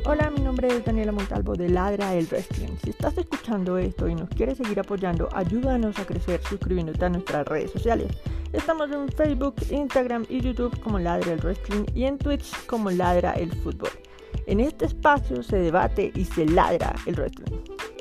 Hola, mi nombre es Daniela Montalvo de Ladra el Wrestling. Si estás escuchando esto y nos quieres seguir apoyando, ayúdanos a crecer suscribiéndote a nuestras redes sociales. Estamos en Facebook, Instagram y YouTube como Ladra el Wrestling y en Twitch como Ladra el Fútbol. En este espacio se debate y se ladra el wrestling.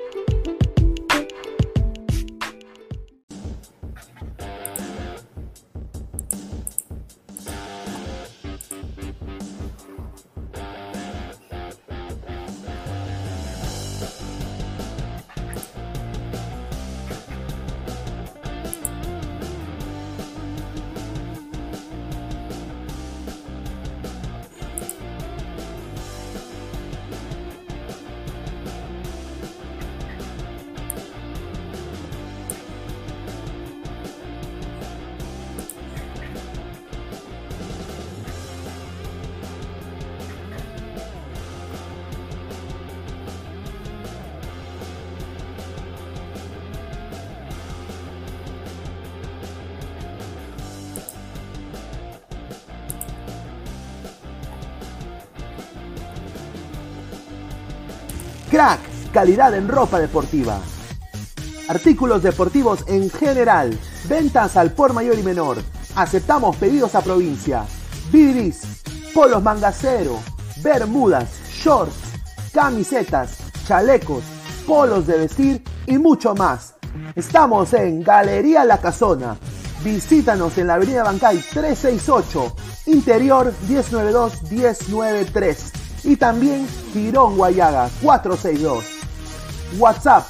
Crack, calidad en ropa deportiva. Artículos deportivos en general. Ventas al por mayor y menor. Aceptamos pedidos a provincia. Bidris, polos mangacero, bermudas, shorts, camisetas, chalecos, polos de vestir y mucho más. Estamos en Galería La Casona. Visítanos en la avenida Bancay 368, interior 1092-1093. Y también Girón Guayaga 462. WhatsApp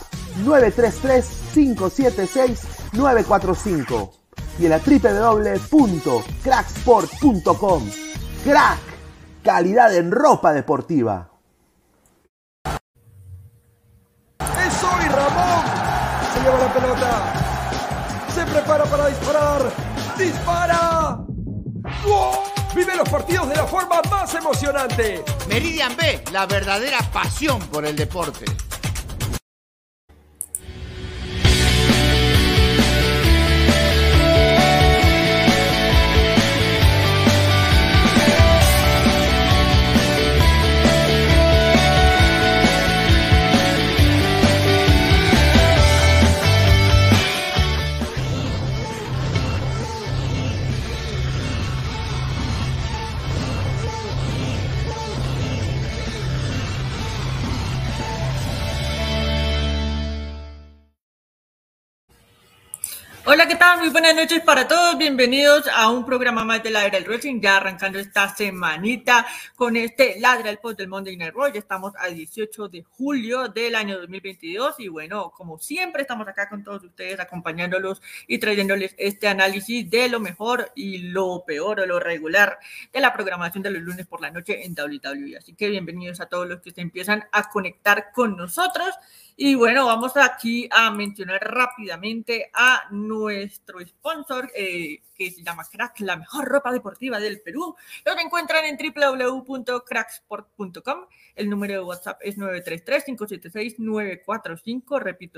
933-576-945. Y en la www.cracksport.com. Crack, calidad en ropa deportiva. ¡Es hoy, Ramón! Se lleva la pelota. Se prepara para disparar. ¡Dispara! ¡Wow! Vive los partidos de la forma más emocionante. Meridian B, la verdadera pasión por el deporte. Hola, ¿qué tal? Muy buenas noches para todos. Bienvenidos a un programa más de Ladra el Wrestling. Ya arrancando esta semanita con este Ladra el Post del Monday Night Raw. Ya estamos a 18 de julio del año 2022. Y bueno, como siempre, estamos acá con todos ustedes acompañándolos y trayéndoles este análisis de lo mejor y lo peor o lo regular de la programación de los lunes por la noche en WWE. Así que bienvenidos a todos los que se empiezan a conectar con nosotros. Y bueno, vamos aquí a mencionar rápidamente a nuestro sponsor que se llama Crack, la mejor ropa deportiva del Perú. Los encuentran en www.cracksport.com. El número de WhatsApp es 933-576-945. Repito,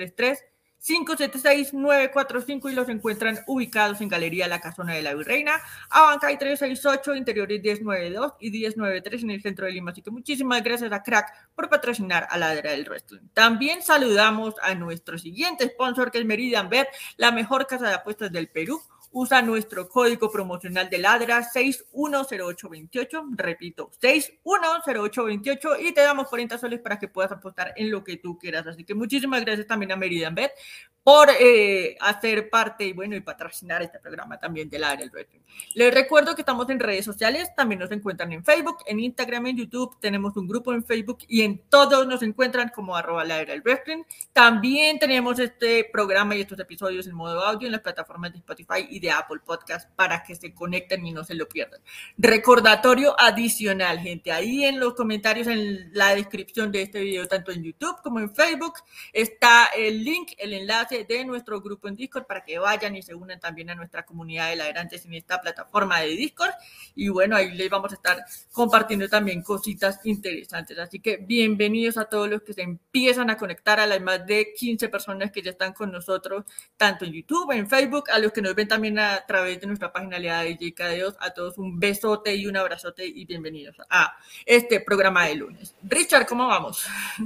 933-576-945 y los encuentran ubicados en Galería La Casona de la Virreina, Abancay 368, interiores 1092 y 1093 en el centro de Lima. Así que muchísimas gracias a Crack por patrocinar a Ladra del Wrestling. También saludamos a nuestro siguiente sponsor, que es Meridian Bet, la mejor casa de apuestas del Perú. Usa nuestro código promocional de Ladra 610828, repito, 610828 y te damos 40 soles para que puedas apostar en lo que tú quieras. Así que muchísimas gracias también a Meridian Bet por hacer parte y bueno y patrocinar este programa también de Ladra el Wrestling. Les recuerdo que estamos en redes sociales, también nos encuentran en Facebook, en Instagram, en YouTube, tenemos un grupo en Facebook y en todos nos encuentran como @Ladra el Wrestling. También tenemos este programa y estos episodios en modo audio en las plataformas de Spotify y de Apple Podcast para que se conecten y no se lo pierdan. Recordatorio adicional, gente, ahí en los comentarios, en la descripción de este video, tanto en YouTube como en Facebook, está el link, el enlace enlace de nuestro grupo en Discord para que vayan y se unan también a nuestra comunidad de ladrantes en esta plataforma de Discord. Y bueno, ahí les vamos a estar compartiendo también cositas interesantes. Así que bienvenidos a todos los que se empiezan a conectar, a las más de 15 personas que ya están con nosotros, tanto en YouTube, en Facebook, a los que nos ven también a través de nuestra página de JKD2, a todos un besote y un abrazote y bienvenidos a este programa de lunes. Richard, ¿cómo vamos?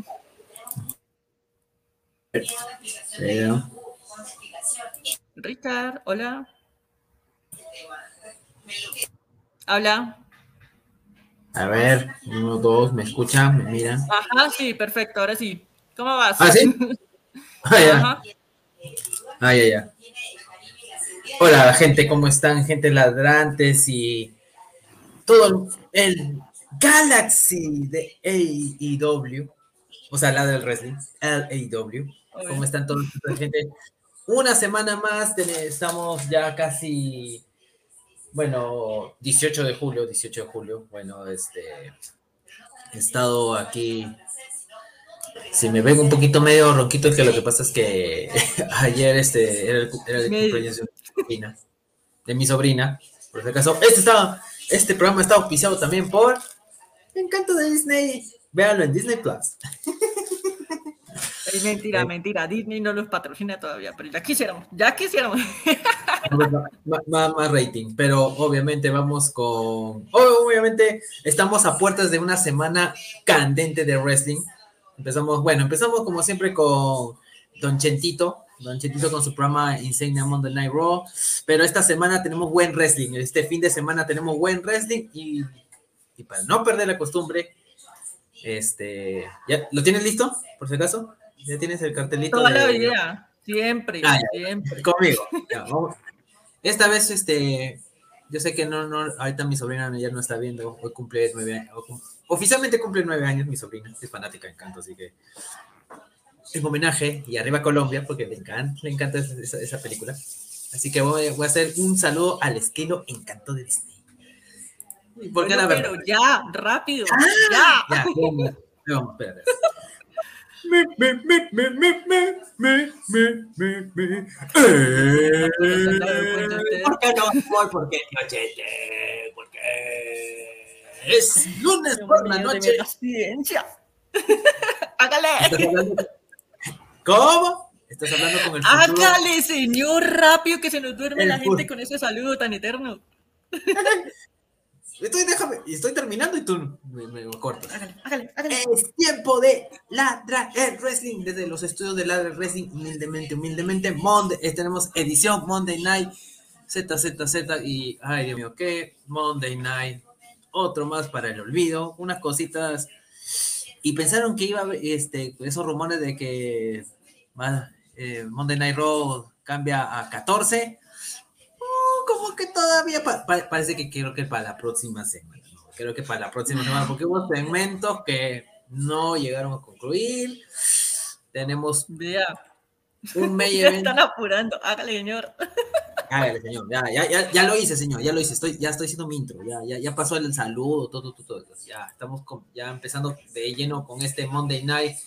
Richard, hola. Habla. A ver, 1, 2, ¿me escuchan? ¿Me miran? Ajá, sí, perfecto, ahora sí. ¿Cómo vas? ¿Ah, sí? Ah, ya. Ajá. Ah, ya. Hola, gente, ¿cómo están? Gente ladrantes y todo el Galaxy de AEW, o sea, la del wrestling, LAW. ¿Cómo están todos, gente? Una semana más, estamos ya casi, bueno, 18 de julio, bueno, he estado aquí. Si me ven un poquito medio ronquito, es que lo que pasa es que ayer era el cumpleaños de mi sobrina, por si acaso. Este programa está auspiciado también por Encanto de Disney. Véanlo en Disney Plus. Es mentira. Disney no los patrocina todavía, pero ya quisiéramos. Más rating, pero obviamente obviamente estamos a puertas de una semana candente de wrestling. Empezamos como siempre con Don Chentito con su programa Insane Monday Night Raw, pero esta semana tenemos buen wrestling, este fin de semana tenemos buen wrestling y para no perder la costumbre, ¿ya lo tienes listo? Por si acaso, ¿ya tienes el cartelito? Toda la vida, siempre. Conmigo, ya, vamos. Esta vez, yo sé que no, ahorita mi sobrina ya no está viendo, hoy cumple 9 años, oficialmente cumple 9 años mi sobrina, es fanática de Encanto, así que en homenaje, y arriba Colombia, porque le encanta esa película, así que voy a hacer un saludo al estilo Encanto de Disney. Porque la verdad. Pero ya, rápido, ya. Vamos, espérate. ¿Por qué no? ¿Por qué, tío Chete? Porque es lunes por la noche. Paciencia. Hágale. ¿Cómo? Estás hablando con el futuro. Hágale, señor, rápido, que se nos duerme la gente con ese saludo tan eterno. Estoy terminando y tú me cortas. Hágale. Es tiempo de Ladra el Wrestling desde los estudios de Ladra el Wrestling, humildemente, Monday, tenemos edición Monday Night ZZZ y, ay Dios mío, ¿qué? Monday Night, otro más para el olvido, unas cositas, y pensaron que iba a haber esos rumores de que Monday Night Raw cambia a 14, como que todavía parece que creo que para la próxima semana, ¿no? Creo que para la próxima semana, porque hubo segmentos que no llegaron a concluir. Tenemos un main event. Están apurando, hágale, señor. Hágale, señor, ya lo hice, señor, ya estoy haciendo mi intro, ya pasó el saludo, todo, ya estamos ya empezando de lleno con este Monday Night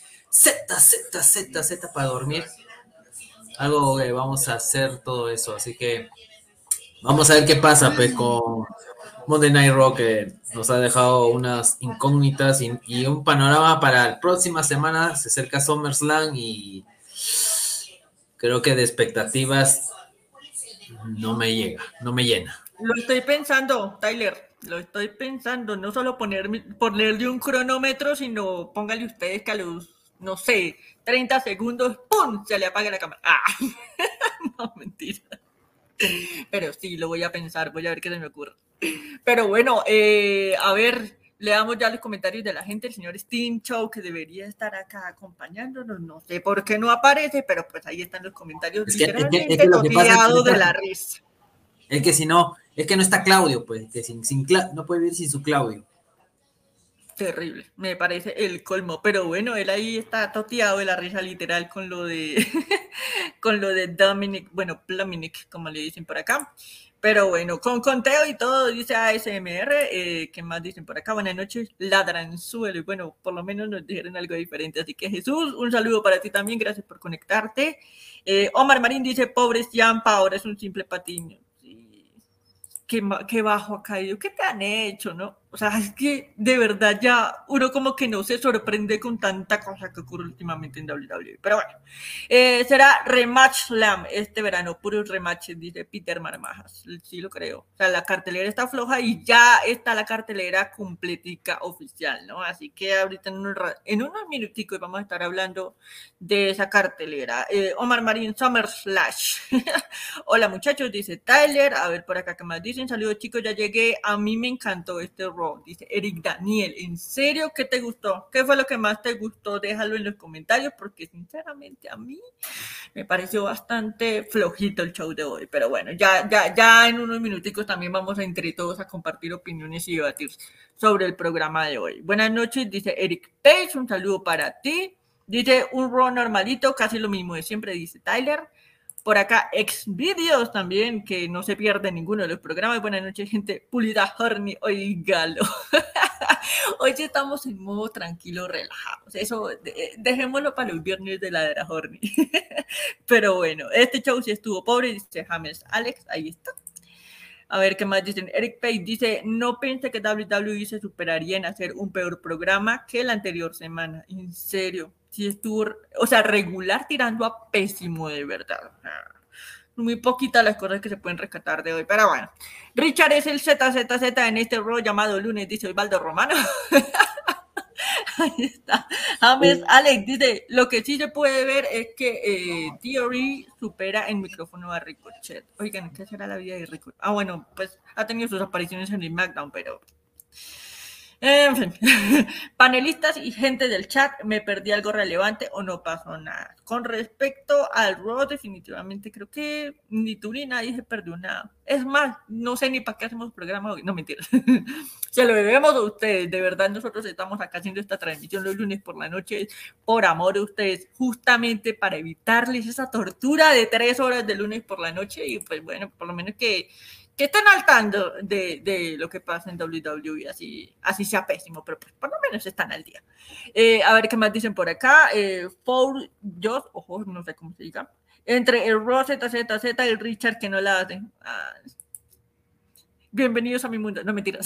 Z para dormir. Algo que vamos a hacer todo eso, así que vamos a ver qué pasa pues con Monday Night Raw, que nos ha dejado unas incógnitas y un panorama para la próxima semana. Se acerca SummerSlam y creo que de expectativas no me llena. Lo estoy pensando, Tyler, no solo ponerle un cronómetro, sino póngale ustedes que a los, no sé, 30 segundos, ¡pum!, se le apaga la cámara. No, mentira. Pero sí, lo voy a pensar, voy a ver qué se me ocurre. Pero bueno, a ver, leamos ya los comentarios de la gente. El señor Steam Show, que debería estar acá acompañándonos, no sé por qué no aparece, pero pues ahí están los comentarios, literalmente toteados de la risa. Es que no está Claudio, pues, que no puede vivir sin su Claudio. Terrible, me parece el colmo, pero bueno, él ahí está toteado de la risa literal con lo de Dominic, bueno, Pluminic, como le dicen por acá. Pero bueno, con conteo y todo, dice ASMR. ¿Qué más dicen por acá? Buenas noches, ladranzuelo. Y bueno, por lo menos nos dijeron algo diferente. Así que Jesús, un saludo para ti también. Gracias por conectarte. Omar Marín dice, pobres Yampa, ahora es un simple patiño. Sí. Qué bajo ha caído. ¿Qué te han hecho, no? O sea, es que de verdad ya uno como que no se sorprende con tanta cosa que ocurre últimamente en WWE. Pero bueno, será Rematch Slam este verano, puros rematches, dice Peter Marmajas. Sí lo creo. O sea, la cartelera está floja y ya está la cartelera completica oficial, ¿no? Así que ahorita en unos minuticos vamos a estar hablando de esa cartelera. Omar Marín Summer Slash. Hola muchachos, dice Tyler. A ver por acá qué más dicen. Saludos chicos, ya llegué. A mí me encantó este Raw, dice Eric Daniel. ¿En serio qué te gustó? ¿Qué fue lo que más te gustó? Déjalo en los comentarios porque sinceramente a mí me pareció bastante flojito el show de hoy. Pero bueno, ya en unos minuticos también vamos a entre todos a compartir opiniones y debatir sobre el programa de hoy. Buenas noches, dice Eric Page. Un saludo para ti. Dice un Raw normalito, casi lo mismo de siempre, dice Tyler. Por acá, Xvideos también, que no se pierde ninguno de los programas. Buenas noches, gente. Pulida Horny, oígalo. Hoy ya estamos en modo tranquilo, relajados. Eso, dejémoslo para los viernes de la era Horny. Pero bueno, este show sí estuvo pobre, dice James Alex, ahí está. A ver qué más dicen. Eric Page dice, no pensé que WWE se superaría en hacer un peor programa que la anterior semana. En serio, sí estuvo, o sea, regular tirando a pésimo de verdad. Muy poquitas las cosas que se pueden rescatar de hoy, pero bueno. Richard es el ZZZ en este rol llamado lunes, dice Osvaldo Romano. Ahí está. James Alex dice, lo que sí se puede ver es que Theory supera en micrófono a Ricochet. Oigan, ¿qué será la vida de Ricochet? Ah, bueno, pues ha tenido sus apariciones en el SmackDown, pero... En fin, panelistas y gente del chat, me perdí algo relevante o no pasó nada. Con respecto al Raw, definitivamente creo que ni tú ni nadie se perdió nada. Es más, no sé ni para qué hacemos programa hoy. No, mentira. Se lo debemos a ustedes. De verdad, nosotros estamos acá haciendo esta transmisión los lunes por la noche por amor a ustedes, justamente para evitarles esa tortura de 3 horas de lunes por la noche. Y pues bueno, por lo menos que estén al tanto de lo que pasa en WWE, así sea pésimo, pero pues por lo menos están al día. A ver qué más dicen por acá. Paul Joss, ojo, no sé cómo se diga. Entre el Raw ZZZ y el Richard que no la hacen. Bienvenidos a mi mundo. No, mentiras.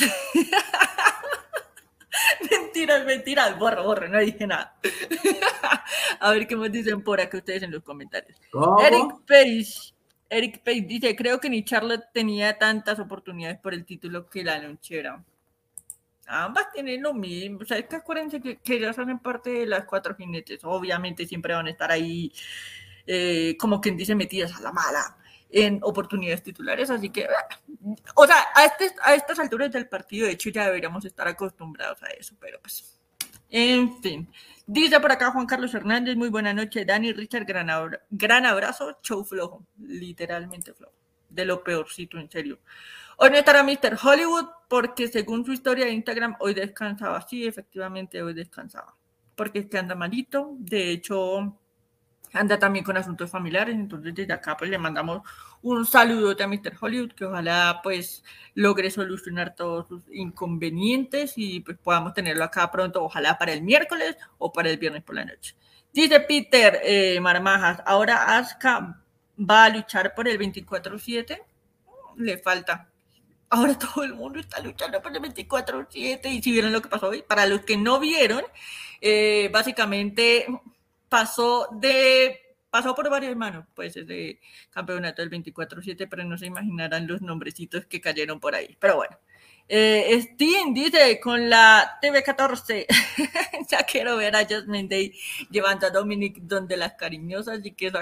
Mentiras. Borro, no dije nada. A ver qué más dicen por acá ustedes en los comentarios. ¿Cómo? Eric Page dice, creo que ni Charlotte tenía tantas oportunidades por el título que la lonchera. Ambas tienen lo mismo. O sea, es que acuérdense que ellas hacen parte de las 4 jinetes. Obviamente siempre van a estar ahí, como quien dice, metidas a la mala en oportunidades titulares. Así que, o sea, a estas alturas del partido, de hecho, ya deberíamos estar acostumbrados a eso. Pero pues, en fin. Dice por acá Juan Carlos Hernández, muy buena noche, Dani, Richard, gran abrazo, show flojo, literalmente flojo, de lo peorcito, en serio. Hoy no estará Mr. Hollywood, porque según su historia de Instagram, hoy descansaba, sí, efectivamente, hoy descansaba, porque es que anda malito, de hecho, anda también con asuntos familiares, entonces desde acá pues le mandamos un saludo a Mr. Hollywood, que ojalá pues logre solucionar todos sus inconvenientes y pues podamos tenerlo acá pronto, ojalá para el miércoles o para el viernes por la noche. Dice Peter Marmajas, ahora Asuka va a luchar por el 24/7, le falta. Ahora todo el mundo está luchando por el 24/7 y si vieron lo que pasó hoy, para los que no vieron, básicamente pasó por varias manos, pues, ese campeonato del 24/7, pero no se imaginarán los nombrecitos que cayeron por ahí. Pero bueno. Steam dice, con la TV14, ya quiero ver a Jasmine Day llevando a Dominic donde las cariñosas y que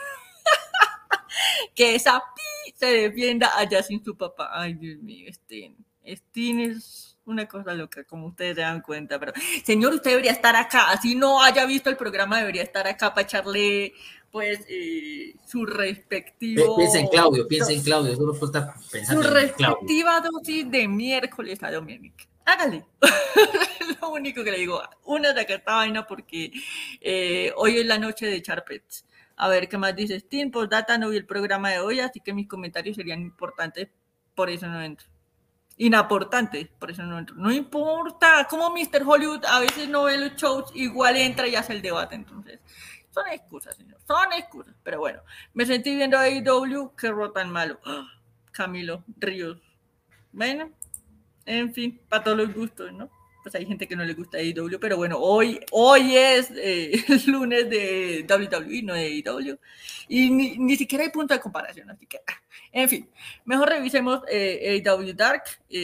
que esa se defienda allá sin su papá. Ay, Dios mío, Steam es una cosa loca, como ustedes se dan cuenta, pero señor, usted debería estar acá, así no haya visto el programa, debería estar acá para echarle pues su respectivo... Piensa en Claudio, solo puedo estar pensando su en Claudio. respectiva dosis de miércoles a Dominic. Hágale. Lo único que le digo, una de acá esta vaina porque hoy es la noche de Charpets. A ver qué más dice Steam. Postdata, no vi el programa de hoy, así que mis comentarios serían importantes por eso no entro. Inaportante, por eso no entro. No importa, como Mr. Hollywood a veces no ve los shows, igual entra y hace el debate, entonces son excusas, señor, son excusas. Pero bueno, me sentí viendo a AEW, qué tan malo. Camilo Ríos. Bueno, en fin, para todos los gustos, ¿no? Pues hay gente que no le gusta AEW, pero bueno, hoy es lunes de WWE, no de AEW, y ni siquiera hay punto de comparación, así que, en fin, mejor revisemos AEW Dark.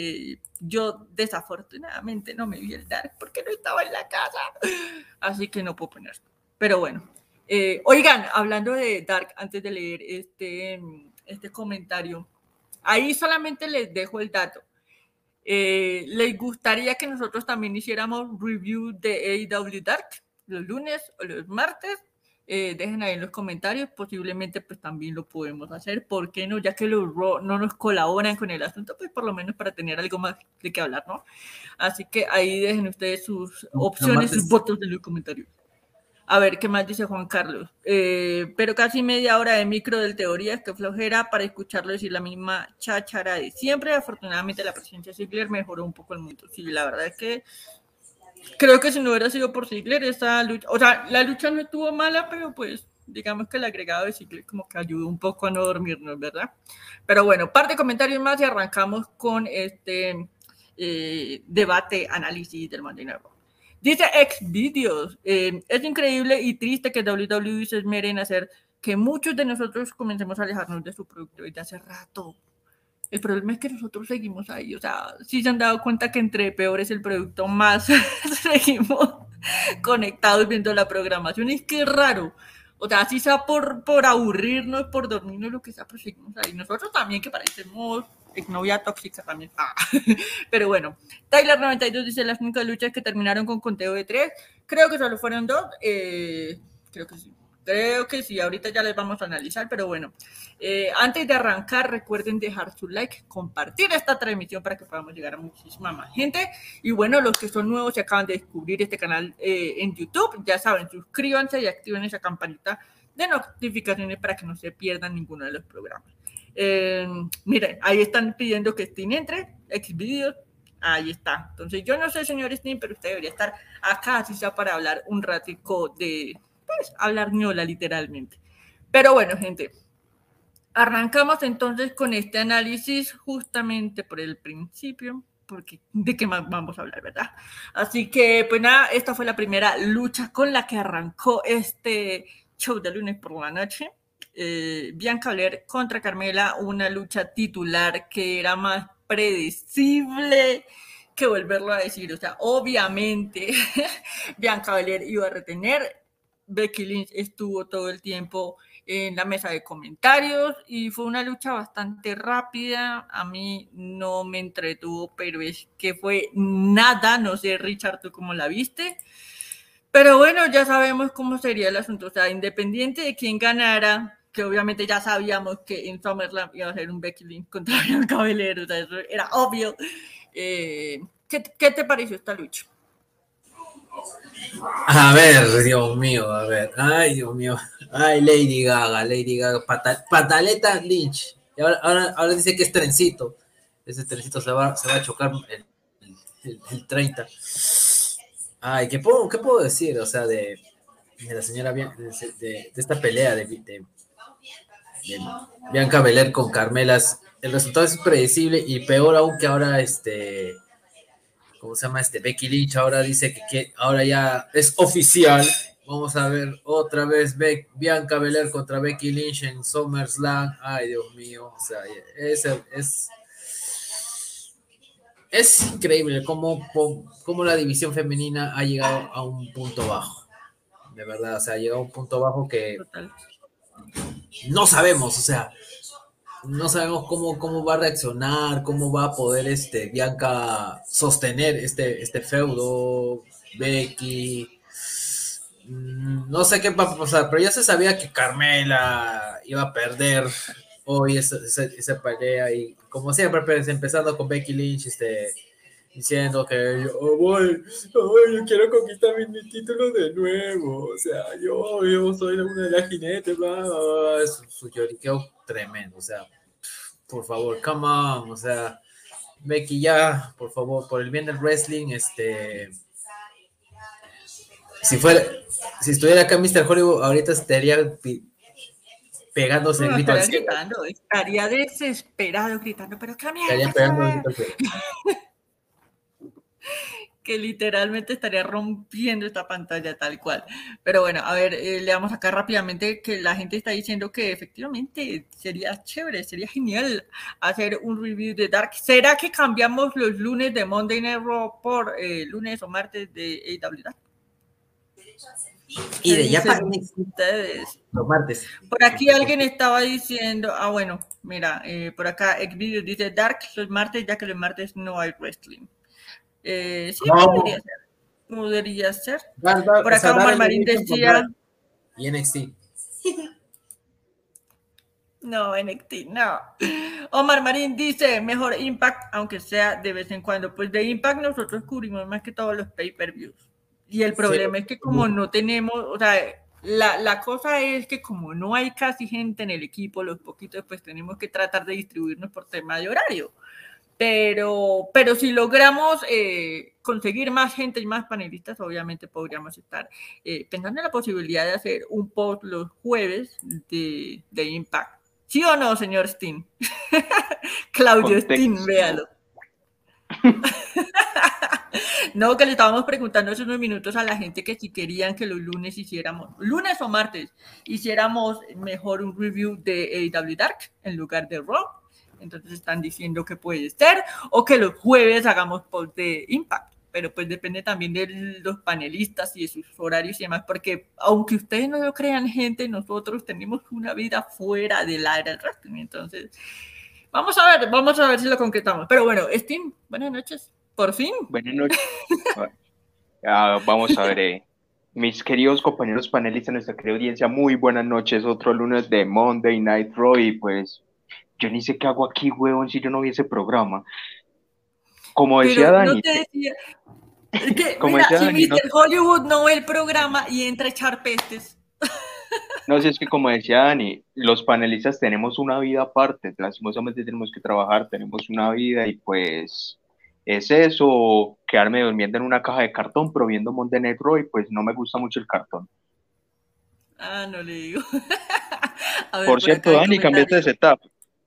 Yo desafortunadamente no me vi el Dark porque no estaba en la casa, así que no puedo poner. Pero bueno, oigan, hablando de Dark, antes de leer este comentario, ahí solamente les dejo el dato. ¿Les gustaría que nosotros también hiciéramos review de AEW Dark los lunes o los martes? Dejen ahí en los comentarios, posiblemente pues también lo podemos hacer, ¿por qué no? Ya que los Raw no nos colaboran con el asunto, pues por lo menos para tener algo más de qué hablar, ¿no? Así que ahí dejen ustedes sus opciones, sus votos en los comentarios. A ver, ¿qué más dice Juan Carlos? Pero casi media hora de micro del Teorías, que flojera para escucharlo decir la misma cháchara de siempre. Afortunadamente la presencia de Ziggler mejoró un poco el mundo. Sí, la verdad es que creo que si no hubiera sido por Ziggler, esa lucha, o sea, la lucha no estuvo mala, pero pues digamos que el agregado de Ziggler como que ayudó un poco a no dormirnos, ¿verdad? Pero bueno, par de comentarios más y arrancamos con este debate, análisis del Monday Night Raw. Dice Xvideos, es increíble y triste que WWE se esmere en hacer que muchos de nosotros comencemos a alejarnos de su producto desde hace rato. El problema es que nosotros seguimos ahí, o sea, si se han dado cuenta que entre peor es el producto, más seguimos conectados viendo la programación. Es que es raro, o sea, si sea por aburrirnos, por dormirnos, lo que sea, pues seguimos ahí. Nosotros también, que parecemos exnovia tóxica también. Pero bueno, Tyler92 dice: las únicas luchas que terminaron con conteo de 3, creo que solo fueron 2. Creo que sí, ahorita ya les vamos a analizar, pero bueno, antes de arrancar, recuerden dejar su like, compartir esta transmisión para que podamos llegar a muchísima más gente. Y bueno, los que son nuevos y acaban de descubrir este canal en YouTube, ya saben, suscríbanse y activen esa campanita de notificaciones para que no se pierdan ninguno de los programas. Miren, ahí están pidiendo que Steam entre, Xvideos, ahí está. Entonces yo no sé, señor Steam, pero usted debería estar acá, así sea para hablar un ratico de, pues, hablar ñola literalmente. Pero bueno, gente, arrancamos entonces con este análisis justamente por el principio, porque de qué más vamos a hablar, ¿verdad? Así que, pues nada, esta fue la primera lucha con la que arrancó este show de lunes por la noche. Bianca Belair contra Carmela, una lucha titular que era más predecible que volverlo a decir. O sea, obviamente Bianca Belair iba a retener. Becky Lynch estuvo todo el tiempo en la mesa de comentarios y fue una lucha bastante rápida. A mí no me entretuvo, pero es que fue nada. No sé, Richard, ¿tú cómo la viste? Pero bueno, ya sabemos cómo sería el asunto. O sea, independiente de quién ganara, que obviamente ya sabíamos que en SummerSlam iba a ser un Becky Lynch contra Bianca Belair, o sea, eso era obvio. ¿Qué te pareció esta lucha? A ver, Dios mío, a ver. Ay, Dios mío. Ay, Lady Gaga, pataleta Lynch. Y ahora dice que es trencito. Ese trencito se va a chocar el 30. Ay, ¿qué puedo decir? O sea, de la señora, de esta pelea de Bianca Belair con Carmela. El resultado es predecible y peor aún que ahora ¿cómo se llama? Becky Lynch ahora dice que ahora ya es oficial. Vamos a ver otra vez Bianca Belair contra Becky Lynch en SummerSlam. Ay, Dios mío. O sea, es increíble cómo la división femenina ha llegado a un punto bajo. De verdad, o sea, ha llegado a un punto bajo que no sabemos, o sea, no sabemos cómo va a reaccionar, cómo va a poder Bianca sostener este feudo, Becky. No sé qué va a pasar, pero ya se sabía que Carmela iba a perder hoy esa pelea, y como siempre, pues, empezando con Becky Lynch, diciendo que yo quiero conquistar mi título de nuevo, o sea, yo soy una de las jinetes, su lloriqueo tremendo, o sea, por favor, come on, o sea, Becky ya, por favor, por el bien del wrestling, si estuviera acá Mr. Hollywood, ahorita estaría pegándose el No, grito al estaría cielo. gritando, estaría desesperado gritando, pero qué Estaría mierda, pegando el grito al cielo. que literalmente estaría rompiendo esta pantalla tal cual. Pero bueno, a ver, leamos acá rápidamente que la gente está diciendo que efectivamente sería chévere, sería genial hacer un review de Dark. ¿Será que cambiamos los lunes de Monday Night Raw por lunes o martes de AEW Dark? Y de ya para ustedes. los martes. Por aquí alguien estaba diciendo, bueno, mira, por acá Xvideos dice Dark los martes, ya que los martes no hay wrestling. Sí, podría ser. Podría ser. Por acá Omar Marín decía. Y NXT. No, NXT, no. Omar Marín dice, mejor Impact, aunque sea de vez en cuando. Pues de Impact nosotros cubrimos más que todos los pay-per-views. Y el problema es que como no tenemos, o sea, la cosa es que como no hay casi gente en el equipo, los poquitos, pues tenemos que tratar de distribuirnos por tema de horario. Pero si logramos conseguir más gente y más panelistas, obviamente podríamos estar pensando en la posibilidad de hacer un post los jueves de Impact. ¿Sí o no, señor Steen? Claudio Steen, véalo. No, que le estábamos preguntando hace unos minutos a la gente que si querían que los lunes hiciéramos, lunes o martes, hiciéramos mejor un review de AEW Dark en lugar de Raw. Entonces están diciendo que puede ser, o que los jueves hagamos post de Impact, pero pues depende también de los panelistas y de sus horarios y demás, porque aunque ustedes no lo crean, gente, nosotros tenemos una vida fuera del área del wrestling, entonces vamos a ver si lo concretamos. Pero bueno, Steam, buenas noches, por fin. Buenas noches. Vamos a ver, mis queridos compañeros panelistas, nuestra querida audiencia, muy buenas noches, otro lunes de Monday Night Raw y pues yo ni sé qué hago aquí, huevón, si yo no vi ese programa. Como decía Dani. No te decía, como mira, si Dani, Mr. Hollywood no ve el programa y entra a echar pestes. No, si es que como decía Dani, los panelistas tenemos una vida aparte, lastimosamente tenemos que trabajar, tenemos una vida y pues es eso, quedarme durmiendo en una caja de cartón, pero viendo Monday Night Raw y pues no me gusta mucho el cartón. No le digo. Ver, por cierto, Dani, cambiaste de setup.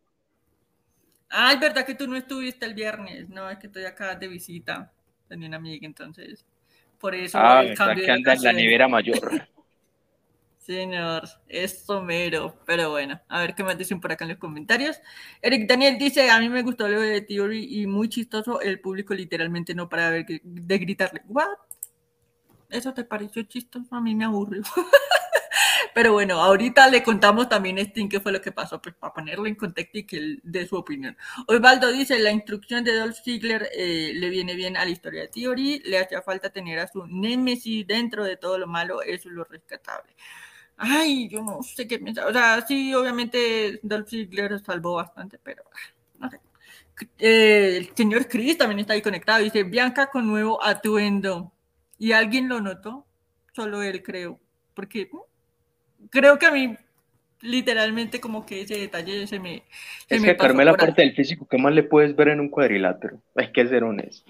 Es verdad que tú no estuviste el viernes. No, es que estoy acá de visita. Tenía una amiga, entonces. Por eso el cambio que anda en la nevera mayor. Señor, es somero. Pero bueno, a ver qué me dicen por acá en los comentarios. Eric Daniel dice, a mí me gustó lo de Theory y muy chistoso. El público literalmente no para de gritarle. ¿What? ¿Eso te pareció chistoso? A mí me aburrió. Pero bueno, ahorita le contamos también a Sting qué fue lo que pasó, pues para ponerlo en contexto y que él dé su opinión. Osvaldo dice, la instrucción de Dolph Ziggler le viene bien a la historia de Theory, le hacía falta tener a su némesis dentro de todo lo malo, eso es lo rescatable. Yo no sé qué pensar, o sea, sí, obviamente Dolph Ziggler salvó bastante, pero no sé. El señor Chris también está ahí conectado, dice, Bianca con nuevo atuendo, ¿y alguien lo notó? Solo él, creo, porque... creo que a mí literalmente como que ese detalle se me es que Carmela, aparte del físico, ¿qué más le puedes ver en un cuadrilátero? Hay que ser honesto.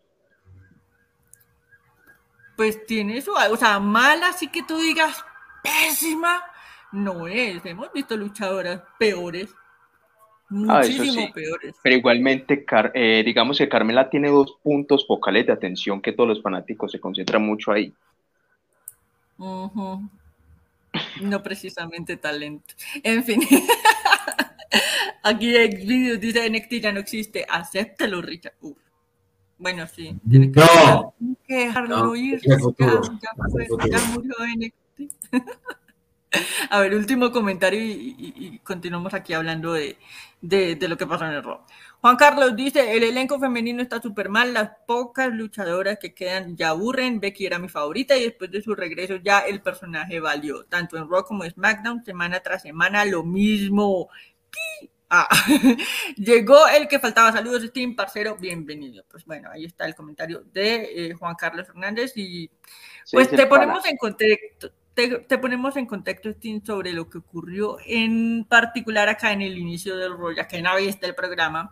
Pues tiene eso, o sea, mala, así que tú digas pésima, no es. Hemos visto luchadoras peores, muchísimo sí. peores. Pero igualmente, digamos que Carmela tiene 2 puntos focales de atención que todos los fanáticos se concentran mucho ahí. No precisamente talento. En fin. Aquí Xvideos dice NXT ya no existe. Acéptalo, Richard. Bueno, sí. Tienes que dejarlo ir. Ya murió NXT. A ver, último comentario y continuamos aquí hablando de lo que pasó en el Raw. Juan Carlos dice, el elenco femenino está súper mal, las pocas luchadoras que quedan ya aburren, Becky era mi favorita y después de su regreso ya el personaje valió, tanto en Raw como en SmackDown, semana tras semana, lo mismo. Llegó el que faltaba, saludos Steam, parcero, bienvenido. Pues bueno, ahí está el comentario de Juan Carlos Hernández y pues te ponemos en contexto. te ponemos en contexto, Steam, sobre lo que ocurrió en particular acá en el inicio del Royal, que no viste el programa.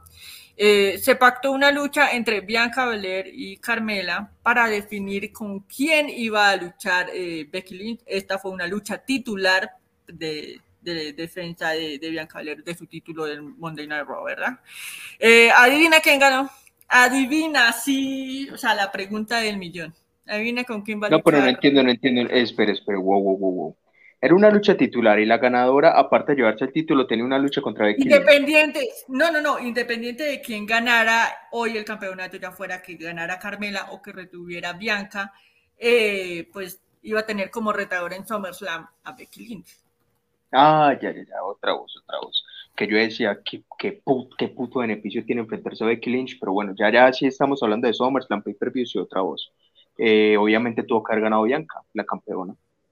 Se pactó una lucha entre Bianca Belair y Carmela para definir con quién iba a luchar Becky Lynch. Esta fue una lucha titular de defensa de Bianca Belair de su título del Monday Night Raw, ¿verdad? Adivina quién ganó. Adivina, sí, o sea, la pregunta del millón. Adivina con quién va a No, luchar. pero no entiendo. Espera, wow. Era una lucha titular y la ganadora, aparte de llevarse el título, tenía una lucha contra Becky Lynch. Independiente de quién ganara hoy el campeonato, ya fuera que ganara Carmela o que retuviera Bianca, pues iba a tener como retadora en SummerSlam a Becky Lynch. Ah, ya, otra voz. Que yo decía, qué puto beneficio tiene enfrentarse a Becky Lynch, pero bueno, ya sí estamos hablando de SummerSlam, pay-per-view y otra voz. Obviamente tuvo que haber ganado Bianca, la campeona.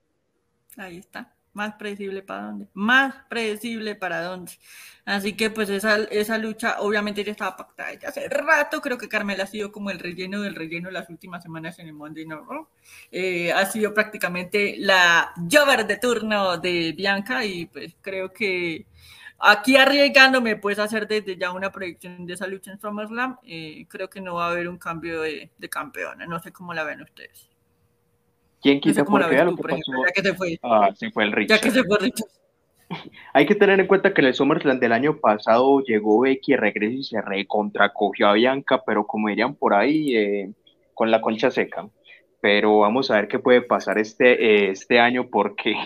Ahí está. Más predecible para dónde. Más predecible para dónde. Así que pues esa lucha obviamente ya estaba pactada ya hace rato. Creo que Carmela ha sido como el relleno del relleno las últimas semanas en el Monday Night Raw. Ha sido prácticamente la jobber de turno de Bianca y pues creo que aquí arriesgándome pues hacer desde ya una proyección de esa lucha en SummerSlam. Creo que no va a haber un cambio de campeona. No sé cómo la ven ustedes. ¿Quién quita no sé por qué? Lo que por pasó. ejemplo, ya que se fue. Se fue el Richard. Ya que se fue Richard. Hay que tener en cuenta que en el SummerSlam del año pasado llegó Becky, regresó y se recontracogió a Bianca, pero como dirían por ahí, con la concha seca. Pero vamos a ver qué puede pasar este año porque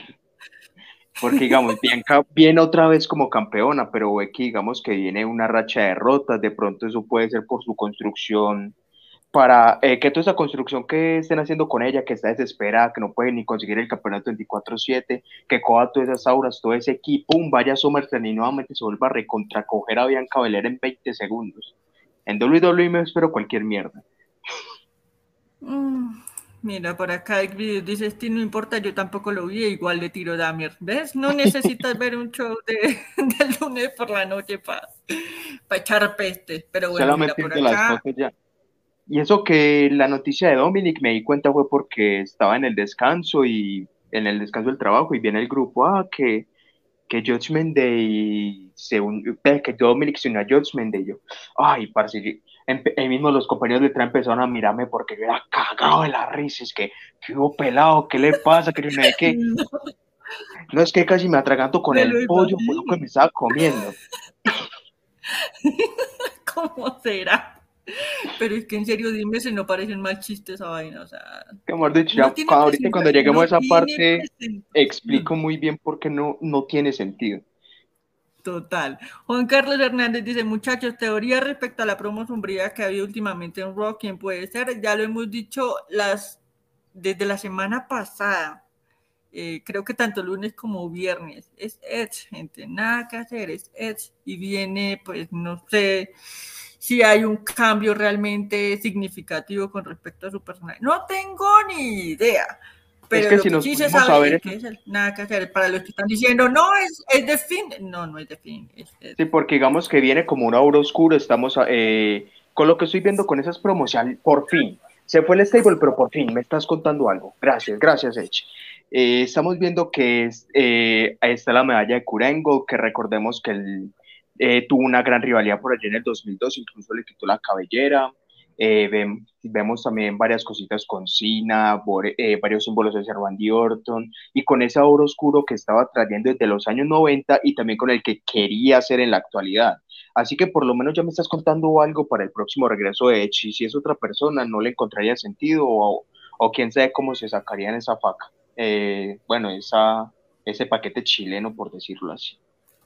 digamos, Bianca viene otra vez como campeona, pero Becky digamos que viene una racha de derrotas, de pronto eso puede ser por su construcción para que toda esa construcción que estén haciendo con ella, que está desesperada, que no puede ni conseguir el campeonato 24/7, que coja todas esas auras, todo ese equipo, vaya a SummerSlam y nuevamente se vuelva a recontracoger a Bianca Belair en 20 segundos. En WWE me espero cualquier mierda. Mira, por acá el video dice, no importa, yo tampoco lo vi, igual le tiro Damier. ¿Ves? No necesitas ver un show del lunes por la noche para echar peste. Pero bueno, solamente mira, por acá... las cosas ya. Y eso que la noticia de Dominic me di cuenta fue porque estaba en el descanso del trabajo y viene el grupo, que Judgment Day que Dominic se unió a Judgment Day. Yo, ay, parce, ahí mismo los compañeros de Trump empezaron a mirarme porque yo era cagado de la risa, es que hubo pelado, ¿qué le pasa? Que yo no sé qué. No, es que casi me atraganto con el pollo, por lo que me estaba comiendo. ¿Cómo será? Pero es que en serio, dime si no parecen mal chistes esa vaina, o sea... Como dicho, ya, cuando lleguemos a esa parte, explico muy bien por qué no tiene sentido. Total. Juan Carlos Hernández dice, muchachos, teoría respecto a la promo sombría que había últimamente en Raw, ¿quién puede ser? Ya lo hemos dicho desde la semana pasada. Creo que tanto lunes como viernes. Es Edge, gente, nada que hacer, es Edge. Y viene, pues, no sé... si hay un cambio realmente significativo con respecto a su personaje. No tengo ni idea. Pero es que lo si que nos sí se sabe es que es nada que hacer. Para los que están diciendo, no, es de Finn. No es de Finn. Sí, porque digamos que viene como una aura oscura. Estamos con lo que estoy viendo con esas promociones, por fin. Se fue el stable, pero por fin me estás contando algo. Gracias, Edge. Estamos viendo que ahí está la medalla de Kurt Angle, que recordemos que tuvo una gran rivalidad por allí en el 2002, incluso le quitó la cabellera. Vemos también varias cositas con Cena, varios símbolos de Randy Orton, y con ese oro oscuro que estaba trayendo desde los años 90 y también con el que quería hacer en la actualidad. Así que por lo menos ya me estás contando algo para el próximo regreso de Edge, y si es otra persona no le encontraría sentido, o quién sabe cómo se sacarían esa faca. Bueno, ese paquete chileno, por decirlo así.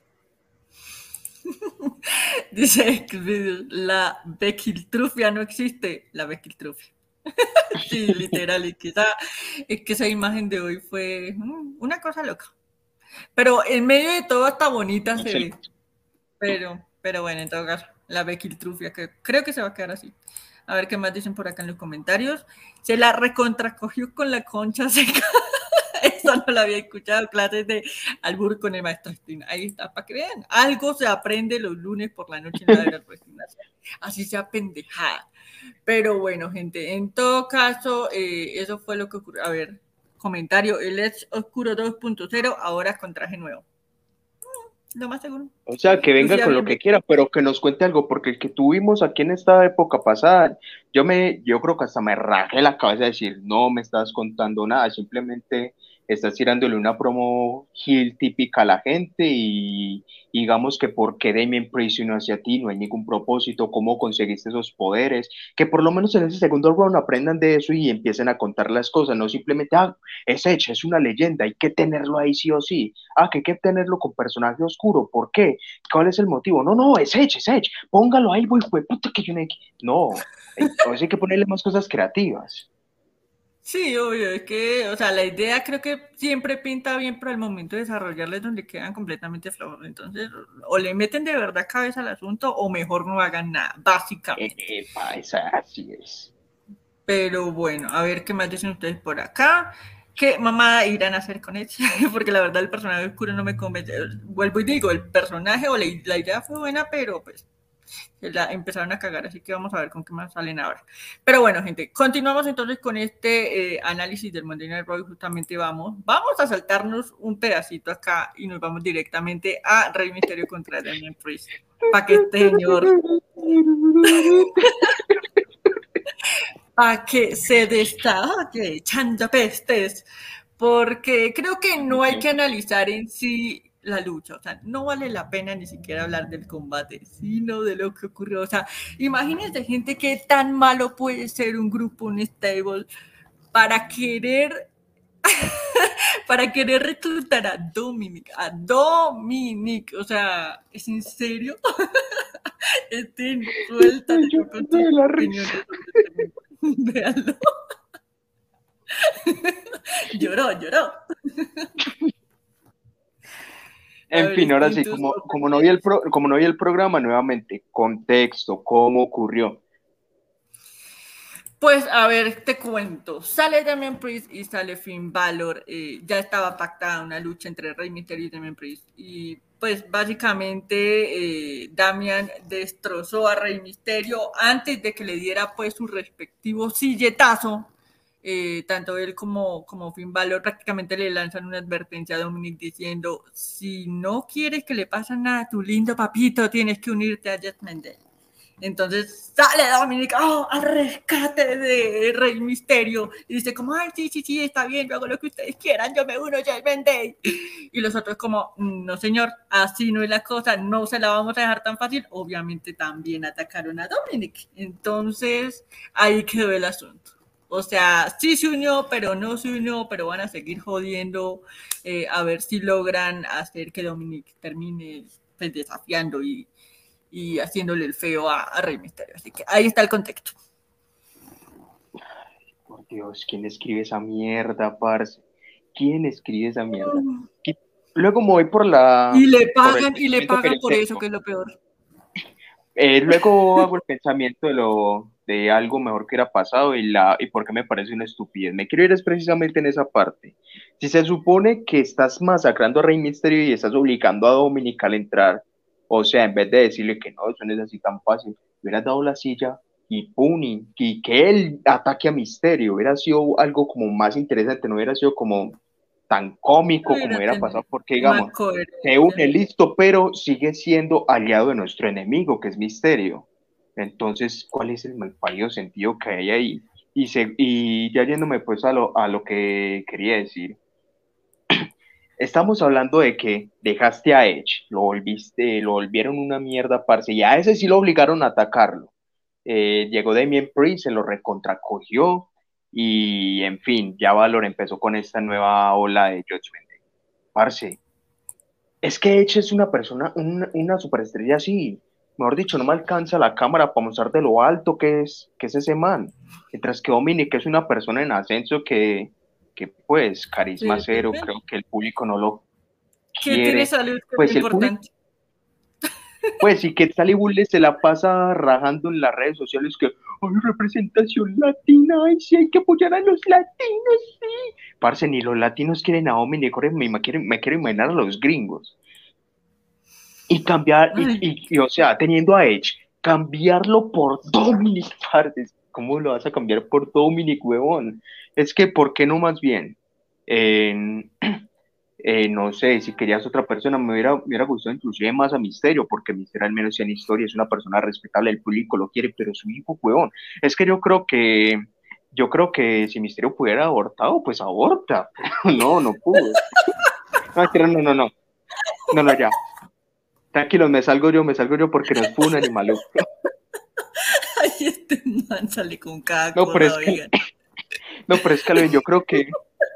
Dice la Becky Trufia no existe, la Becky Trufia. Sí, literal, es que esa imagen de hoy fue una cosa loca. Pero en medio de todo está bonita, se ve. Pero bueno, en todo caso, la Becky Trufia, que creo que se va a quedar así. A ver qué más dicen por acá en los comentarios. Se la recontracogió con la concha seca. Eso no lo había escuchado, clases de albur con el maestro Stein. Ahí está, para que vean. Algo se aprende los lunes por la noche en la de así sea pendejada. Pero bueno, gente, en todo caso, eso fue lo que ocurrió. A ver, comentario, el Edge Oscuro 2.0 ahora con traje nuevo. Lo más seguro. O sea, que venga con lo que quiera, pero que nos cuente algo, porque el que tuvimos aquí en esta época pasada, yo creo que hasta me rajé la cabeza de decir, no me estás contando nada, simplemente estás tirándole una promo heel típica a la gente y digamos que porque Damien Priest no hacia ti, no hay ningún propósito, cómo conseguiste esos poderes, que por lo menos en ese segundo round aprendan de eso y empiecen a contar las cosas, no simplemente, es Edge, es una leyenda, hay que tenerlo ahí sí o sí, que hay que tenerlo con personaje oscuro, ¿por qué? ¿Cuál es el motivo? No, es Edge, póngalo ahí, puta que yo no, hay que ponerle más cosas creativas. Sí, obvio, es que, o sea, la idea creo que siempre pinta bien, pero al momento de desarrollarla es donde quedan completamente flojos. Entonces, o le meten de verdad cabeza al asunto, o mejor no hagan nada, básicamente. Así es. Pero bueno, a ver qué más dicen ustedes por acá. ¿Qué mamá irán a hacer con Edge? Porque la verdad el personaje oscuro no me convence. Vuelvo y digo, el personaje o la idea fue buena, pero pues la empezaron a cagar, así que vamos a ver con qué más salen ahora. Pero bueno, gente, continuamos entonces con este análisis del Monday Night Raw. Justamente vamos a saltarnos un pedacito acá y nos vamos directamente a Rey Mysterio contra Damien Priest. Para que este señor para que se destaque echando pestes, porque creo que no hay que analizar en sí la lucha, o sea, no vale la pena ni siquiera hablar del combate, sino de lo que ocurrió. O sea, imagínense, gente, qué tan malo puede ser un grupo, un stable, para querer reclutar a Dominic, o sea, ¿es en serio? Suéltate con tus opiniones. Véanlo. Lloró. En fin, ahora sí, como no vi el programa, nuevamente, contexto, cómo ocurrió. Pues a ver, te cuento. Sale Damien Priest y sale Finn Balor. Ya estaba pactada una lucha entre Rey Mysterio y Damien Priest. Y pues básicamente Damian destrozó a Rey Mysterio antes de que le diera pues su respectivo silletazo. Tanto él como Finn Balor prácticamente le lanzan una advertencia a Dominic diciendo: si no quieres que le pase nada a tu lindo papito, tienes que unirte a Judgment Day. Entonces sale Dominic al rescate de Rey Mysterio y dice como, ay, sí, está bien, yo hago lo que ustedes quieran, yo me uno a Judgment Day. Y los otros como, no señor, así no es la cosa, no se la vamos a dejar tan fácil. Obviamente también atacaron a Dominic. Entonces ahí quedó el asunto. O sea, sí se unió, pero no se unió, pero van a seguir jodiendo a ver si logran hacer que Dominic termine pues, desafiando y haciéndole el feo a Rey Mysterio. Así que ahí está el contexto. Ay, por Dios, ¿quién escribe esa mierda, parce? ¿Quién escribe esa mierda? Luego me voy por la... Y le pagan por eso, que es lo peor. Luego hago el pensamiento de algo mejor que era pasado y por qué me parece una estupidez. Me quiero ir es precisamente en esa parte. Si se supone que estás masacrando a Rey Mysterio y estás obligando a Dominic al entrar, o sea, en vez de decirle que no, eso no es así tan fácil, hubieras dado la silla y pum, y que él ataque a Mysterio, hubiera sido algo como más interesante, no hubiera sido como tan cómico como hubiera pasado, porque digamos, se une listo, pero sigue siendo aliado de nuestro enemigo, que es Mysterio. Entonces, ¿cuál es el malparido sentido que hay ahí? Y ya yéndome pues a lo que quería decir, estamos hablando de que dejaste a Edge, lo volvieron una mierda, parce, y a ese sí lo obligaron a atacarlo. Llegó Damien Priest, se lo recontracogió, y en fin, ya Valor empezó con esta nueva ola de Judgment Day. Parce, es que Edge es una persona, una superestrella así, mejor dicho, no me alcanza la cámara para mostrar de lo alto que es ese man, mientras que Dominic es una persona en ascenso que pues, carisma cero, creo que el público no lo quiere. Que tiene salud, que pues es importante. Pues sí, que Sally Bullet se la pasa rajando en las redes sociales que hay representación latina, y sí hay que apoyar a los latinos, sí. Parce, ni los latinos quieren a Dominic, me quiero imaginar a los gringos. Y cambiar, y o sea, teniendo a Edge, cambiarlo por Dominic, parce, ¿cómo lo vas a cambiar por Dominic, huevón? Es que, ¿por qué no más bien? No sé, si querías otra persona, me hubiera gustado inclusive más a Misterio, porque Misterio al menos en historia es una persona respetable, el público lo quiere, pero su hijo, huevón. Es que yo creo que si Misterio pudiera abortado, pues aborta. No, no pudo. No, mentira, no, no, no. No, no, ya. Tranquilos, me salgo yo porque no es un animal. Ay, este man sale con cada No, pero cosa, oigan. no, pero es que Alvin, yo creo que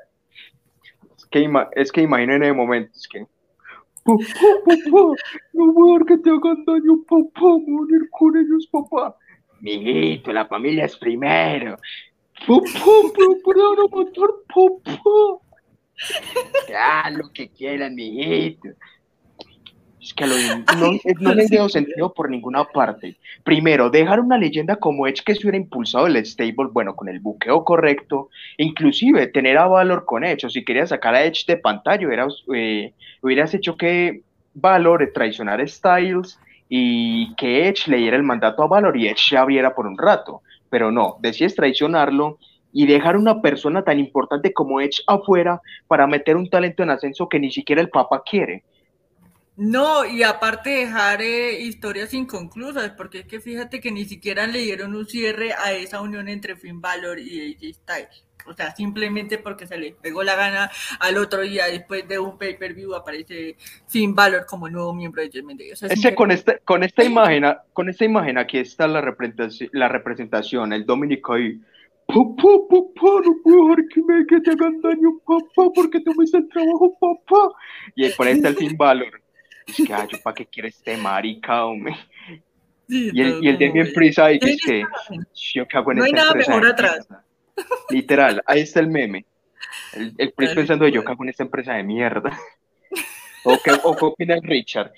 es que imaginen en el momento, es que papá, no voy a dar que te hagan daño, papá, morir con ellos, papá. Mijito, la familia es primero. Papá, pero van a matar, papá. Ya, lo que quieran, mijito. Es que no les veo sentido por ninguna parte. Primero, dejar una leyenda como Edge que se hubiera impulsado el stable, bueno, con el buqueo correcto, inclusive tener a Valor con Edge, o si querías sacar a Edge de pantalla, hubieras hecho que Valor traicionara a Styles y que Edge le diera el mandato a Valor y Edge se abriera por un rato, pero no, decides traicionarlo y dejar una persona tan importante como Edge afuera para meter un talento en ascenso que ni siquiera el Papa quiere. No, y aparte dejar historias inconclusas, porque es que fíjate que ni siquiera le dieron un cierre a esa unión entre Finn Balor y AJ Styles. O sea, simplemente porque se les pegó la gana al otro día, después de un pay-per-view, aparece Finn Balor como nuevo miembro de Judgment Day. O sea, con esta imagen aquí está la representación, el Dominic ahí. Papá, no puedo dejar que te hagan daño, papá, porque tú me hiciste el trabajo, papá. Y por ahí está el Finn Balor. Es que, yo para qué quiero este marica, hombre. Sí, y el Damien Priest ahí, que es que yo cago en no hay esta nada empresa mejor de atrás. mierda. Literal, ahí está el meme. El Priest pensando, yo cago en esta empresa de mierda. ¿O qué opina Richard?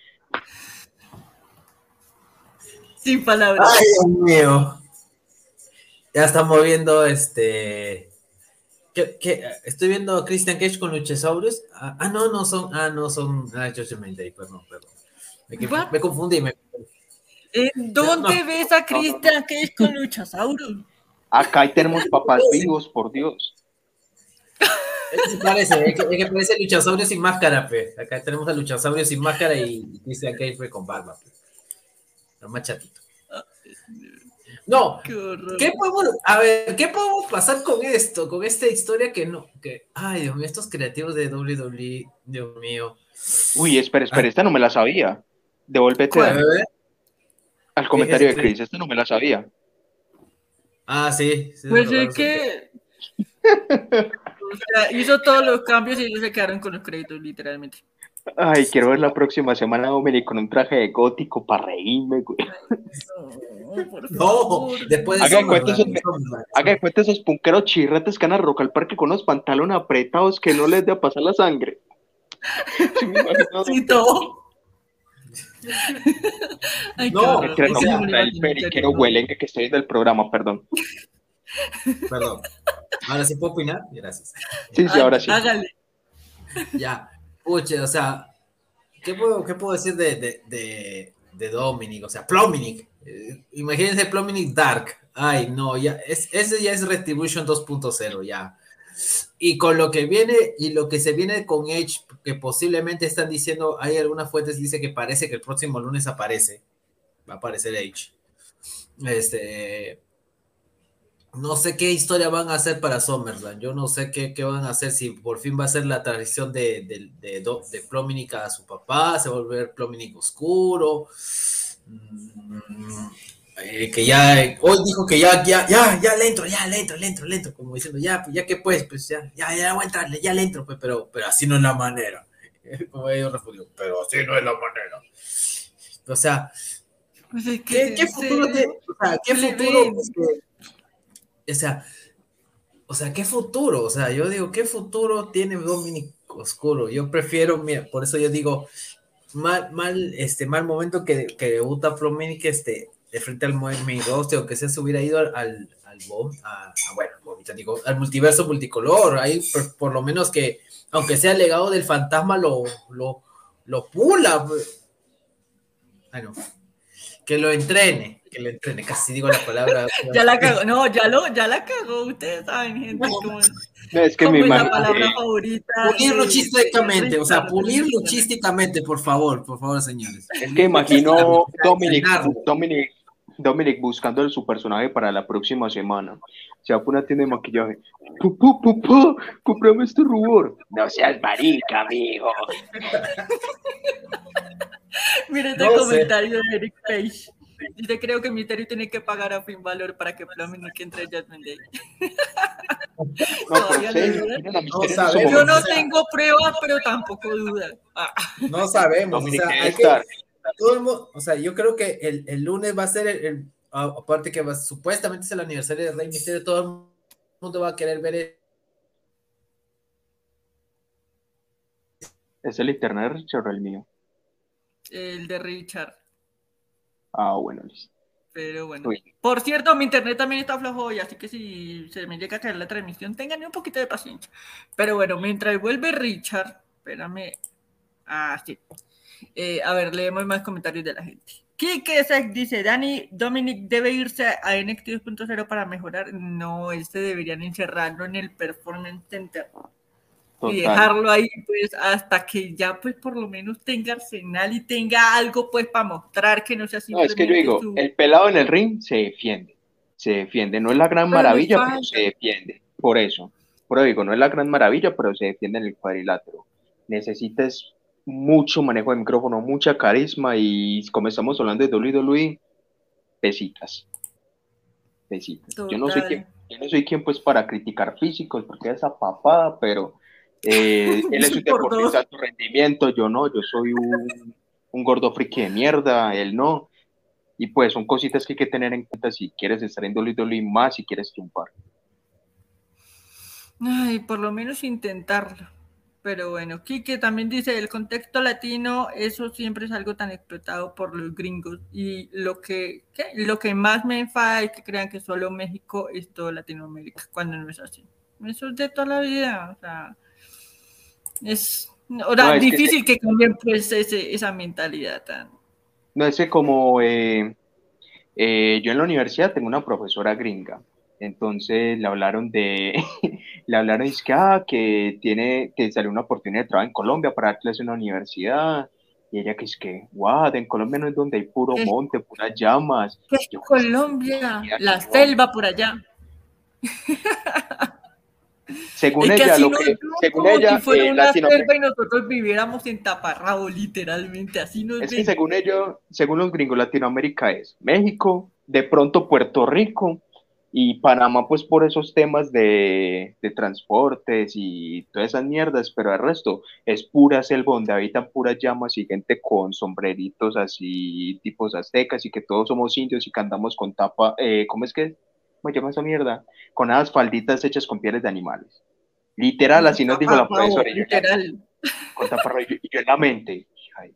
Sin palabras. Ay, Dios mío. Ya estamos viendo estoy viendo a Christian Cage con Luchasaurus. No son Judgment Day, perdón. Me confundí. ¿En dónde ves a Christian Cage con Luchasaurus? Acá ahí tenemos papás vivos, por Dios. Es que parece Luchasaurus sin máscara, pe. Acá tenemos a Luchasaurus sin máscara y Christian Cage fue con barba, pe. Lo más chatito. No, ¿qué podemos pasar con esto? Con esta historia ay, Dios mío, estos creativos de WWE, Dios mío. Uy, espera, esta no me la sabía. Devuélvete al comentario de Chris, esta no me la sabía. Sí. Pues es que o sea, hizo todos los cambios y ellos se quedaron con los créditos, literalmente. Ay, quiero ver la próxima semana a Dominic con un traje de gótico para reírme, güey. No, después de haga de cuenta esos punqueros chirretes que van a Rock al Parque con unos pantalones apretados que no les dé a pasar la sangre. Sí, todo. Ay, no, quiero huelen que estoy viendo el programa, perdón. Perdón. Ahora sí puedo opinar, gracias. Sí, ahora sí. Hágale. Ya, puche, o sea, ¿qué puedo decir de Dominic? O sea, Plominic. Imagínense Plominic Dark. Ay, no, ese ya es Retribution 2.0, ya. Y con lo que viene y lo que se viene con Edge, que posiblemente están diciendo, hay algunas fuentes que dicen que parece que el próximo lunes va a aparecer Edge. No sé qué historia van a hacer para SummerSlam. Yo no sé qué van a hacer, si por fin va a ser la transición de Plominic a su papá, se va a volver Plominic oscuro. Que ya hoy dijo que ya le entro, como diciendo, ya que pues ya voy a entrarle, ya le entro, pues, pero así no es la manera. Como ellos respondieron, pero así no es la manera. O sea, pues es que ¿qué futuro qué futuro? O sea, ¿qué futuro? O sea, yo digo, ¿qué futuro tiene Dominic Oscuro? Yo prefiero, mira, por eso yo digo, mal momento que debuta Plominic de frente al main roster, o que se hubiera ido al multiverso multicolor, ahí por lo menos que, aunque sea el legado del fantasma, lo pula. Ay, no. Que lo entrene, casi digo la palabra. Ya la cagó, no, ya la cagó, ustedes saben, gente, cómo es, No, es que cómo me es la imagino palabra favorita. Pulir luchísticamente, o sea, Richard. pulir luchísticamente, por favor, señores. es que imagino Entrenarlo. Dominic buscando su personaje para la próxima semana. Se va por una tienda de maquillaje. Comprame este rubor. No seas marica, amigo. Mira este No sé. comentario de Eric Page. Dice, creo que Misterio tiene que pagar a Finn Balor para que Dominic entre Judgment Day. No, pero ustedes tienen a Misterio en ese sabemos. Yo momento. no tengo pruebas, pero tampoco dudas. No sabemos, Dominic o sea, debe hay estar. todo el mundo, o sea, yo creo que el lunes va a ser aparte que supuestamente es el aniversario de Rey Misterio, todo el mundo va a querer ver. ¿Es el internet de Richard o el mío? El de Richard. Ah, bueno, listo. Pero bueno. Uy. Por cierto, mi internet también está flojo hoy, así que si se me llega a caer la transmisión, tengan un poquito de paciencia. Pero bueno, mientras vuelve Richard, espérame. Ah, sí. A ver, leemos más comentarios de la gente. Kike Sek dice, Dominic debe irse a NXT 2.0 para mejorar. No, deberían encerrarlo en el Performance Center. Total. Y dejarlo ahí, pues, hasta que ya, pues, por lo menos tenga arsenal y tenga algo, pues, para mostrar que no sea No, simplemente es que yo digo, el pelado en el ring se defiende, no es la gran maravilla, pero se defiende, por eso digo, no es la gran maravilla, pero se defiende en el cuadrilátero. Necesitas mucho manejo de micrófono, mucha carisma, y como estamos hablando de WWE, pesitas. Yo no soy quien pues para criticar físicos, porque esa papada, pero él es un deportista de alto rendimiento, yo no, yo soy un gordo friki de mierda, él no, y pues son cositas que hay que tener en cuenta si quieres estar en WWE más, si quieres triunfar. Ay, por lo menos intentarlo. Pero bueno, Quique también dice, el contexto latino, eso siempre es algo tan explotado por los gringos. Y lo que más me enfada es que crean que solo México es todo Latinoamérica, cuando no es así. Eso es de toda la vida. O sea, es difícil que cambien pues esa mentalidad tan... No, es que como yo en la universidad tengo una profesora gringa, entonces le hablaron es que salió una oportunidad de trabajo en Colombia para dar clases en una universidad, y ella que es que, wow, en Colombia no es donde hay puro monte, puras llamas. ¿Qué es Colombia? La selva por allá. Según ella, una selva y nosotros viviéramos en taparrabo, literalmente, así nos es ven. Que según los gringos, Latinoamérica es México, de pronto Puerto Rico y Panamá, pues por esos temas de transportes y todas esas mierdas, pero el resto es pura selva donde habitan puras llamas y gente con sombreritos así, tipos aztecas, y que todos somos indios y que andamos con tapa, ¿cómo es que? ¿Cómo se llama esa mierda? Con unas falditas hechas con pieles de animales. Literal, así nos dijo la profesora. Literal. Con taparrabo, y yo en la mente. Ay,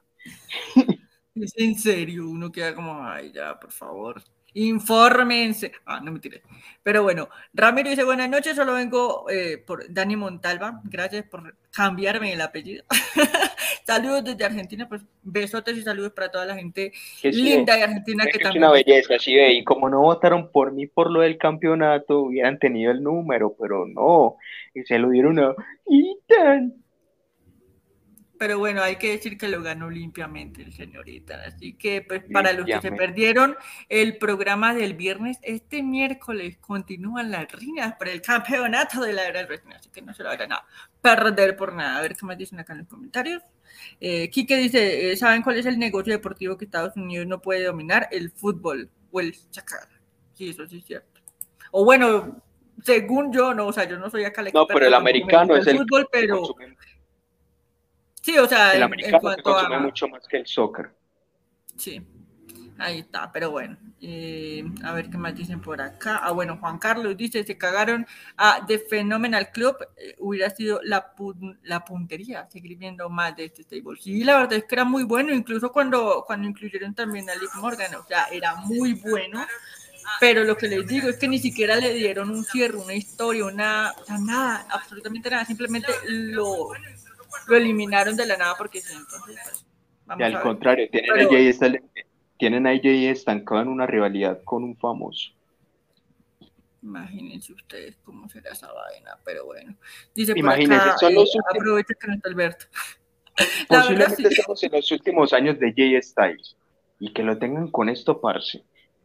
es en serio, uno queda como, ay, ya, por favor, infórmense. No me tiré. Pero bueno, Ramiro dice, buenas noches, solo vengo por Dani Montalva, gracias por cambiarme el apellido. Saludos desde Argentina, pues besotes y saludos para toda la gente linda de Argentina que también. Es una belleza, sí, y como no votaron por mí por lo del campeonato, hubieran tenido el número, pero no, y se lo dieron a Ethan. Pero bueno, hay que decir que lo ganó limpiamente el señorita. Así que, pues, para los que se perdieron el programa del viernes, este miércoles continúan las riñas para el campeonato de la era del wrestling. Así que no se lo van a perder por nada. A ver qué más dicen acá en los comentarios. Quique dice, ¿saben cuál es el negocio deportivo que Estados Unidos no puede dominar? El fútbol o el chacar. Sí, eso sí es cierto. O bueno, según yo, no, o sea, yo no soy acá el experto. No, pero el americano es el fútbol, pero... Sí, o sea, el americano en cuanto consume mucho más que el soccer. Sí, ahí está, pero bueno, a ver qué más dicen por acá. Bueno, Juan Carlos dice, se cagaron a The Phenomenal Club, hubiera sido la puntería seguir viendo más de este stable. Sí, la verdad es que era muy bueno, incluso cuando incluyeron también a Liv Morgan, o sea, era muy bueno. Pero lo que les digo es que ni siquiera le dieron un cierre, una historia, nada, absolutamente nada, simplemente lo eliminaron de la nada porque sí, entonces pues, y al contrario, tienen el Jay Styles tienen a AJ estancado en una rivalidad con un famoso. Imagínense ustedes cómo será esa vaina, pero bueno. Dice por Imagínense, acá, son los últimos, aprovecha que no está Alberto. La verdad, sí. posiblemente estamos en los últimos años de Jay Styles. Y que lo tengan con esto, parce.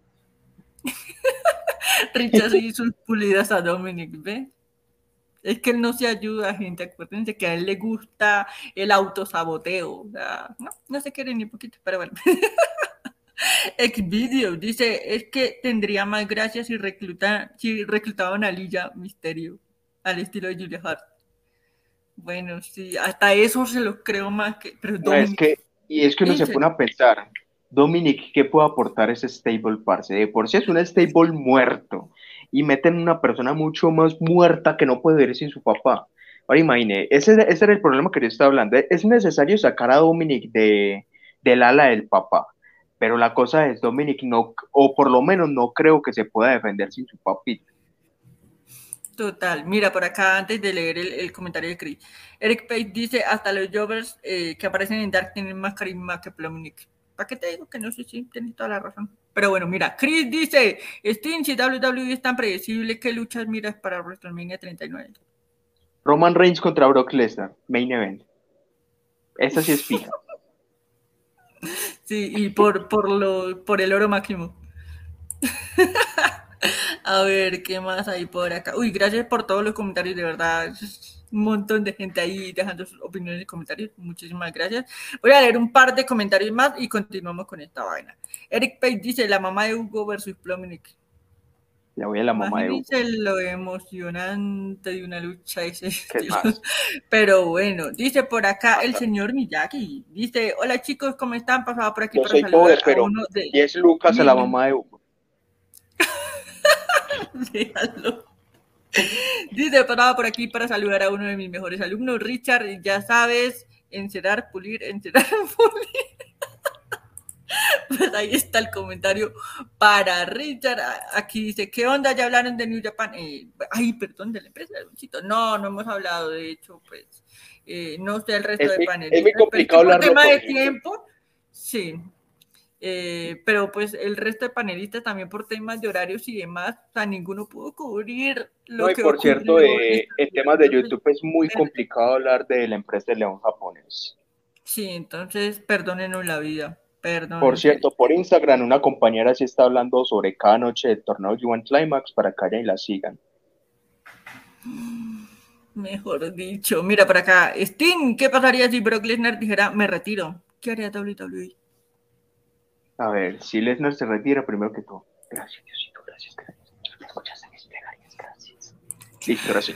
Richard y sus pulidas a Dominic, ¿ve? Es que él no se ayuda, gente. Acuérdense que a él le gusta el autosaboteo. O sea, no se quiere ni poquito, pero bueno. Xvideo dice, es que tendría más gracia si reclutaban a Lilla Misterio, al estilo de Julia Hart. Bueno, sí, hasta eso se los creo más que... Pero No, es que uno se pone a pensar, Dominic, ¿qué puede aportar ese stable, parce? De por sí es un stable muerto, y meten una persona mucho más muerta que no puede vivir sin su papá. Ahora imagine, ese era el problema que yo estaba hablando. Es necesario sacar a Dominic del ala del papá, pero la cosa es, Dominic no, o por lo menos no creo que se pueda defender sin su papito. Total, mira, por acá antes de leer el comentario de Chris, Eric Page dice, hasta los Jovers que aparecen en Dark tienen más carisma que Dominic. ¿Para qué te digo que no sé si tienes toda la razón? Pero bueno, mira, Chris dice, Sting, si WWE es tan predecible, ¿qué luchas miras para WrestleMania 39? Roman Reigns contra Brock Lesnar, main event. Esa sí es fija. Sí, y por el oro máximo. A ver, ¿qué más hay por acá? Uy, gracias por todos los comentarios, de verdad. Un montón de gente ahí dejando sus opiniones y comentarios. Muchísimas gracias. Voy a leer un par de comentarios más y continuamos con esta vaina. Eric Page dice, la mamá de Hugo versus Dominic. Ya voy a la mamá de Hugo. Imagínense lo emocionante de una lucha de ese estilo. Pero bueno, dice por acá el señor Miyagi. Dice, hola chicos, ¿cómo están? Pasaba por aquí no para soy saludar pobre, pero a uno de... 10 lucas a la mamá de Hugo. Déjalo. Dice, pasaba por aquí para saludar a uno de mis mejores alumnos, Richard, ya sabes, encerar, pulir, pulir. Pues ahí está el comentario para Richard. Aquí dice, ¿qué onda? ¿Ya hablaron de New Japan? Ay, perdón, de la empresa de Luchito. No hemos hablado, de hecho, pues, no sé el resto de paneles. Es muy complicado hablar por tema de tiempo, sí. Pero pues el resto de panelistas también por temas de horarios y demás, o sea, ninguno pudo cubrir lo que por cierto, en temas de YouTube es muy complicado hablar de la empresa de León japonés. Sí, entonces perdónenos la vida. Perdón. Por cierto, por Instagram una compañera sí está hablando sobre cada noche del torneo G1 Climax para que vayan y la sigan. Mejor dicho. Mira por acá, Sting, ¿qué pasaría si Brock Lesnar dijera me retiro? ¿Qué haría WWE? A ver, si Lesnar se retira, primero que todo. Gracias, Diosito, gracias. Escuchaste mis plegarias, gracias. Listo, gracias.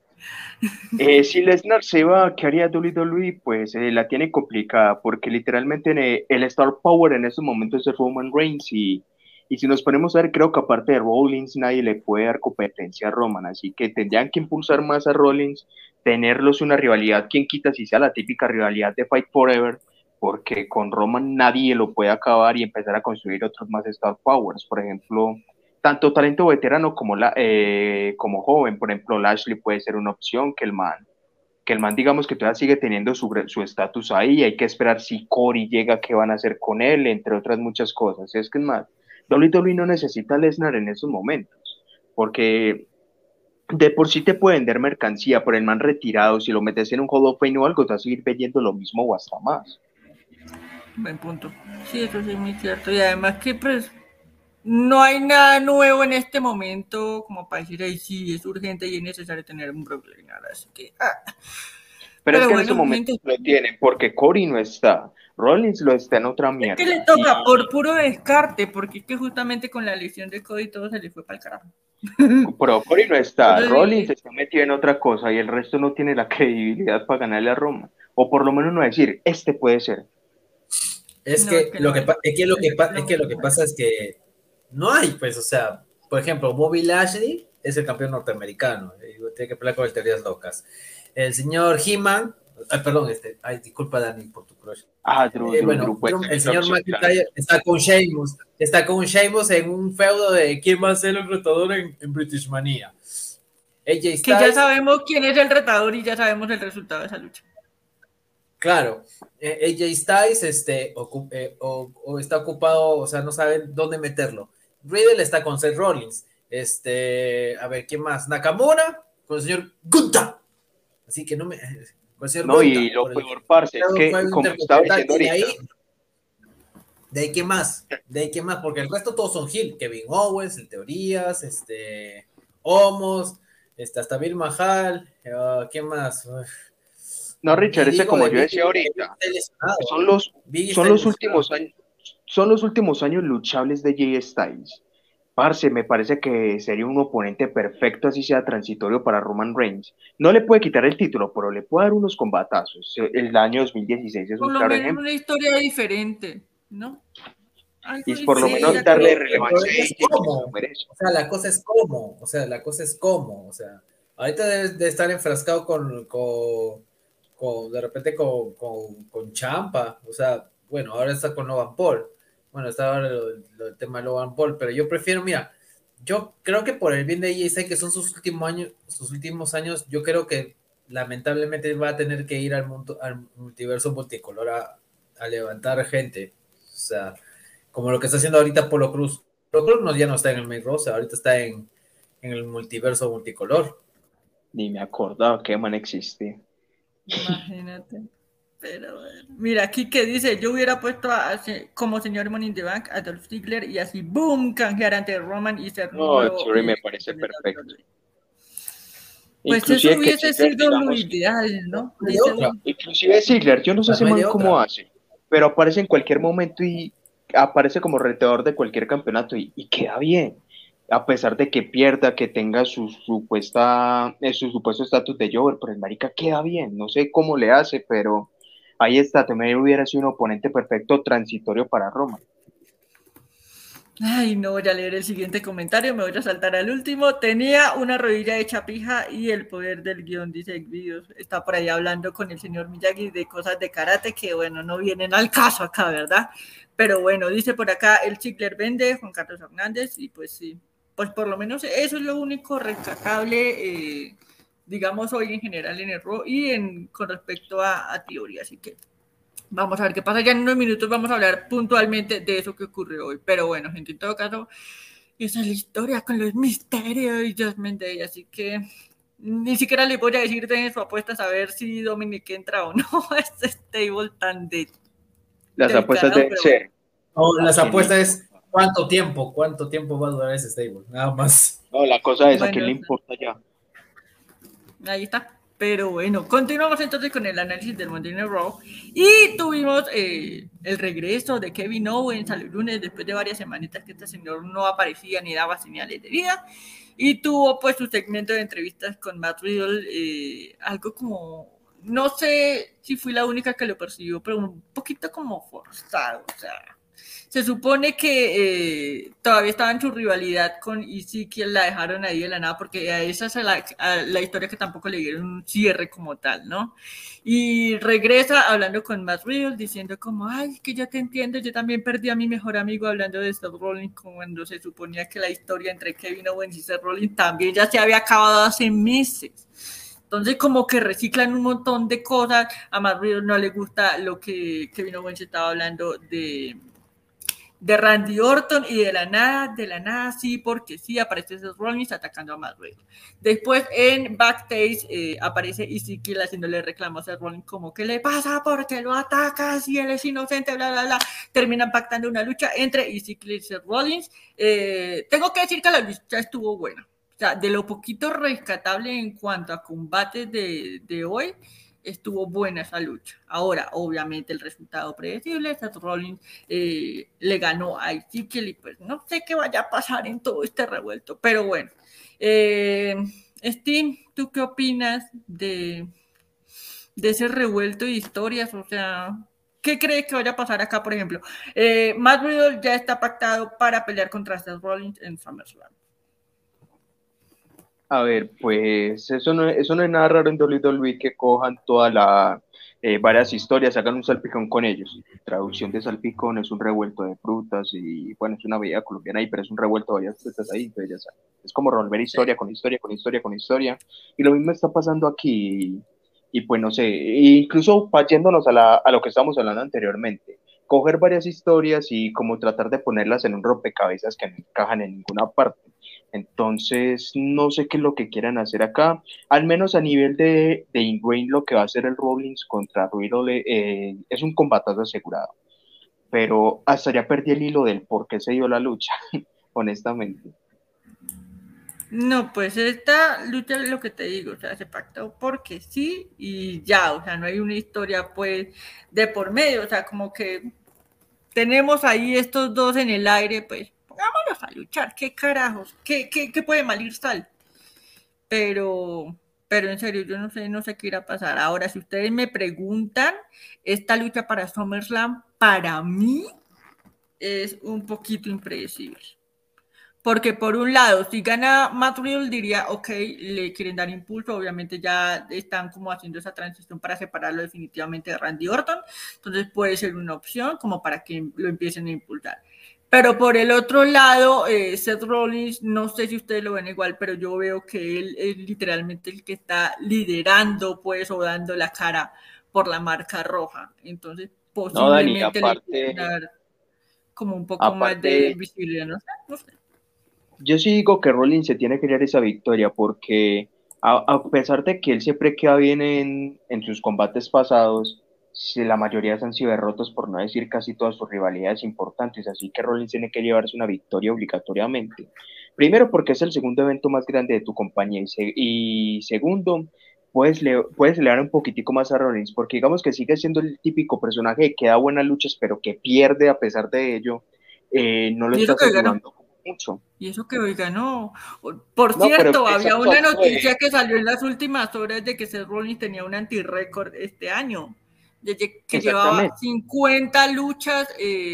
Si Lesnar se va, ¿qué haría WWE? Pues la tiene complicada, porque literalmente el Star Power en estos momentos es Roman Reigns, y si nos ponemos a ver, creo que aparte de Rollins, nadie le puede dar competencia a Roman, así que tendrían que impulsar más a Rollins, tenerlos una rivalidad, quien quita si sea la típica rivalidad de Fight Forever, porque con Roman nadie lo puede acabar y empezar a construir otros más Star Powers, por ejemplo, tanto talento veterano como joven. Por ejemplo, Lashley puede ser una opción, que el man digamos que todavía sigue teniendo su estatus ahí, hay que esperar si Corey llega, qué van a hacer con él, entre otras muchas cosas. Es que es más, WWE no necesita a Lesnar en esos momentos, porque de por sí te puede vender mercancía, por el man retirado, si lo metes en un Hall of Fame o algo, te va a seguir vendiendo lo mismo o hasta más. Buen punto. Sí, eso sí es muy cierto, y además que pues no hay nada nuevo en este momento como para decir, ahí sí, es urgente y es necesario tener un Brock Lesnar, así que... Pero es que en este momento lo tienen, porque Corey no está, Rollins lo está en otra mierda. Es que le toca por puro descarte, porque es que justamente con la lesión de Cody todo se le fue para el carajo. Pero Corey no está, Rollins está metido en otra cosa y el resto no tiene la credibilidad para ganarle a Roma, o por lo menos no decir, este puede ser. Es que lo que pasa es que no hay, pues, o sea, por ejemplo, Bobby Lashley es el campeón norteamericano, tiene que pelear con teorías locas. El señor He-Man, disculpa Dani por tu crush. El señor McIntyre está con Sheamus en un feudo de quién va a ser el retador en British Mania. Que ya sabemos quién es el retador y ya sabemos el resultado de esa lucha. Claro, AJ Styles o está ocupado, o sea, no saben dónde meterlo. Riddle está con Seth Rollins. A ver, ¿quién más? Nakamura con el señor Gunta. Así que no me. Con el señor No, Gunta. y lo Por el peor, parce, es que, juego como estaba intercontinental. diciendo Y ahorita, de ahí, ¿qué más? De ahí, ¿qué más? Porque el resto todos son heel. Kevin Owens, el Teorías, Homos, hasta Bill Mahal. ¿Quién más? no, Ni Richard, ese digo como de yo decía Biggie, que ahorita, está lesionado. son los, Biggie son está los lesionado. últimos años, son los últimos años luchables de Jay Styles. Parce, me parece que sería un oponente perfecto, así sea transitorio para Roman Reigns. No le puede quitar el título, pero le puede dar unos combatazos. El año 2016 es un Por lo claro menos ejemplo. una historia diferente, ¿no? Algo Y por lo diferente menos Sí, a que darle pero el relevancia problema a es AJ, que se lo cómo. merece. O sea, la cosa es cómo. O sea, la cosa es cómo. O sea, ahorita debes de estar enfrascado de repente con Champa. O sea, bueno, ahora está con Logan Paul. Bueno, está ahora el tema de Logan Paul, pero yo prefiero, mira, yo creo que por el bien de AJ, que son sus últimos años, yo creo que lamentablemente va a tener que ir al multiverso multicolor a levantar gente. O sea, como lo que está haciendo ahorita Polo Cruz. Polo Cruz ya no está en el main roster, ahorita está en el multiverso multicolor. Ni me acordaba que man existe. imagínate. Pero bueno. Mira, aquí que dice, yo hubiera puesto como señor Money in the Bank a Dolph Ziggler y así, boom, canjear ante Roman y ser No, nuevo Theory me parece campeón de perfecto. WWE. Pues eso Inclusive que hubiese Ziggler, sido lo digamos, ideal, ¿no? No hay de Dice otra. uno. inclusive Ziggler, yo no O sé sea, ese no hay man de cómo otra. hace, pero aparece en cualquier momento y aparece como retador de cualquier campeonato y queda bien. A pesar de que pierda, que tenga su supuesto estatus de Jover, pero el marica queda bien. No sé cómo le hace, pero ahí está. También hubiera sido un oponente perfecto transitorio para Roma. Ay, no voy a leer el siguiente comentario, me voy a saltar al último. Tenía una rodilla hecha pija y el poder del guión, dice Xvideos. Está por ahí hablando con el señor Miyagi de cosas de karate que, bueno, no vienen al caso acá, ¿verdad? Pero bueno, dice por acá el Ziggler vende, Juan Carlos Hernández, y pues sí, pues por lo menos eso es lo único rescatable, digamos, hoy en general en el Raw y con respecto a teoría, así que vamos a ver qué pasa. Ya en unos minutos vamos a hablar puntualmente de eso que ocurrió hoy. Pero bueno, gente, en todo caso, esa es la historia con los misterios y Judgment Day. Así que ni siquiera le voy a decir de su apuesta a saber si Dominic entra o no a este stable tan Las del apuestas carajo. deben ser. No, ¿A las quién le apuestas es importa? cuánto tiempo va a durar ese stable, nada más. No, la cosa es a quién Bueno, le importa ya. ahí está. Pero bueno, continuamos entonces con el análisis del Monday Night Raw. Y tuvimos el regreso de Kevin Owens al lunes después de varias semanitas que este señor no aparecía ni daba señales de vida. Y tuvo pues su segmento de entrevistas con Matt Riddle, algo como, no sé si fui la única que lo percibió, pero un poquito como forzado. O sea, se supone que todavía estaba en su rivalidad con Ezekiel, la dejaron ahí de la nada porque a esa es la historia que tampoco le dieron un cierre como tal, ¿no? Y regresa hablando con Matt Riddle diciendo como, ay, que yo te entiendo, yo también perdí a mi mejor amigo hablando de Seth Rollins cuando se suponía que la historia entre Kevin Owens y Seth Rollins también ya se había acabado hace meses. Entonces como que reciclan un montón de cosas, a Matt Riddle no le gusta lo que Kevin Owens estaba hablando de Randy Orton y de la nada, sí, porque sí, aparece Seth Rollins atacando a Matt Riddle. Después en backstage aparece Ezekiel haciéndole reclamos a Seth Rollins como, ¿qué le pasa? ¿Por qué lo atacas? Si él es inocente, bla, bla, bla. Terminan pactando una lucha entre Ezekiel y Seth Rollins. Tengo que decir que la lucha estuvo buena. O sea, de lo poquito rescatable en cuanto a combates de hoy, estuvo buena esa lucha. Ahora, obviamente, el resultado predecible, Seth Rollins le ganó a Ezekiel y pues no sé qué vaya a pasar en todo este revuelto, pero bueno. Steve, ¿tú qué opinas de ese revuelto de historias? O sea, ¿qué crees que vaya a pasar acá, por ejemplo? Matt Riddle ya está pactado para pelear contra Seth Rollins en SummerSlam. A ver, pues eso no es nada raro en WWE que cojan todas las varias historias, hagan un salpicón con ellos. Traducción de salpicón es un revuelto de frutas y bueno, es una bebida colombiana ahí, pero es un revuelto de varias frutas ahí, entonces ya sabes. Es como revolver historia con historia con historia con historia. Y lo mismo está pasando aquí. Y pues no sé, incluso yéndonos a lo que estábamos hablando anteriormente, coger varias historias y como tratar de ponerlas en un rompecabezas que no encajan en ninguna parte. Entonces, no sé qué es lo que quieran hacer acá, al menos a nivel de in-ring, lo que va a hacer el Rollins contra Riddle es un combatazo asegurado, pero hasta ya perdí el hilo del por qué se dio la lucha, honestamente. No, pues esta lucha es lo que te digo, o sea, se pactó porque sí y ya, o sea, no hay una historia pues de por medio, o sea, como que tenemos ahí estos dos en el aire, pues pongámonos a luchar, qué carajos, qué puede mal ir sal. Pero, pero en serio, yo no sé qué irá a pasar. Ahora, si ustedes me preguntan, esta lucha para SummerSlam, para mí, es un poquito impredecible. Porque por un lado, si gana Matt Riddle, diría, ok, le quieren dar impulso, obviamente ya están como haciendo esa transición para separarlo definitivamente de Randy Orton, entonces puede ser una opción como para que lo empiecen a impulsar. Pero por el otro lado, Seth Rollins, no sé si ustedes lo ven igual, pero yo veo que él es literalmente el que está liderando, pues, o dando la cara por la marca roja. Entonces, No, Dani, posiblemente le quieran dar como un poco más de aparte, visibilidad, no sé. yo sí digo que Rollins se tiene que llevar esa victoria porque a pesar de que él siempre queda bien en sus combates pasados, si la mayoría han sido derrotos, por no decir casi todas sus rivalidades importantes, así que Rollins tiene que llevarse una victoria obligatoriamente. Primero porque es el segundo evento más grande de tu compañía y segundo, puedes elevar un poquitico más a Rollins porque digamos que sigue siendo el típico personaje que da buenas luchas pero que pierde a pesar de ello, no lo Y eso estás que ganó. ayudando mucho. Y eso que hoy ganó. Por No, pero cierto, había una exacto, noticia que salió en las últimas horas de que Seth Rollins tenía un antirécord este año, desde que llevaba exactamente. 50 luchas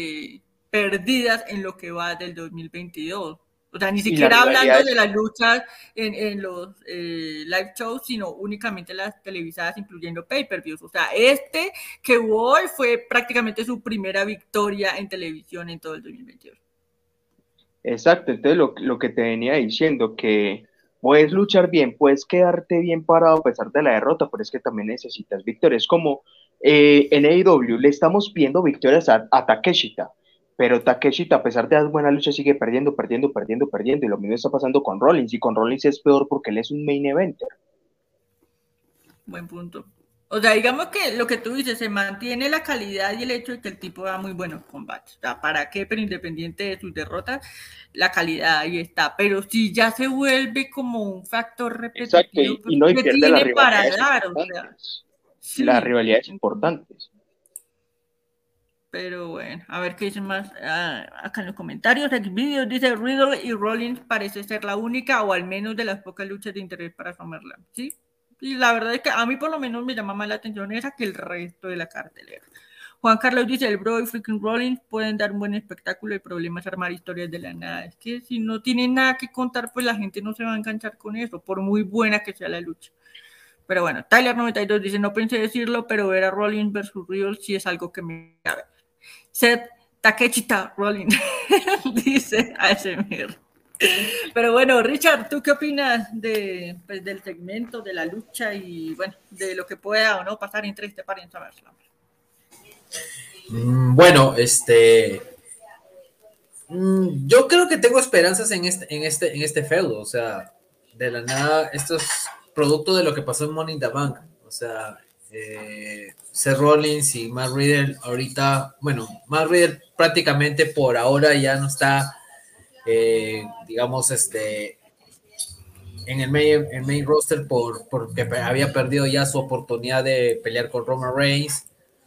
perdidas en lo que va del 2022. O sea, ni Y la siquiera rivalidad hablando de es, las luchas en los live shows, sino únicamente las televisadas, incluyendo pay-per-views. O sea, este que hubo hoy fue prácticamente su primera victoria en televisión en todo el 2022. exacto, entonces lo que te venía diciendo, que puedes luchar bien, puedes quedarte bien parado a pesar de la derrota, pero es que también necesitas victorias. Es como en AEW le estamos pidiendo victorias a Takeshita, pero Takeshita a pesar de las buenas luchas sigue perdiendo, perdiendo, perdiendo, perdiendo, y lo mismo está pasando con Rollins, y con Rollins es peor porque él es un main eventer. Buen punto. O sea, digamos que lo que tú dices, se mantiene la calidad y el hecho de que el tipo da muy buenos combates. O sea, ¿para qué? Pero independiente de sus derrotas, la calidad ahí está. Pero si ya se vuelve como un factor Exacto, repetitivo, pues y no, y ¿qué pierde las tiene para rivalidades dar? O sea, importantes, las sí. rivalidades importantes. Pero bueno, a ver qué dicen más acá en los comentarios. Xvideos dice Riddle y Rollins parece ser la única o al menos de las pocas luchas de interés para SummerSlam. ¿Sí? Y la verdad es que a mí por lo menos me llama más la atención esa que el resto de la cartelera. Juan Carlos dice, el Bro y freaking Rollins pueden dar un buen espectáculo, el problema es armar historias de la nada. Es que si no tienen nada que contar, pues la gente no se va a enganchar con eso, por muy buena que sea la lucha. Pero bueno, Tyler92 dice, no pensé decirlo, pero ver a Rollins versus Riddle sí es algo que me... Seth Takechita Rollins, dice ASMR. Pero bueno, Richard, ¿tú qué opinas pues, del segmento, de la lucha y bueno, de lo que pueda o no pasar entre este par y en SummerSlam? Bueno, yo creo que tengo esperanzas en este feudo, o sea, de la nada, esto es producto de lo que pasó en Money in the Bank, o sea, Seth Rollins y Matt Riddle ahorita, bueno, Matt Riddle prácticamente por ahora ya no está, digamos, en el main roster porque había perdido ya su oportunidad de pelear con Roman Reigns.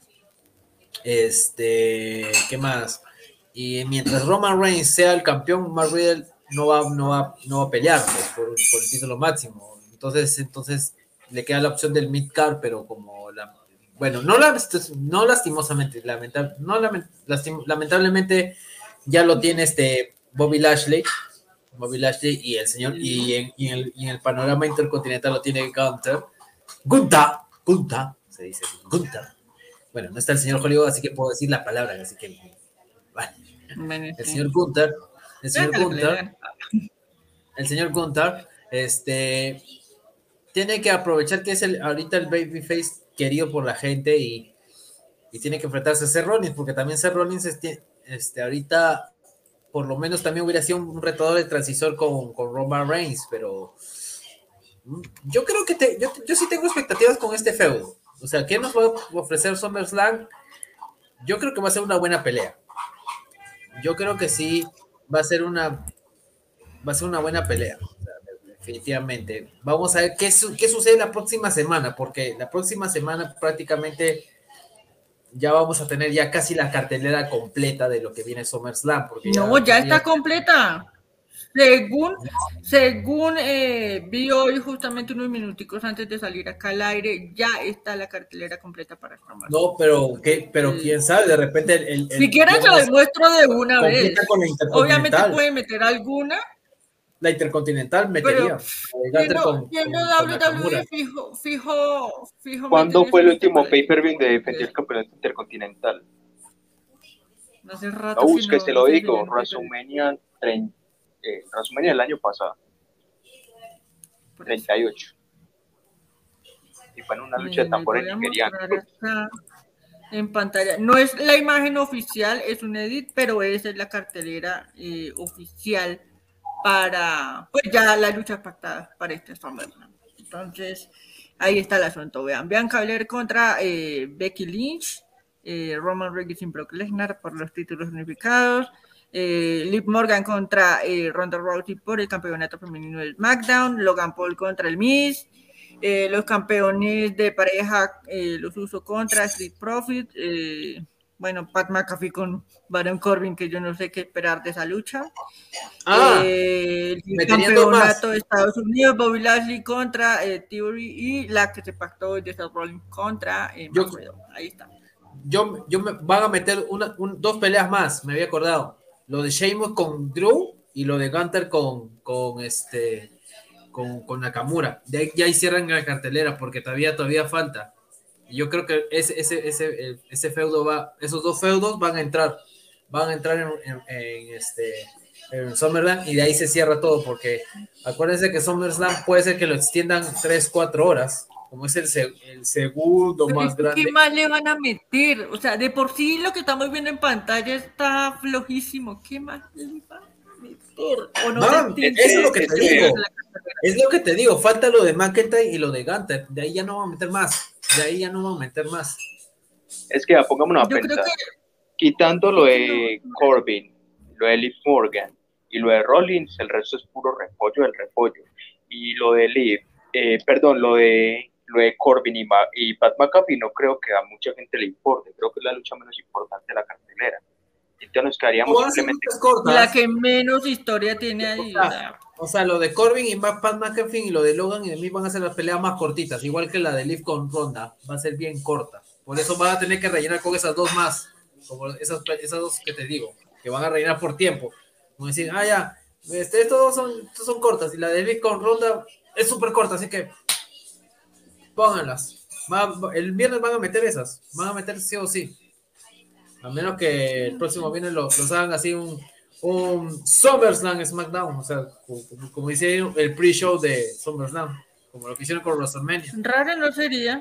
¿Qué más? Y mientras Roman Reigns sea el campeón, Matt Riddle no va a pelear pues, por el título máximo. Entonces le queda la opción del mid-card, pero como bueno, no lastimosamente, lamentablemente ya lo tiene Bobby Lashley y el señor, y en el panorama intercontinental lo tiene Gunther, se dice Gunther. Bueno, no está el señor Hollywood, así que puedo decir la palabra, así que vale. Bueno, El sí. señor Gunther, el señor Déjalo que le Gunther, den. el señor Gunther, tiene que aprovechar que es ahorita el babyface querido por la gente y tiene que enfrentarse a Seth Rollins, porque también Seth Rollins ahorita por lo menos también hubiera sido un retador de transistor con Roman Reigns, pero yo creo que yo sí tengo expectativas con este feudo. O sea, ¿qué nos va a ofrecer SummerSlam? Yo creo que va a ser una buena pelea. Yo creo que sí va a ser una buena pelea. O sea, definitivamente. Vamos a ver qué sucede la próxima semana, porque la próxima semana prácticamente ya vamos a tener ya casi la cartelera completa de lo que viene SummerSlam. Porque no, ya está completa. Según vi hoy justamente unos minuticos antes de salir acá al aire, ya está la cartelera completa para SummerSlam. No, pero quién sabe, de repente si quieren se lo demuestro de una vez. Obviamente puede meter alguna. La Intercontinental metería. Viendo WWE fijo. ¿Cuándo fue el último pay-per-view de defendió el campeonato intercontinental? Hace rato. No busque, se lo digo, WrestleMania el año pasado. 38. Y fue en una lucha de tambores nigerianos. En pantalla. No es la imagen oficial, es un edit, pero esa es la cartelera oficial para, pues ya la lucha pactada para este SummerSlam. Entonces, ahí está el asunto. Vean, Bianca Belair contra Becky Lynch, Roman Reigns y Brock Lesnar por los títulos unificados, Liv Morgan contra Ronda Rousey por el campeonato femenino del SmackDown, Logan Paul contra el Miz, los campeones de pareja, los Usos contra Street Profits, bueno, Pat McAfee con Baron Corbin, que yo no sé qué esperar de esa lucha. El campeonato de Estados Unidos, Bobby Lashley contra Theory y la que se pactó de Seth Rollins contra McGregor. Ahí está. Me van a meter dos peleas más, me había acordado. Lo de Sheamus con Drew y lo de Gunther con Nakamura. De ahí cierran la cartelera porque todavía falta. Y yo creo que ese feudo esos dos feudos van a entrar en SummerSlam y de ahí se cierra todo porque acuérdense que SummerSlam puede ser que lo extiendan 3-4 horas, como es el segundo más grande. ¿Qué más le van a meter? O sea, de por sí lo que estamos viendo en pantalla está flojísimo. ¿Qué más le van a meter? ¿O no eso es lo que te digo. Es lo que te digo, falta lo de McIntyre y lo de Gunther. De ahí ya no van a meter más. Es que pongámonos a pensar. Quitando lo de Corbin, lo de Liv Morgan y lo de Rollins, el resto es puro repollo del repollo. Y lo de lo de Corbin y Pat McAfee no creo que a mucha gente le importe. Creo que es la lucha menos importante de la cartelera. Entonces nos quedaríamos simplemente la que menos historia tiene ahí. O sea, lo de Corbin y Pat McAfee y lo de Logan y de mí van a ser las peleas más cortitas, igual que la de Liv con Ronda, va a ser bien corta. Por eso van a tener que rellenar con esas dos más, como esas dos que te digo, que van a rellenar por tiempo. Como decir, estos dos son cortas, y la de Liv con Ronda es súper corta, así que pónganlas. El viernes van a meter sí o sí. A menos que el próximo viernes los hagan así un SummerSlam SmackDown, o sea, como dice el pre-show de SummerSlam, como lo que hicieron con WrestleMania. Raro no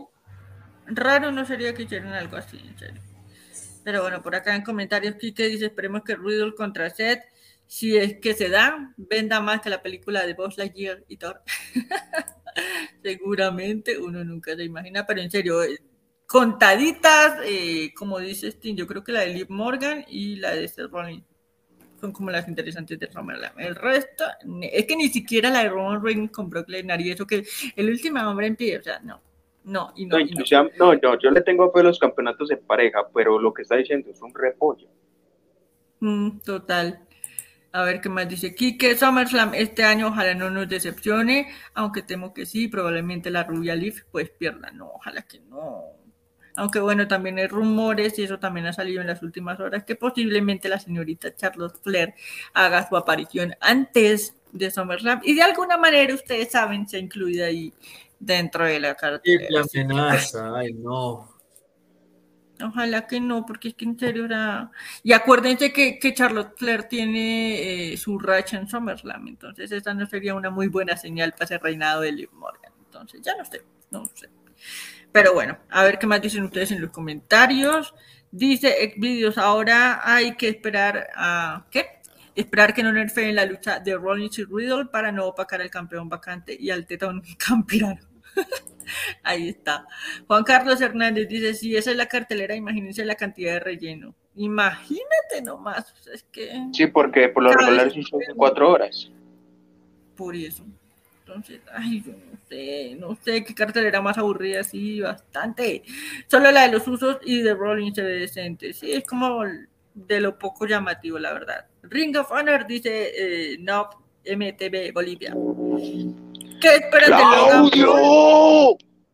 sería que hicieran algo así, en serio. Pero bueno, por acá en comentarios Kike dice, esperemos que Riddle contra Seth, si es que se da, venda más que la película de Buzz Lightyear y Thor. Seguramente, uno nunca se imagina, pero en serio, contaditas, como dice Sting, yo creo que la de Liv Morgan y la de Seth Rollins son como las interesantes de SummerSlam. El resto, es que ni siquiera la de Roman Reigns con Brock Lesnar y eso que el último hombre en pie, o sea, no, yo le tengo fe a los campeonatos en pareja, pero lo que está diciendo es un repollo. Total. A ver qué más dice Kike. SummerSlam este año ojalá no nos decepcione, aunque temo que sí, probablemente la rubia Liv pues pierda, no, ojalá que no. Aunque bueno, también hay rumores y eso también ha salido en las últimas horas que posiblemente la señorita Charlotte Flair haga su aparición antes de SummerSlam y de alguna manera ustedes saben se incluye ahí dentro de la cartelera. ¡Qué amenaza! ¡Ay, no! Ojalá que no, porque es que en serio era... Y acuérdense que Charlotte Flair tiene su racha en SummerSlam, entonces esa no sería una muy buena señal para ese reinado de Liv Morgan. entonces ya no sé. Pero bueno, a ver qué más dicen ustedes en los comentarios. Dice Xvideos, ahora hay que esperar a... ¿Qué? Esperar que no nerfeen la lucha de Rollins y Riddle para no opacar al campeón vacante y al tetón campirano. Ahí está. Juan Carlos Hernández dice, si esa es la cartelera, imagínense la cantidad de relleno. Imagínate nomás. O sea, es que... Sí, porque por lo regular es un show de 4 horas. Por eso. Entonces, ay, yo no sé qué cartelera más aburrida, sí, bastante. Solo la de los usos y de Rollins se ve decente. Sí, es como de lo poco llamativo, la verdad. Ring of Honor dice no MTV Bolivia. ¿Qué esperan de Logan Paul?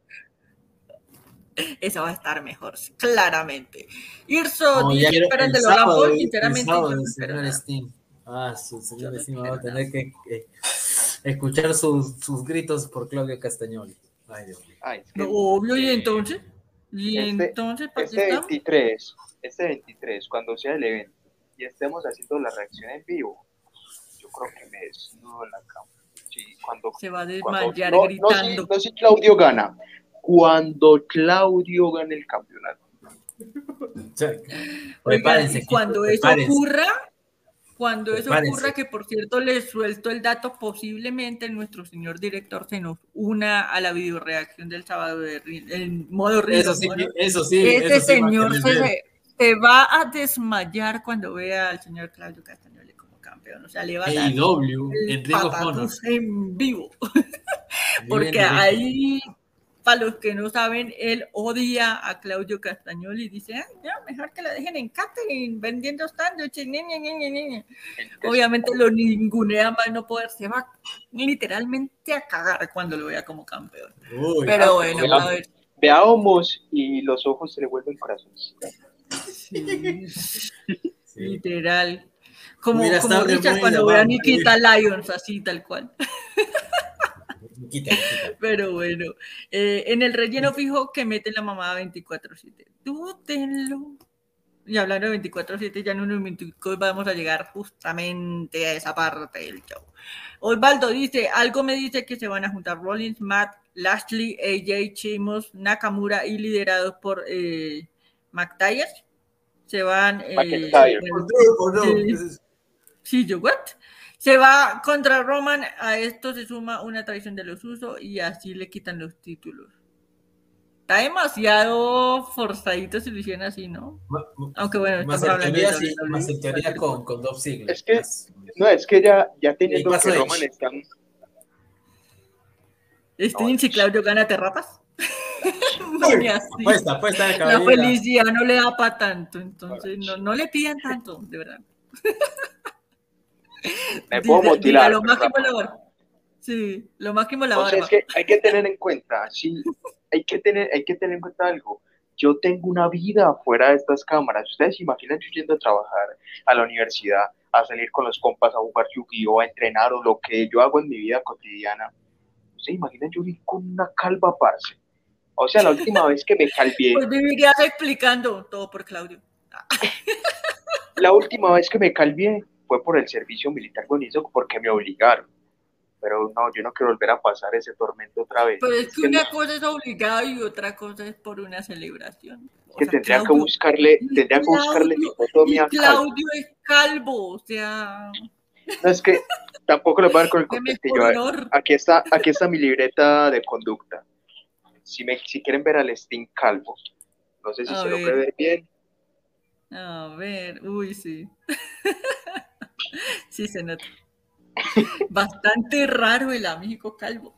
Esa va a estar mejor, claramente. Irso dice, ¿qué esperan de Logan Paul? Sinceramente, yo no espero nada. Su señor Steam va a tener que escuchar sus gritos por Claudio Castagnoli. Ay, Dios mío. Ay, es que Obvio, y entonces, ¿para qué estamos? Este 23, cuando sea el evento y estemos haciendo la reacción en vivo, yo creo que me desnudo en la cama. Sí, se va a desmayar gritando. No si Claudio gana. Cuando Claudio gane el campeonato. Oigan, y cuando eso ocurra, que por cierto les suelto el dato, posiblemente nuestro señor director se nos una a la videoreacción del sábado en modo río. Eso sí. Ese señor se va a desmayar cuando vea al señor Claudio Castagnoli como campeón. O sea, le va a dar el patatús en vivo. Porque ahí, para los que no saben, él odia a Claudio Castagnoli y dice, mejor que la dejen en catering, vendiendo sándwiches, Obviamente lo ningunea más no poder, se va literalmente a cagar cuando lo vea como campeón. Pero bueno, a ver. Veamos y los ojos se le vuelven corazones. Sí. Literal. Como Richard cuando ve a Nikita Lyons, así tal cual. Pero bueno, en el relleno fijo que mete la mamada 24/7. Dúdenlo. Y hablando de 24/7, ya en unos minutos vamos a llegar justamente a esa parte del show. Osvaldo dice, algo me dice que se van a juntar Rollins, Matt, Lashley, AJ, Sheamus, Nakamura y liderados por McIntyre. Se van... Sí, yo, ¿what? Se va contra Roman, a esto se suma una traición de los usos y así le quitan los títulos. Está demasiado forzadito si lo hicieran así, ¿no? Aunque bueno, más en teoría con Dolph Ziggler. Es que ya teniendo que Roman están... Sting, si Claudio gana, ¿te rapas? No, ni así. Puesta la felicidad no le da para tanto, entonces no le pidan tanto, de verdad. Me puedo motivar. Lo máximo la barba. Sí, lo máximo la barba. O sea, es que hay que tener en cuenta, sí, hay que tener en cuenta algo. Yo tengo una vida fuera de estas cámaras. Ustedes se imaginan yo yendo a trabajar a la universidad, a salir con los compas, a jugar Yu-Gi-Oh, a entrenar o lo que yo hago en mi vida cotidiana. ¿Se imaginan yo ir con una calva, parce? O sea, la última vez que me calvié... Pues vivirías explicando todo por Claudio. La última vez que me calvié fue por el servicio militar con ISO porque me obligaron. Pero no, yo no quiero volver a pasar ese tormento otra vez. Pero es que una cosa es obligado y otra cosa es por una celebración. Que tendría que buscarle mi foto mía. Claudio es calvo, o sea... No, es que tampoco le voy a dar con el contentillo. Aquí está mi libreta de conducta. Si quieren ver al Sting calvo, no sé si se lo puede ver bien. A ver, uy, sí. Sí se nota. Bastante raro el amigo calvo.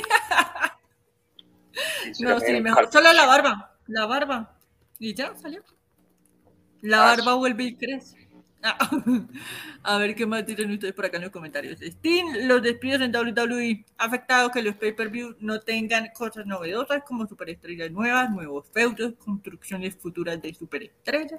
No, sí, mejor. Solo la barba. Y ya salió. La barba vuelve y crece. A ver qué más dicen ustedes por acá en los comentarios. Sting, los despidos en WWE ha afectado que los pay-per-view no tengan cosas novedosas como superestrellas nuevas, nuevos feudos, construcciones futuras de superestrellas.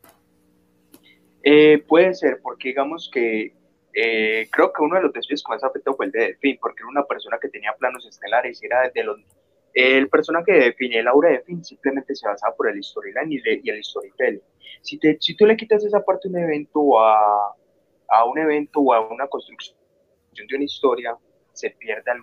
Puede ser, porque digamos que creo que uno de los despidos que más afectó fue el de The Fiend, porque era una persona que tenía planos estelares y era el personaje de The Fiend, el aura de The Fiend simplemente se basaba por el storyline y el storytelling. Si tú le quitas esa parte de un evento a un evento o a una construcción de una historia, se pierde algo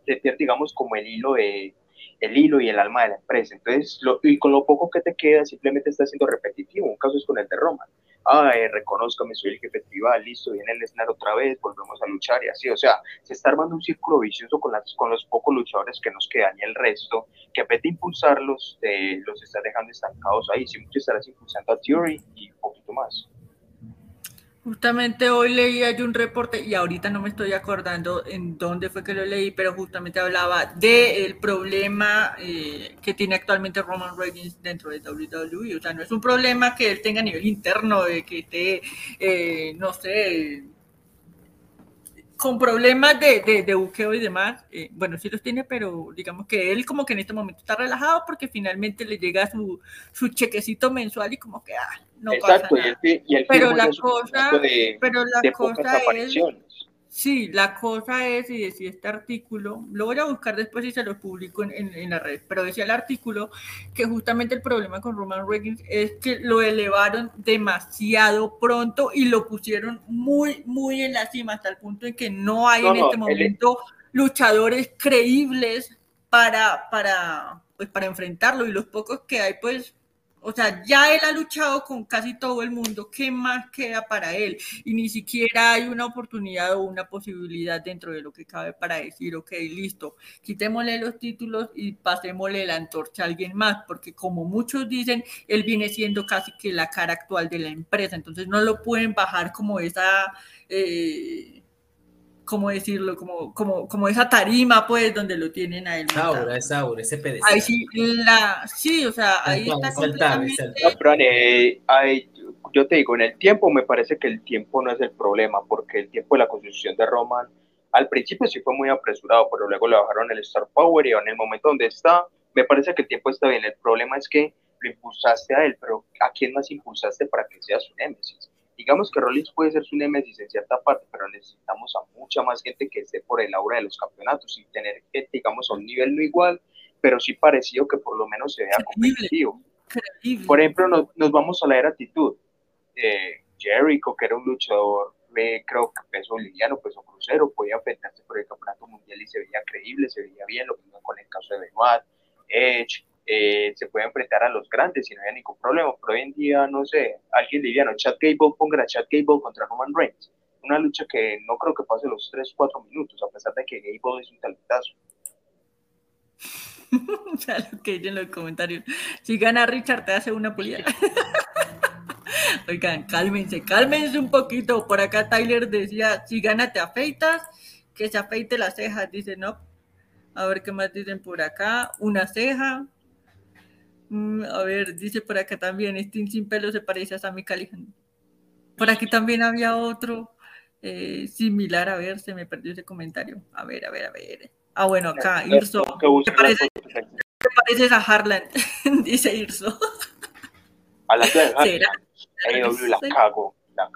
pierde, digamos, como el hilo y el alma de la empresa. Entonces, y con lo poco que te queda, simplemente está siendo repetitivo. Un caso es con el de Roman. Reconózcame, soy el jefe tribal, listo, viene el Lesnar otra vez, volvemos a luchar y así. O sea, se está armando un círculo vicioso con los pocos luchadores que nos quedan, y el resto, que en vez de impulsarlos, los está dejando estancados ahí. Siempre estarás impulsando a Theory y un poquito más. Justamente hoy leía yo un reporte, y ahorita no me estoy acordando en dónde fue que lo leí, pero justamente hablaba del problema que tiene actualmente Roman Reigns dentro de WWE. O sea, no es un problema que él tenga a nivel interno, de que esté, no sé, con problemas de buqueo y demás. Bueno, sí los tiene, pero digamos que él como que en este momento está relajado porque finalmente le llega su chequecito mensual y como que no Exacto, pasa nada. Y el pero la cosa, pero la cosa es, sí, la cosa es, y decía este artículo, lo voy a buscar después y se lo publico en la red, pero decía el artículo que justamente el problema con Roman Reigns es que lo elevaron demasiado pronto y lo pusieron muy, muy en la cima, hasta el punto en que no hay en este momento luchadores creíbles para enfrentarlo, y los pocos que hay, pues, o sea, ya él ha luchado con casi todo el mundo. ¿Qué más queda para él? Y ni siquiera hay una oportunidad o una posibilidad dentro de lo que cabe para decir, ok, listo, quitémosle los títulos y pasémosle la antorcha a alguien más, porque como muchos dicen, él viene siendo casi que la cara actual de la empresa, entonces no lo pueden bajar como esa... ¿cómo decirlo? Como esa tarima, pues, donde lo tienen a él. Es aura, ese pedestal. Ahí sí, o sea, ahí está completamente... No, pero, yo te digo, en el tiempo me parece que el tiempo no es el problema, porque el tiempo de la construcción de Roman al principio sí fue muy apresurado, pero luego le bajaron el Star Power y en el momento donde está, me parece que el tiempo está bien. El problema es que lo impulsaste a él, pero ¿a quién más impulsaste para que sea su némesis? Digamos que Rollins puede ser su némesis en cierta parte, pero necesitamos a mucha más gente que esté por el aura de los campeonatos y tener gente, digamos, a un nivel no igual, pero sí parecido, que por lo menos se vea competitivo. Por ejemplo, nos vamos a la era actitud. Jericho, que era un luchador, creo que peso liviano, peso crucero, podía enfrentarse por el campeonato mundial y se veía creíble, se veía bien, lo mismo con el caso de Benoit. Edge, se puede enfrentar a los grandes y no había ningún problema, pero hoy en día, no sé, alguien liviano, Chad Gable, pongan a Chad Gable contra Roman Reigns, una lucha que no creo que pase los 3-4 minutos, a pesar de que Gable es un talentazo. Ya lo que en los comentarios, si gana Richard te hace una pulida. Oigan, cálmense un poquito. Por acá Tyler decía, si gana te afeitas, que se afeite las cejas, dice, no. A ver qué más dicen por acá, una ceja. A ver, dice por acá también, Sting sin pelo se parece a Sami Callihan. Por aquí también había otro similar, a ver, se me perdió ese comentario. A ver. Bueno, acá, Irso. ¿Te pareces a Harlan? Dice Irso. Hablando de Harlan, AEW la cago.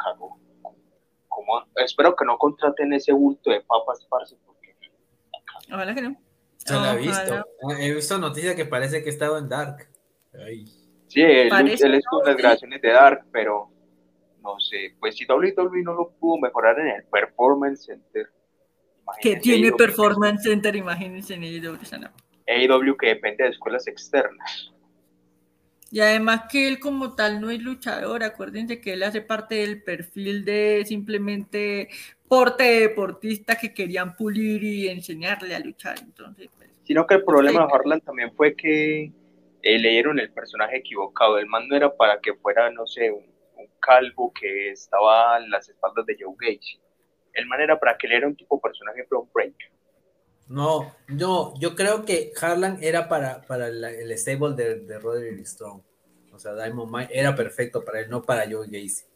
Espero que no contraten ese bulto de papas, parce, porque... Ojalá que no. Yo lo he visto. He visto noticias que parece que he estado en Dark. Ay. Sí, él estuvo en las grabaciones de Dark, pero no sé, pues si WWE no lo pudo mejorar en el Performance Center. Que tiene Performance Center, imagínense en AEW. AEW que depende de escuelas externas. Y además que él como tal no es luchador, acuérdense que él hace parte del perfil de simplemente porte deportista que querían pulir y enseñarle a luchar. Entonces, pues, sino que el problema de Harlan también fue que leyeron el personaje equivocado. El man no era para que fuera, no sé, un calvo que estaba en las espaldas de Joe Gacy. El man era para que él era un tipo personaje Bron Breakker. No, yo creo que Harlan era para el stable de Roderick Strong. O sea, Diamond Mine era perfecto para él, no para Joe Gacy.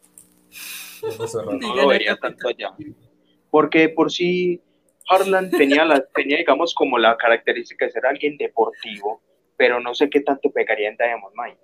No lo vería tanto allá. Porque por sí Harlan tenía, digamos, como la característica de ser alguien deportivo, pero no sé qué tanto pegaría en Diamond Mine.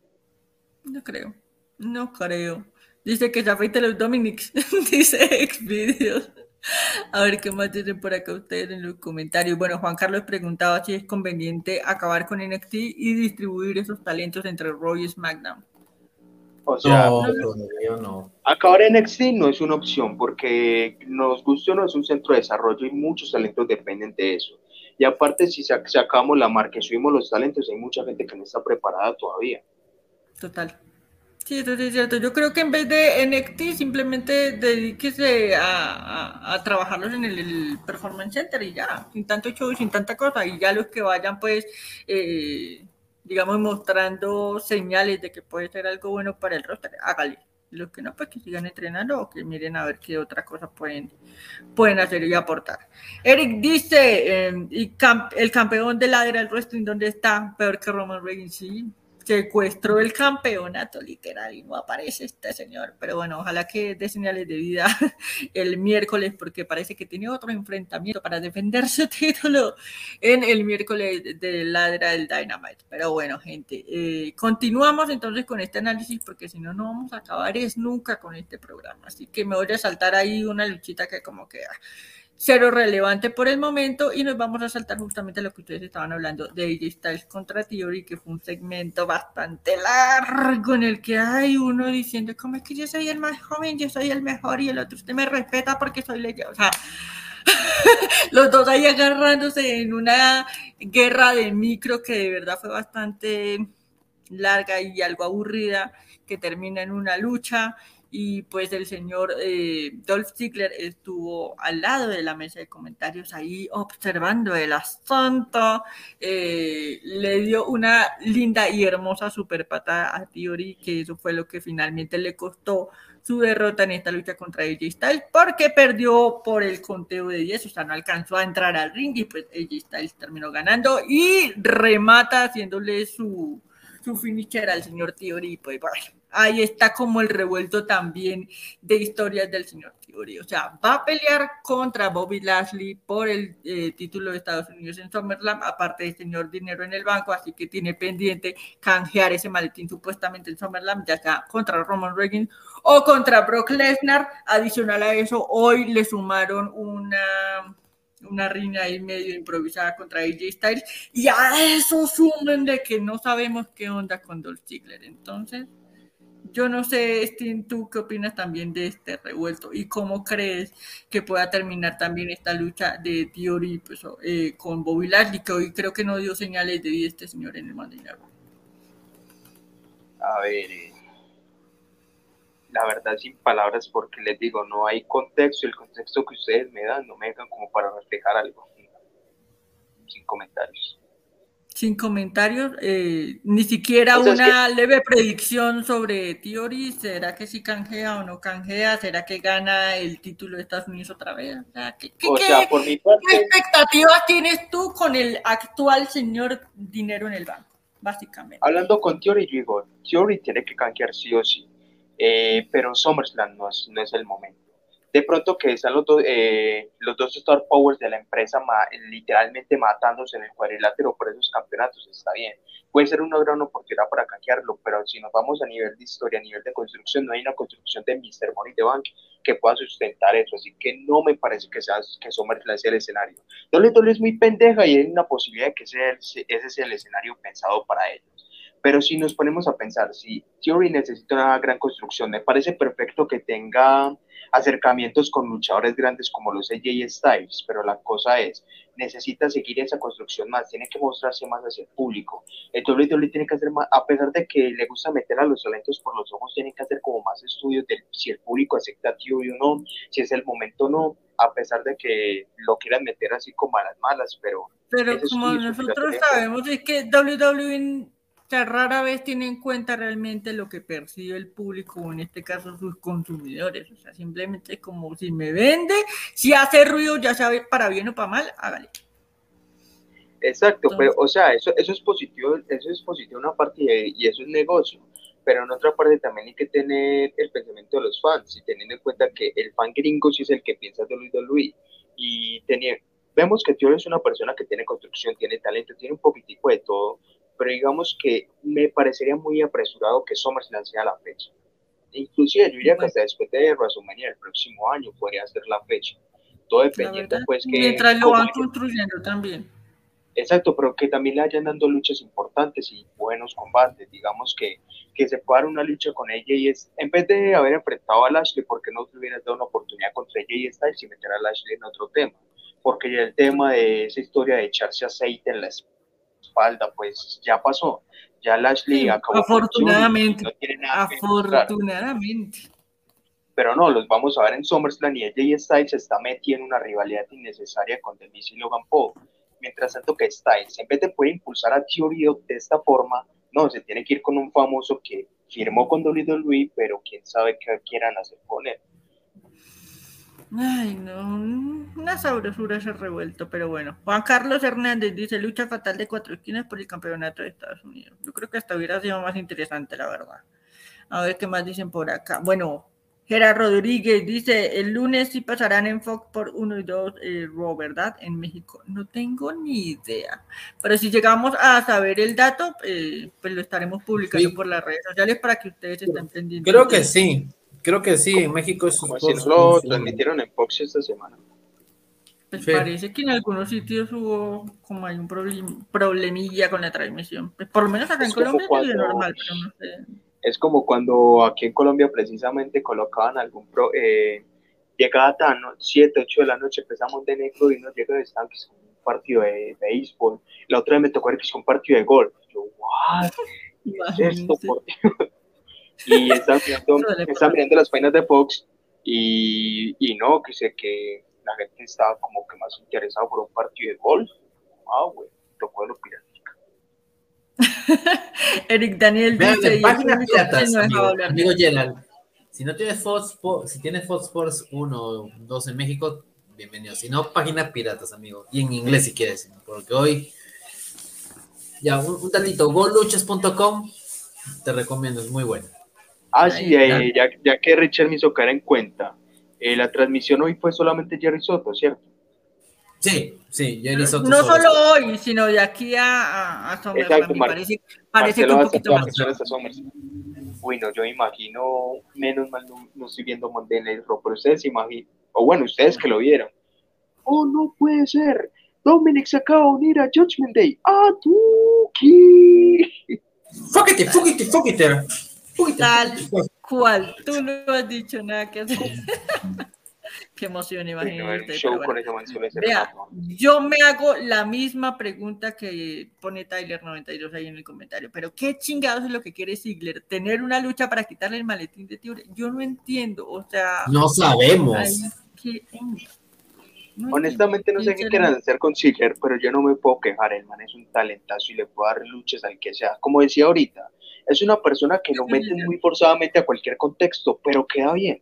No creo. Dice que se afeite los Dominics. Dice Xvideos. A ver qué más dicen por acá ustedes en los comentarios. Bueno, Juan Carlos preguntaba si es conveniente acabar con NXT y distribuir esos talentos entre Raw y SmackDown. O sea, No, todavía no. acabar en NXT no es una opción porque nos guste o no es un centro de desarrollo y muchos talentos dependen de eso. Y aparte, si sacamos la marca y subimos los talentos, hay mucha gente que no está preparada todavía. Total. Sí, eso sí es cierto. Yo creo que en vez de NXT simplemente dedíquese a trabajarlos en el Performance Center y ya, sin tanto show y sin tanta cosa. Y ya los que vayan, pues, digamos, mostrando señales de que puede ser algo bueno para el roster, hágale. Los que no, pues que sigan entrenando o que miren a ver qué otra cosa pueden hacer y aportar. Eric dice, el campeón de Lateral Wrestling, ¿dónde está? Peor que Roman Reigns, sí. Secuestró el campeonato literal y no aparece este señor, pero bueno, ojalá que dé señales de vida el miércoles porque parece que tiene otro enfrentamiento para defender su título en el miércoles de Ladra del Dynamite. Pero bueno, gente, continuamos entonces con este análisis porque si no, no vamos a acabar nunca con este programa, así que me voy a saltar ahí una luchita que como que cero relevante por el momento y nos vamos a saltar justamente lo que ustedes estaban hablando de AJ Styles contra Theory, que fue un segmento bastante largo en el que hay uno diciendo como es que yo soy el más joven, yo soy el mejor y el otro usted me respeta porque soy leyenda, o sea, los dos ahí agarrándose en una guerra de micro que de verdad fue bastante larga y algo aburrida, que termina en una lucha. Y pues el señor Dolph Ziggler estuvo al lado de la mesa de comentarios ahí observando el asunto, le dio una linda y hermosa super patada a Theory, que eso fue lo que finalmente le costó su derrota en esta lucha contra AJ Styles, porque perdió por el conteo de 10, o sea, no alcanzó a entrar al ring y pues AJ Styles terminó ganando y remata haciéndole su finisher al señor Theory, pues bueno, ahí está como el revuelto también de historias del señor Theory, o sea, va a pelear contra Bobby Lashley por el título de Estados Unidos en SummerSlam, aparte de señor dinero en el banco, así que tiene pendiente canjear ese maletín supuestamente en SummerSlam, ya sea contra Roman Reigns o contra Brock Lesnar. Adicional a eso, hoy le sumaron una riña ahí medio improvisada contra AJ Styles y a eso sumen de que no sabemos qué onda con Dolph Ziggler. Entonces, yo no sé, Steam, ¿tú qué opinas también de este revuelto y cómo crees que pueda terminar también esta lucha de Theory pues, con Bobby Lashley, que hoy creo que no dio señales de vida este señor en el Monday Night Raw? A ver, la verdad sin palabras porque les digo, no hay contexto, el contexto que ustedes me dan no me dejan como para reflejar algo. Sin comentarios. Sin comentarios, ni siquiera una leve predicción sobre Theory. ¿Será que sí canjea o no canjea? ¿Será que gana el título de Estados Unidos otra vez? O sea, por mi parte, ¿qué expectativas tienes tú con el actual señor dinero en el banco, básicamente? Hablando con Theory, yo digo, Theory tiene que canjear sí o sí, pero SummerSlam no es el momento. De pronto que están los dos Star Powers de la empresa literalmente matándose en el cuadrilátero por esos campeonatos, está bien. Puede ser una gran oportunidad para canjearlo, pero si nos vamos a nivel de historia, a nivel de construcción, no hay una construcción de Mr. Money the Bank que pueda sustentar eso, así que no me parece que SummerSlam sea el escenario. WWE es muy pendeja y hay una posibilidad de que ese sea el escenario pensado para ellos. Pero si nos ponemos a pensar, si Theory necesita una gran construcción, me parece perfecto que tenga acercamientos con luchadores grandes como los AJ Styles, pero la cosa es, necesita seguir esa construcción más, tiene que mostrarse más hacia el público. El WWE tiene que hacer más, a pesar de que le gusta meter a los talentos por los ojos, tiene que hacer como más estudios de si el público acepta a Theory o no, si es el momento o no, a pesar de que lo quieran meter así como a las malas, pero como nosotros sabemos es que WWE rara vez tiene en cuenta realmente lo que percibe el público, o en este caso sus consumidores, o sea, simplemente es como si me vende, si hace ruido, ya sabe para bien o para mal, hágale. Exacto, entonces, pero o sea, eso es positivo una parte y eso es negocio, pero en otra parte también hay que tener el pensamiento de los fans y teniendo en cuenta que el fan gringo sí es el que piensa de WWE y vemos que Theory es una persona que tiene construcción, tiene talento, tiene un poquitico de todo, pero digamos que me parecería muy apresurado que SummerSlam sea la fecha. Inclusive yo diría que hasta después de WrestleMania el próximo año podría ser la fecha. Todo dependiendo pues que... Mientras lo van construyendo también. Exacto, pero que también le hayan dando luchas importantes y buenos combates. Digamos que se pueda dar una lucha con ella y es, en vez de haber enfrentado a Lashley, ¿porque no te hubieras dado una oportunidad contra ella y Styles y meter a Lashley en otro tema? Porque ya el tema de esa historia de echarse aceite en la espalda, pues ya pasó. Ya Lashley Sí, acabó y afortunadamente, no tiene nada que demostrar. afortunadamente. Pero no, los vamos a ver en SummerSlam y AJ Styles se está metiendo en una rivalidad innecesaria con The Miz y Logan Paul. Mientras tanto que Styles, en vez de poder impulsar a Theory de esta forma, no, se tiene que ir con un famoso que firmó con WWE, pero quién sabe qué quieran hacer con él. Ay, no, una sabrosura ese revuelto, pero bueno. Juan Carlos Hernández dice, lucha fatal de 4 esquinas por el campeonato de Estados Unidos. Yo creo que hasta hubiera sido más interesante, la verdad. A ver qué más dicen por acá. Bueno, Gerardo Rodríguez dice, el lunes sí pasarán en Fox por 1 y 2 Raw, ¿verdad? En México. No tengo ni idea. Pero si llegamos a saber el dato, pues lo estaremos publicando por las redes sociales para que ustedes estén pendientes. Creo que sí. Creo que sí, en México es como si no lo transmitieron en Fox esta semana. Pues sí. Parece que en algunos sitios hubo como hay un problemilla con la transmisión. Pues por lo menos acá en Colombia es normal, pero no sé. Es como cuando aquí en Colombia precisamente colocaban algún llegaba tan 7, 8 de la noche, empezamos de negro y nos llega de estar que es un partido de béisbol. La otra vez me tocó ver que es un partido de golf. Yo, ¿what? ¿Qué es esto, por Dios? Y estaba mirando las páginas de Fox y no, que la gente estaba como que más interesada por un partido de golf. Ah, güey, tocó lo piratica. Eric Daniel dice... páginas piratas, amigo Gerald. Si no tienes Fox, si tienes Fox Sports 1 o 2 en México, bienvenido. Si no, páginas piratas, amigo. Y en inglés si quieres, porque hoy... Ya, un datito, goluchas.com, te recomiendo, es muy bueno. Ah, sí, ya que Richard me hizo caer en cuenta, la transmisión hoy fue solamente Jerry Soto, ¿cierto? Sí, Jerry Soto. No solo hoy, sino de aquí a SummerSlam. Parece que un poquito más. Uy, no, yo me imagino, menos mal no estoy viendo Monday Night Raw, pero ustedes se imaginan, o bueno, ustedes que lo vieron. Oh, no puede ser, Dominic se acaba de unir a Judgment Day. ¡Ah, tú! ¡Fúquete! Tal cual, tú no has dicho nada que hacer. Qué emoción, imagínate. Vea, yo me hago la misma pregunta que pone Tyler92 ahí en el comentario, pero ¿qué chingados es lo que quiere Ziggler? ¿Tener una lucha para quitarle el maletín de Theory? Yo no entiendo, o sea... No sabemos. Honestamente no sé qué quieran hacer con Ziggler, pero yo no me puedo quejar, el man es un talentazo y le puedo dar luchas al que sea. Como decía ahorita, es una persona que lo mete muy forzadamente a cualquier contexto, pero queda bien.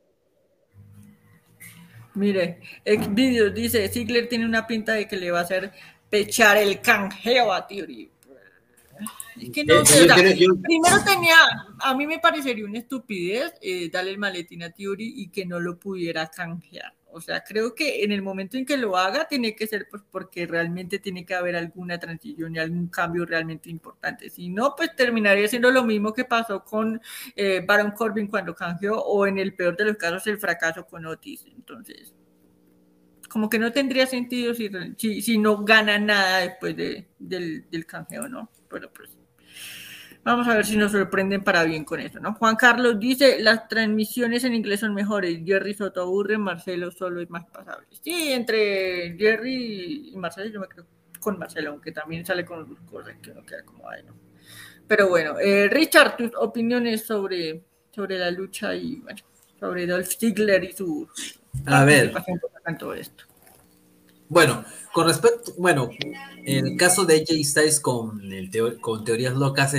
Mire, Xvideos dice, Ziggler tiene una pinta de que le va a hacer pechar el canjeo a Theory. Es que no sé, primero a mí me parecería una estupidez darle el maletín a Theory y que no lo pudiera canjear. O sea, creo que en el momento en que lo haga tiene que ser pues porque realmente tiene que haber alguna transición y algún cambio realmente importante. Si no, pues terminaría siendo lo mismo que pasó con Baron Corbin cuando canjeó o en el peor de los casos el fracaso con Otis. Entonces, como que no tendría sentido si no gana nada después del canjeo, ¿no? Pero pues vamos a ver si nos sorprenden para bien con eso, ¿no? Juan Carlos dice, las transmisiones en inglés son mejores. Jerry Soto aburre, Marcelo solo es más pasable. Sí, entre Jerry y Marcelo, yo me creo con Marcelo, aunque también sale con sus cosas que no queda como ahí, ¿no? Pero bueno, Richard, tus opiniones sobre la lucha y, bueno, sobre Dolph Ziggler y su participación en todo esto. Bueno, con respecto, en el caso de AJ Styles con teorías locas,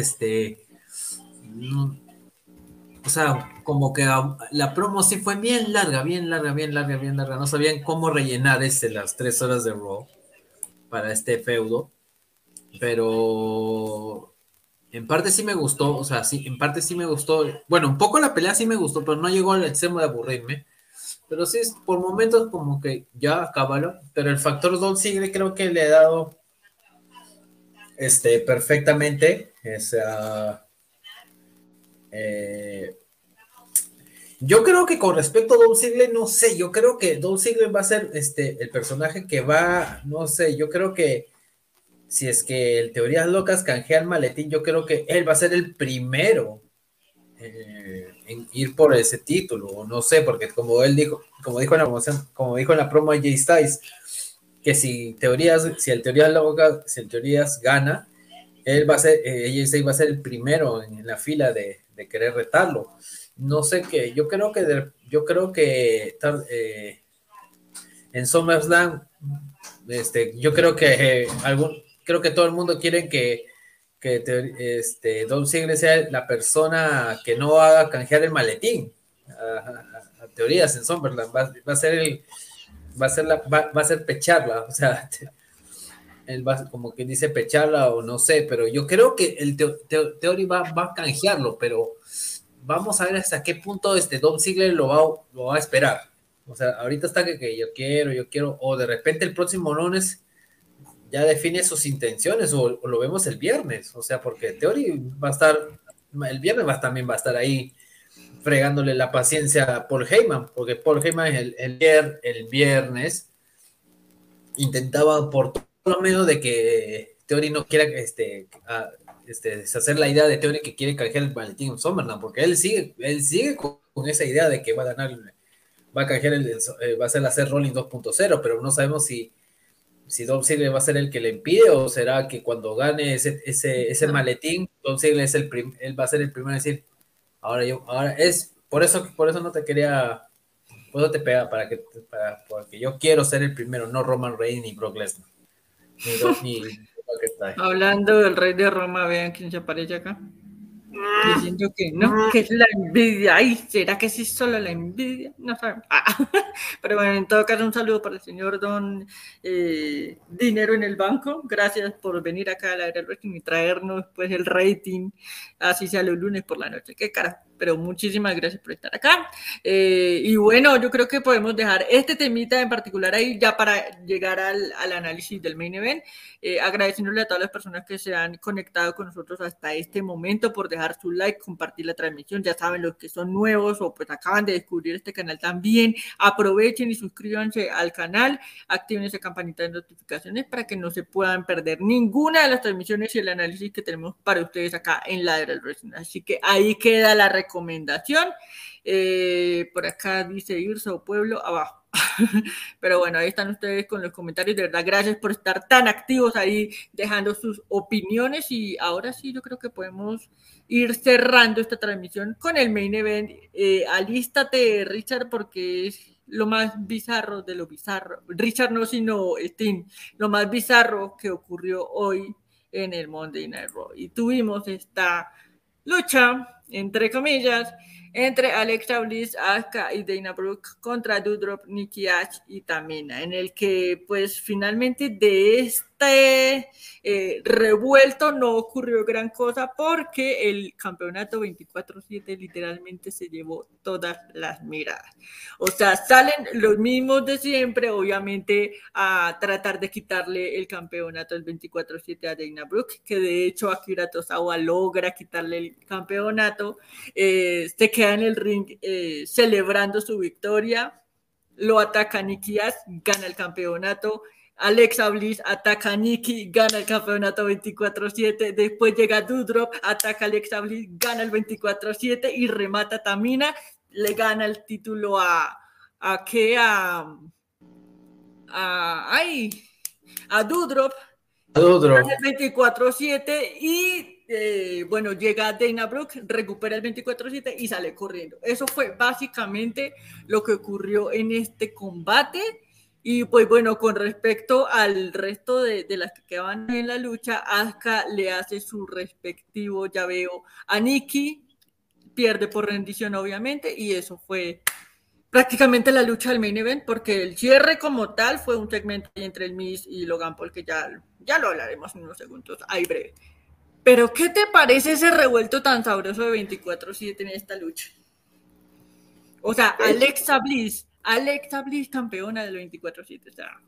o sea, como que la promo sí fue bien larga, no sabían cómo rellenar las 3 horas de Raw para este feudo, pero en parte sí me gustó, bueno, un poco la pelea sí me gustó, pero no llegó al extremo de aburrirme. Pero sí, por momentos como que ya acábalo. Pero el factor Dolph Ziggler creo que le ha dado perfectamente. Yo creo que con respecto a Dolph Ziggler, no sé. Yo creo que Dolph Ziggler va a ser el personaje que va, no sé. Yo creo que si es que el Teorías Locas canjea el maletín, yo creo que él va a ser el primero en ir por ese título, o no sé, porque como él dijo, como dijo en la promoción, como dijo en la promo de Jay Styles, que si el Teorías gana, él va a ser, Jay Styles va a ser el primero en la fila de querer retarlo. No sé qué, yo creo que en SummerSlam, yo creo que creo que todo el mundo quiere que Dolph Ziggler sea la persona que no haga canjear el maletín a Teorías en SummerSlam. Va a ser pecharla, o sea, él va como que dice pecharla o no sé, pero yo creo que el Theory va a canjearlo, pero vamos a ver hasta qué punto Dolph Ziggler lo va a esperar. O sea, ahorita está que yo quiero, o de repente el próximo lunes ya define sus intenciones, o lo vemos el viernes, o sea, porque Theory va a estar, el viernes también va a estar ahí fregándole la paciencia a Paul Heyman, porque Paul Heyman el viernes intentaba por todo lo menos de que Theory no quiera deshacer la idea de Theory que quiere canjear el maletín en SummerSlam, porque él sigue con esa idea de que va a ganar, va a canjear va a ser la Seth Rollins 2.0, pero no sabemos si Dolph Ziggler va a ser el que le impide, o será que cuando gane ese maletín, Dolph Ziggler él va a ser el primero en decir, por eso no te quería, por eso te pega, porque yo quiero ser el primero, no Roman Reigns ni Brock Lesnar. Hablando del rey de Roma, vean quién se aparece acá. Diciendo que no, que es la envidia. Ay, ¿será que sí es solo la envidia? No sabemos. Pero bueno, en todo caso, un saludo para el señor Don Dinero en el Banco. Gracias por venir acá a la Era Wrestling y traernos pues el rating, así sea los lunes por la noche. Qué cara. Pero muchísimas gracias por estar acá. Y bueno, yo creo que podemos dejar este temita en particular ahí ya para llegar al análisis del main event. Agradeciéndole a todas las personas que se han conectado con nosotros hasta este momento por dejar su like, compartir la transmisión. Ya saben, los que son nuevos o pues acaban de descubrir este canal también, aprovechen y suscríbanse al canal, activen esa campanita de notificaciones para que no se puedan perder ninguna de las transmisiones y el análisis que tenemos para ustedes acá en la Era del Wrestling. Así que ahí queda la recomendación. Por acá dice Irso Pueblo, abajo. Pero bueno, ahí están ustedes con los comentarios. De verdad, gracias por estar tan activos ahí, dejando sus opiniones. Y ahora sí, yo creo que podemos ir cerrando esta transmisión con el main event. Alístate, Richard, porque es lo más bizarro de lo bizarro. Richard no, sino Sting, lo más bizarro que ocurrió hoy en el Monday Night Raw. Y tuvimos esta lucha, entre comillas, entre Alexa Bliss, Asuka y Dana Brooke contra Doudrop, Nikki Ash y Tamina, en el que pues finalmente de este revuelto no ocurrió gran cosa porque el campeonato 24/7 literalmente se llevó todas las miradas. O sea, salen los mismos de siempre, obviamente, a tratar de quitarle el campeonato del 24/7 a Dana Brooke, que de hecho Akira Tozawa logra quitarle el campeonato, se queda en el ring celebrando su victoria, lo ataca Nikki Ash, gana el campeonato. Alexa Bliss ataca a Nikki, gana el campeonato 24/7. Después llega Doudrop, ataca a Alexa Bliss, gana el 24/7 y remata a Tamina, le gana el título a Doudrop. Gana el 24/7 y bueno, llega Dana Brooke, recupera el 24/7 y sale corriendo. Eso fue básicamente lo que ocurrió en este combate. Y pues bueno, con respecto al resto de las que quedaban en la lucha, Asuka le hace su respectivo llaveo a Nikki, pierde por rendición obviamente, y eso fue prácticamente la lucha del main event, porque el cierre como tal fue un segmento entre el Miz y Logan Paul, que ya lo hablaremos en unos segundos, ahí breve. Pero ¿qué te parece ese revuelto tan sabroso de 24/7 en esta lucha? O sea, Alexa Bliss campeona del 24/7, o sea.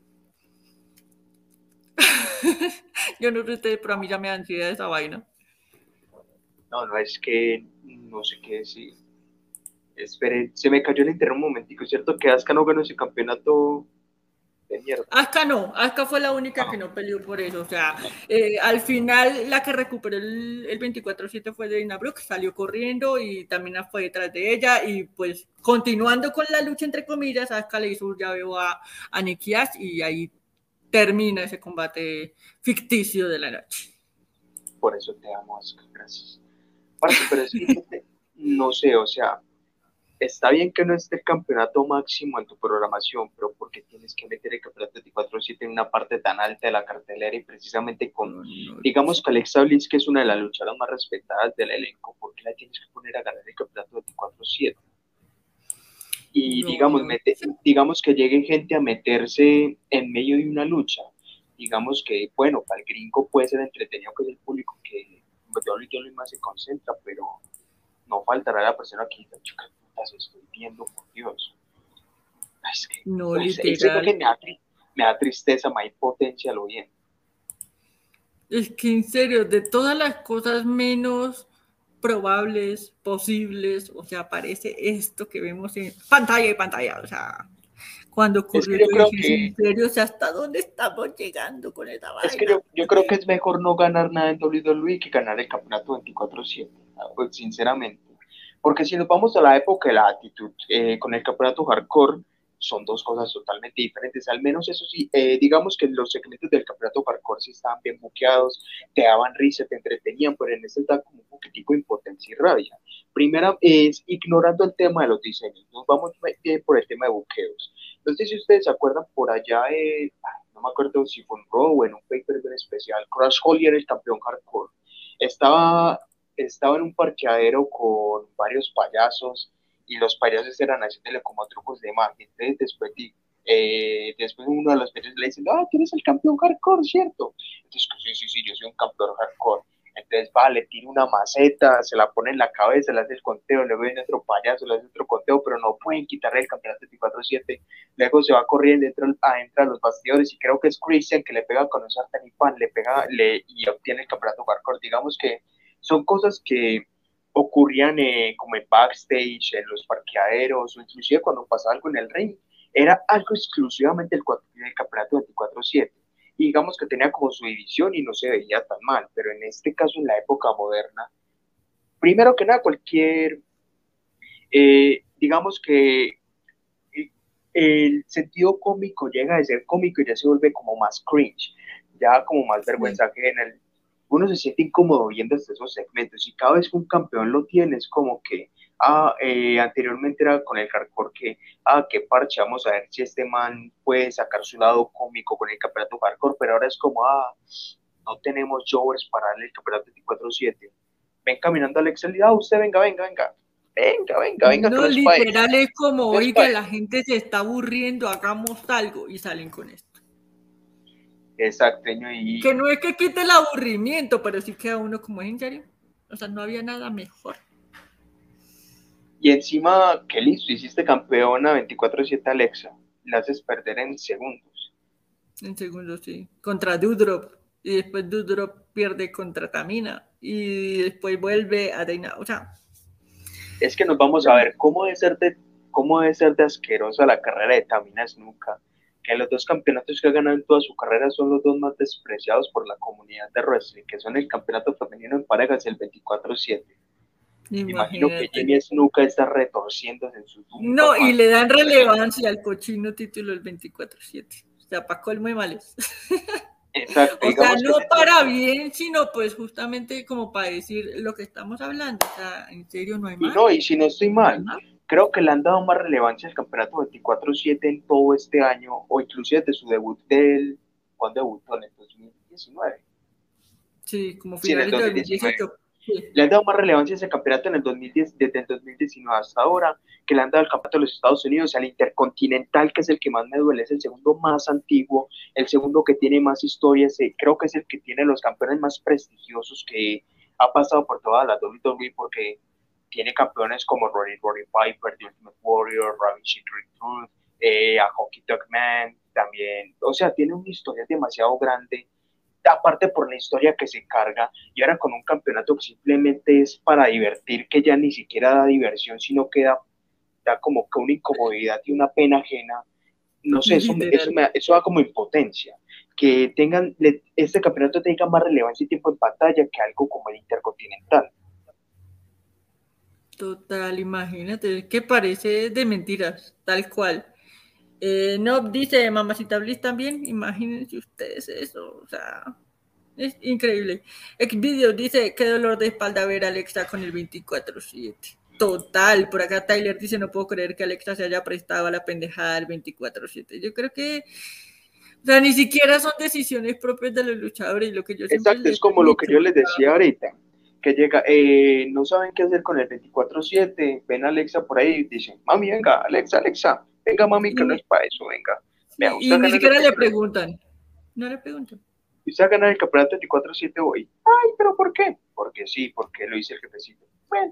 Yo no sé ustedes, pero a mí ya me da ansiedad esa vaina. No, es que no sé qué decir. Espere, se me cayó el internet un momentico, ¿cierto? Que Asuka no ganó ese campeonato de mierda. Asuka fue la única que no peleó por eso, o sea, al final la que recuperó el 24/7 fue Dana Brooke, salió corriendo y también fue detrás de ella y pues continuando con la lucha entre comillas, Asuka le hizo un llaveo a Nikki Ash y ahí termina ese combate ficticio de la noche. Por eso te amo, Asuka, gracias. Parce, pero es que no sé, o sea, está bien que no esté el campeonato máximo en tu programación, pero ¿por qué tienes que meter el campeonato 24/7 en una parte tan alta de la cartelera y precisamente con, digamos que Alexa Bliss, que es una de las luchadoras más respetadas del elenco, ¿por qué la tienes que poner a ganar el campeonato 24/7? Y digamos que llegue gente a meterse en medio de una lucha, digamos que, bueno, para el gringo puede ser entretenido, que es el público que WWE más se concentra, pero no faltará la persona que diga, ¿qué putas estoy viendo, por Dios? Es que, no, literal. Que me da tristeza, me da impotencia lo bien. Es que en serio, de todas las cosas menos probables, posibles, o sea, aparece esto que vemos en pantalla, o sea, cuando ocurrió, yo dije, en serio, o sea, ¿hasta dónde estamos llegando con esta vaina? Es que yo creo que es mejor no ganar nada en WWE que ganar el campeonato 24/7, pues, sinceramente. Porque si nos vamos a la época de la actitud, con el campeonato hardcore, son dos cosas totalmente diferentes. Al menos eso sí, digamos que los segmentos del campeonato hardcore sí estaban bien buqueados, te daban risa, te entretenían, pero en este está como un poquitico de impotencia y rabia. Primera es ignorando el tema de los diseños, nos vamos bien por el tema de buqueos. No sé si ustedes se acuerdan por allá, no me acuerdo si fue un Raw o en un pay-per-view especial, Crash Holly era el campeón hardcore. Estaba en un parqueadero con varios payasos y los payasos eran haciéndole como trucos de magia. Entonces después uno de los payasos le dice, tú eres el campeón hardcore, ¿cierto? Entonces, sí, yo soy un campeón hardcore. Entonces le tira una maceta, se la pone en la cabeza, le hace el conteo, luego viene otro payaso, le hace otro conteo, pero no pueden quitarle el campeonato 24/7. Luego se va corriendo, entra a los bastidores y creo que es Christian que le pega con un sartén y pan, y obtiene el campeonato hardcore. Digamos que son cosas que ocurrían como en backstage, en los parqueaderos, o inclusive cuando pasaba algo en el ring, era algo exclusivamente el campeonato 24/7. Y digamos que tenía como su división y no se veía tan mal, pero en este caso, en la época moderna, primero que nada, digamos que el sentido cómico llega a ser cómico y ya se vuelve como más cringe, ya como más vergüenza ajena. Uno se siente incómodo viendo esos segmentos y cada vez que un campeón lo tiene es como que anteriormente era con el hardcore que parche, vamos a ver si este man puede sacar su lado cómico con el campeonato hardcore, pero ahora es como no tenemos jovers para darle el campeonato 24/7. Ven caminando Alexa, usted venga, no, literal es como, oiga, la gente se está aburriendo, hagamos algo y salen con esto. Exacto, y que no es que quite el aburrimiento, pero sí queda uno como, ¿en serio? O sea, no había nada mejor. Y encima, que listo, hiciste campeona 24/7 Alexa, la haces perder en segundos. En segundos, sí. Contra Doudrop. Y después Doudrop pierde contra Tamina. Y después vuelve a Dana. O sea. Es que nos vamos a ver cómo debe ser de asquerosa la carrera de Tamina Snuka. Que los dos campeonatos que ha ganado en toda su carrera son los dos más despreciados por la comunidad de wrestling, que son el campeonato femenino en parejas y el 24/7. Imagino que Jimmy Snuka está retorciéndose en su tumba. No, y le dan relevancia al cochino título del 24/7. O sea, para colmo de males. Exacto. O sea, no para bien, sino pues justamente como para decir lo que estamos hablando. O sea, en serio no hay más. Y si no estoy mal, creo que le han dado más relevancia al campeonato 24/7 en todo este año, o inclusive desde su debut ¿cuándo debutó? En el 2019. Sí, como finales de 2018. Sí. Le han dado más relevancia a ese campeonato desde el 2019 hasta ahora, que le han dado el campeonato de los Estados Unidos, al Intercontinental, que es el que más me duele, es el segundo más antiguo, el segundo que tiene más historias, creo que es el que tiene los campeones más prestigiosos que ha pasado por toda la WWE, porque tiene campeones como Roddy Piper, The Ultimate Warrior, Ravishing Truth, a Honky Tonk Man, también, o sea, tiene una historia demasiado grande, aparte por la historia que se carga, y ahora con un campeonato que simplemente es para divertir, que ya ni siquiera da diversión, sino que da como que una incomodidad y una pena ajena. no sé, Literal. eso da como impotencia. Que este campeonato tenga más relevancia y tiempo en pantalla que algo como el Intercontinental. Total, imagínate, es que parece de mentiras, tal cual. No, dice Mamacita Bliss también, imagínense ustedes eso, o sea, es increíble. Xvideo dice, qué dolor de espalda ver a Alexa con el 24/7. Total, por acá Tyler dice, no puedo creer que Alexa se haya prestado a la pendejada del 24/7. Yo creo que, o sea, ni siquiera son decisiones propias de los luchadores y lo que yo siempre Exacto, les es como he lo que dicho. yo les decía ahorita, que llega, no saben qué hacer con el 24/7, ven a Alexa por ahí y dicen, mami, venga, Alexa, Alexa, venga, mami, que no Y, es para eso, venga. Vea, sí, usted y va a ni ganar el siquiera le campeonato, preguntan, no le preguntan. usted va a ganar el campeonato 24/7 hoy. Ay, pero ¿por qué? Porque sí, porque lo dice el jefecito. Bueno,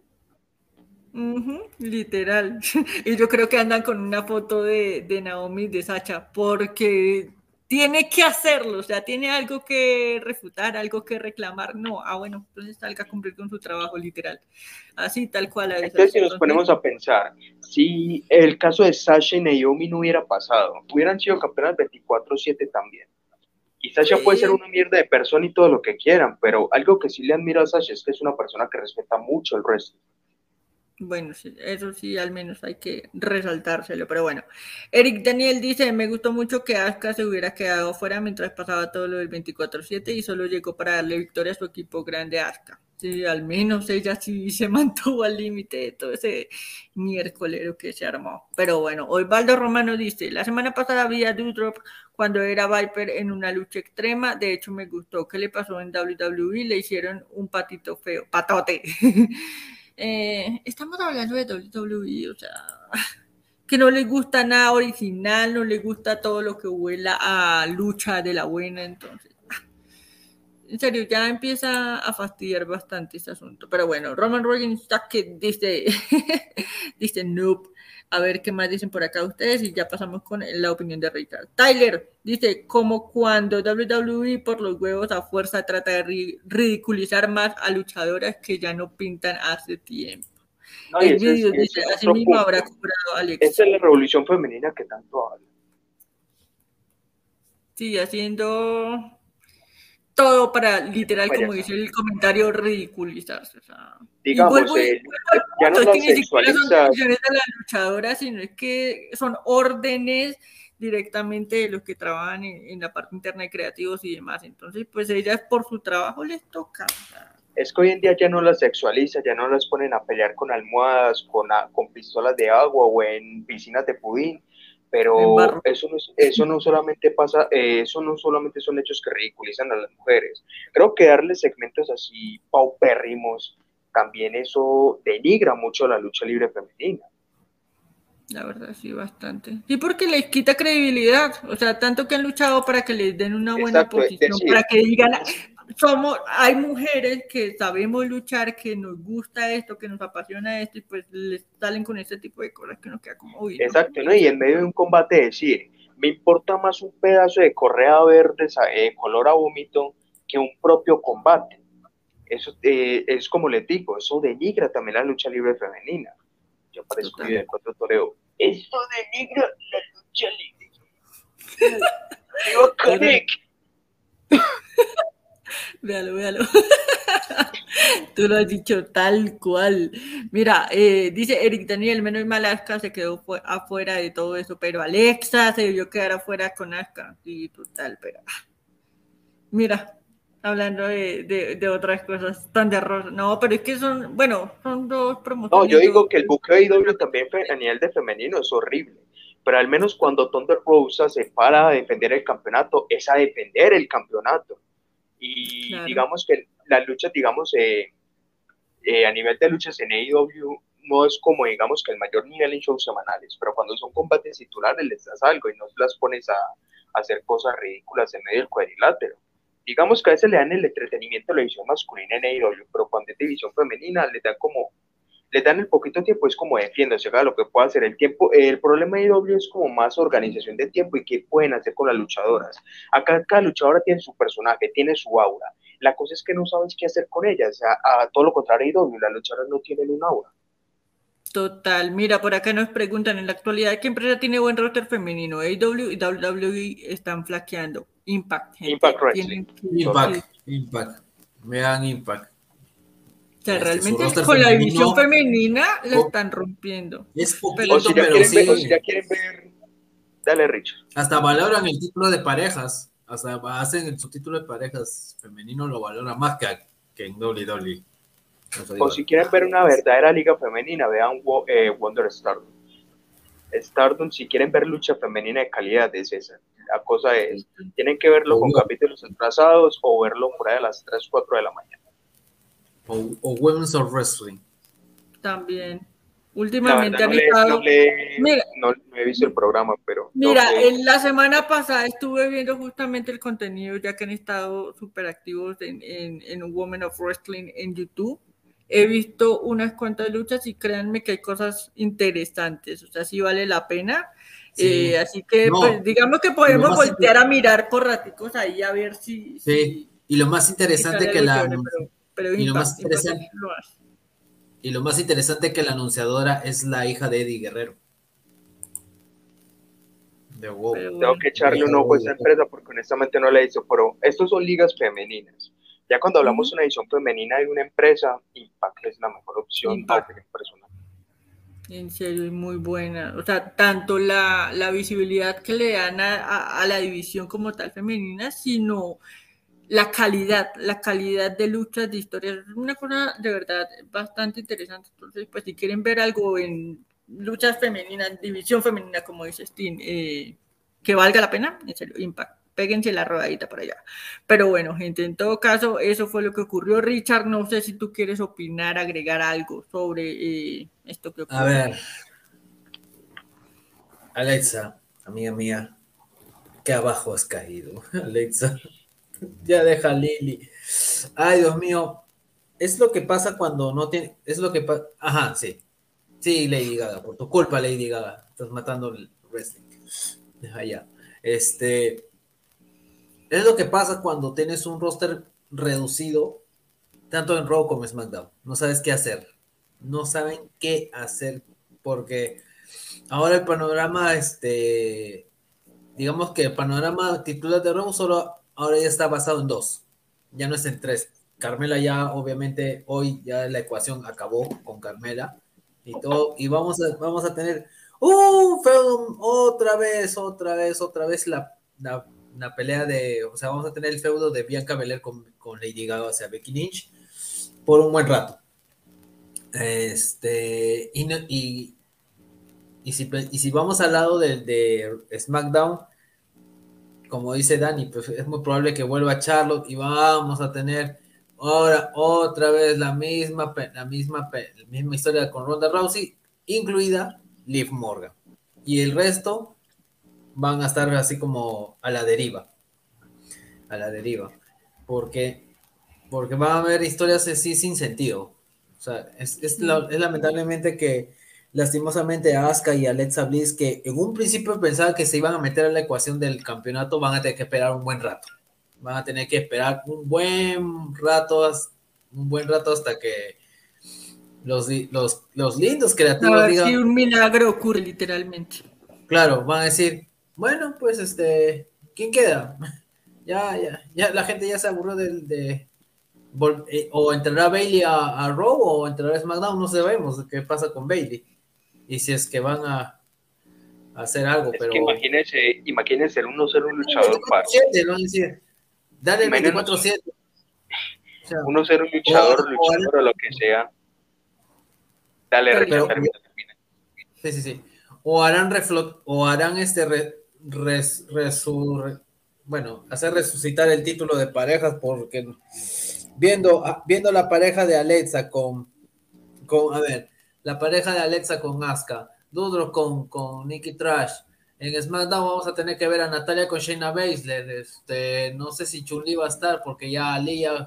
Literal. Y yo creo que andan con una foto de Naomi de Sacha, porque tiene que hacerlo, o sea, tiene algo que refutar, algo que reclamar. No, bueno, entonces salga a cumplir con su trabajo, literal. Así, tal cual a entonces esas. si nos Entonces, ponemos a pensar, si el caso de Sasha y Naomi no hubiera pasado, hubieran sido campeonas 24/7 también. Y Sasha puede ser sí, una mierda de persona y todo lo que quieran, pero algo que sí le admiro a Sasha es que es una persona que respeta mucho el wrestling. bueno, sí, eso sí, al menos hay que resaltárselo, pero bueno. Eric Daniel dice, me gustó mucho que Asuka se hubiera quedado fuera mientras pasaba todo lo del 24/7 y solo llegó para darle victoria a su equipo grande Asuka. Sí, al menos ella sí se mantuvo al límite de todo ese miércolero que se armó. Pero bueno, Osvaldo Romano dice, la semana pasada vi a Doudrop cuando era Viper en una lucha extrema, de hecho me gustó. ¿Qué le pasó en WWE? Le hicieron un patito feo, patote. Estamos hablando de WWE, o sea, que no le gusta nada original, no le gusta todo lo que huela a lucha de la buena, entonces, en serio, ya empieza a fastidiar bastante este asunto. Pero bueno, Roman Reigns que dice, dice noob. A ver qué más dicen por acá ustedes y ya pasamos con la opinión de Richard. Tyler dice, como cuando WWE por los huevos a fuerza trata de ridiculizar más a luchadoras que ya no pintan hace tiempo. No, y Xvideos ese dice, es así otro mismo habrá punto. cobrado Esta Alexa. es la revolución femenina que tanto habla. Sigue haciendo todo para, Una literal, como dice payasada. el comentario, ridiculizarse. O sea, y Digamos, vuelvo al ya no punto, es la que ni siquiera son sexualiza. decisiones de la luchadora, sino es que son órdenes directamente de los que trabajan en la parte interna de creativos y demás. Entonces, pues ellas por su trabajo les toca. O sea, Es que hoy en día ya no las sexualiza, ya no las ponen a pelear con almohadas, con pistolas de agua o en piscinas de pudín, en pero barro. eso no solamente pasa, eso no solamente son hechos que ridiculizan a las mujeres. Creo que darle segmentos así paupérrimos, también eso denigra mucho la lucha libre femenina. La verdad, sí, bastante. Sí, porque les quita credibilidad. O sea, tanto que han luchado para que les den una buena Exacto, es posición, para decir, que digan, hay mujeres que sabemos luchar, que nos gusta esto, que nos apasiona esto, y pues les salen con este tipo de cosas que uno queda como, uy, no. exacto, ¿no? Y en medio de un combate decir, me importa más un pedazo de correa verde color a vómito que un propio combate. Eso es como les digo, eso denigra también la lucha libre femenina. Yo parezco Total. video de cuatro toreo. Eso denigra la lucha libre. ¡Viva Total. Canek! Véalo, véalo. Tú lo has dicho tal cual. Mira, dice Eric Daniel, menos mal Asuka se quedó afuera de todo eso, pero Alexa se debió quedar afuera con Asuka. Sí, total, pero mira, hablando de otras cosas tan de arroz. No, pero es que son, bueno, son dos No, yo promociones, dos. digo que el buqueo de IW también a nivel de femenino es horrible. Pero al menos cuando Thunder Rosa se para a defender el campeonato, es a defender el campeonato. Y Claro. digamos que las luchas, digamos, a nivel de luchas en AEW no es como digamos que el mayor nivel en shows semanales, pero cuando son combates titulares les das algo y no las pones a hacer cosas ridículas en medio del cuadrilátero. Digamos que a veces le dan el entretenimiento a la división masculina en AEW, pero cuando es división femenina le dan el poquito de tiempo, es como defiéndose, haga lo que pueda hacer. El tiempo, el problema de AEW es como más organización de tiempo y qué pueden hacer con las luchadoras. Acá cada luchadora tiene su personaje, tiene su aura. La cosa es que no sabes qué hacer con ellas. O sea, a todo lo contrario, AEW, las luchadoras no tienen un aura. Total, mira, por acá nos preguntan, en la actualidad, ¿qué empresa tiene buen roster femenino? AEW y WWE están flaqueando. Impact, gente. Impact Wrestling. Impact. Vean Impact. O sea, Su realmente roster con la femenino división femenina la están rompiendo. es O poquito, si ya pero quieren ver, o si sí. ya quieren ver, dale, Richard. Hasta valoran el título de parejas. Hasta hacen su título de parejas femenino, lo valoran más que en WWE. O si quieren ver una verdadera liga femenina, vean Wonder Stardom. Stardom, si quieren ver lucha femenina de calidad, es esa. La cosa es, tienen que verlo con capítulos atrasados o verlo por ahí a las 3, 4 de la mañana. O Women's of Wrestling. También. La Últimamente verdad han estado... no he visto el programa, pero... Mira, la semana pasada estuve viendo justamente el contenido, ya que han estado súper activos en Women of Wrestling en YouTube. He visto unas cuantas luchas y créanme que hay cosas interesantes, o sea, sí vale la pena. Sí. Así que, No, pues, digamos que podemos voltear a mirar por raticos ahí a ver si... Sí, y lo más interesante que la... Y lo más interesante que la anunciadora es la hija de Eddie Guerrero. De WoW. Tengo que echarle un ojo a esa empresa porque honestamente no la he visto, pero estos son ligas femeninas. Ya cuando hablamos de una edición femenina de una empresa, Impact es la mejor opción a opinión personal. En serio, es muy buena. O sea, tanto la visibilidad que le dan a la división como tal femenina, sino la calidad de luchas, de historias. Es una cosa de verdad bastante interesante. Entonces, pues si quieren ver algo en luchas femeninas, división femenina, como dice Steam, que valga la pena, en serio, Impact. Péguense la rodadita por allá. Pero bueno, gente, en todo caso, eso fue lo que ocurrió. Richard, no sé si tú quieres opinar, agregar algo sobre esto que ocurrió. A ver, Alexa, amiga mía, qué abajo has caído, Alexa. Ya deja a Lili. Ay, Dios mío, es lo que pasa cuando no tiene, es lo que pasa, ajá, sí. Sí, Lady Gaga, por tu culpa, Lady Gaga, estás matando el wrestling. Allá. Es lo que pasa cuando tienes un roster reducido, tanto en Raw como en SmackDown. No sabes qué hacer. No saben qué hacer porque ahora el panorama, digamos que el panorama titular de Raw solo ahora ya está basado en 2. Ya no es en 3. Carmela ya, obviamente, hoy ya la ecuación acabó con Carmela y todo. Y vamos a tener feudo otra vez la pelea de, o sea, vamos a tener el feudo de Bianca Belair con Lady Gaga, o sea, Becky Lynch, por un buen rato. Y si vamos al lado de SmackDown, como dice Dani, pues es muy probable que vuelva Charlotte y vamos a tener ahora otra vez la misma historia con Ronda Rousey, incluida Liv Morgan. Y el resto van a estar así como a la deriva. Porque van a haber historias así sin sentido. O sea, es lamentablemente que lastimosamente a Asuka y a Alexa Bliss, que en un principio pensaba que se iban a meter en la ecuación del campeonato, van a tener que esperar un buen rato. Van a tener que esperar un buen rato hasta que los lindos creativos digan... Sí, un milagro ocurre literalmente. Claro, van a decir, bueno, pues ¿quién queda? Ya la gente ya se aburrió o entrará Bailey a Raw o entrará a SmackDown, no sabemos qué pasa con Bailey. Y si es que van a hacer algo, es pero... que imagínense el 1-0 un luchador par. Dale el 24-7. O sea, 1-0 un luchador o lo que sea. Dale, Richard, termina. Sí. O harán hacer resucitar el título de parejas, porque viendo la pareja de Alexa la pareja de Alexa con Asuka, Doudrop con Nikki Trash, en SmackDown vamos a tener que ver a Natalia con Shayna Baszler, no sé si Chun-Li va a estar, porque ya Aliyah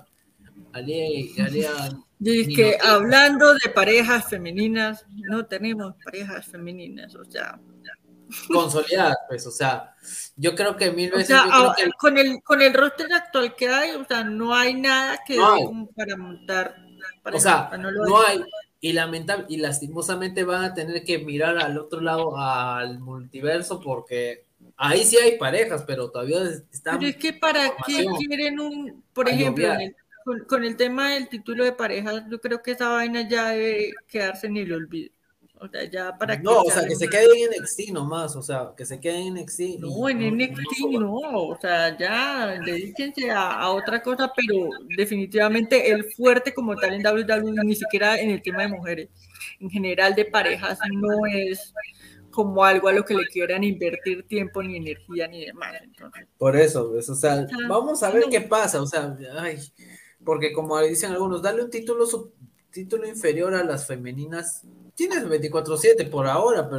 dice que hablando de parejas femeninas, no tenemos parejas femeninas, o sea, consolidadas, pues, o sea, yo creo que mil veces, o sea, con el roster actual que hay, o sea, no hay nada que como para montar parejas, o sea, no hay, y y lastimosamente van a tener que mirar al otro lado, al multiverso, porque ahí sí hay parejas, pero todavía están Pero es que para qué formación, quieren por a ejemplo, llover. con el tema del título de pareja, yo creo que esa vaina ya debe quedarse en el olvido. O sea, ya para qué No, o sea, echarle que se más. queden en NXT nomás, o sea, que se queden en NXT No, en y no NXT suban. no, o sea, ya dedíquense a otra cosa, pero definitivamente el fuerte como tal en WWE, ni siquiera en el tema de mujeres, en general de parejas, no es como algo a lo que le quieran invertir tiempo ni energía ni demás. Entonces, Por eso, pues, o sea, o sea, vamos a ver no. qué pasa, o sea, ay, porque como dicen algunos, dale un título inferior a las femeninas. Tienes 24/7 por ahora,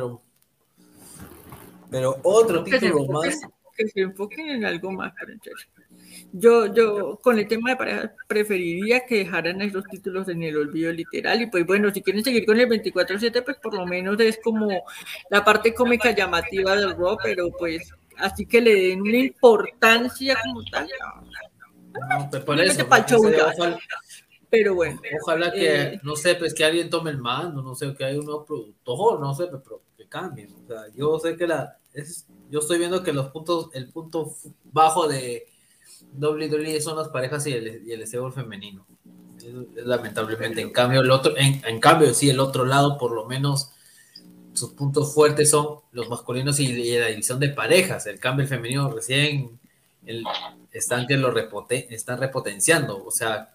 pero otro No, título más. que se enfoquen en algo más, pero en serio. Yo con el tema de parejas preferiría que dejaran esos títulos en el olvido literal y pues bueno, si quieren seguir con el 24/7 pues por lo menos es como la parte cómica llamativa del Raw, pero pues así que le den una importancia como tal, no, No, pues por simplemente eso, para pues el que show se, ya. ojalá, Pero bueno, ojalá que, eh, no sé, pues que alguien tome el mando, no sé, que haya un nuevo productor, no sé, pues, pero que cambien. O sea, yo sé que yo estoy viendo que el punto bajo de WWE son las parejas y el stable femenino. Lamentablemente, en cambio, sí, el otro lado, por lo menos, sus puntos fuertes son los masculinos y la división de parejas. El cambio el femenino recién el, están que están repotenciando. O sea,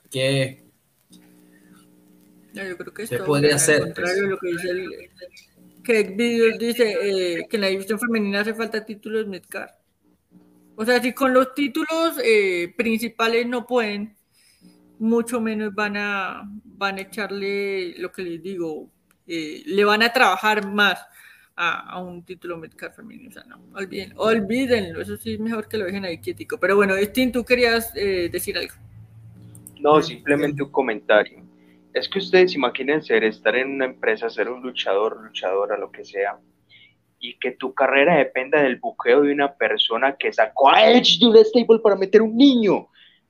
no, yo creo que es ¿qué todo podría al hacer? Pues, contrario de lo que dice que Videos dice que en la división femenina hace falta títulos midcard. O sea, si con los títulos principales no pueden, mucho menos van a echarle lo que les digo, le van a trabajar más a un título midcard femenino. O sea, no, olvídenlo, eso sí es mejor que lo dejen ahí quietico. Pero bueno, Stin, tú querías decir algo. No, simplemente un comentario. Es que ustedes imagínense estar en una empresa, ser un luchador, luchadora, lo que sea, y que tu carrera dependa del buqueo de una persona que sacó a Edge de un stable para meter un niño.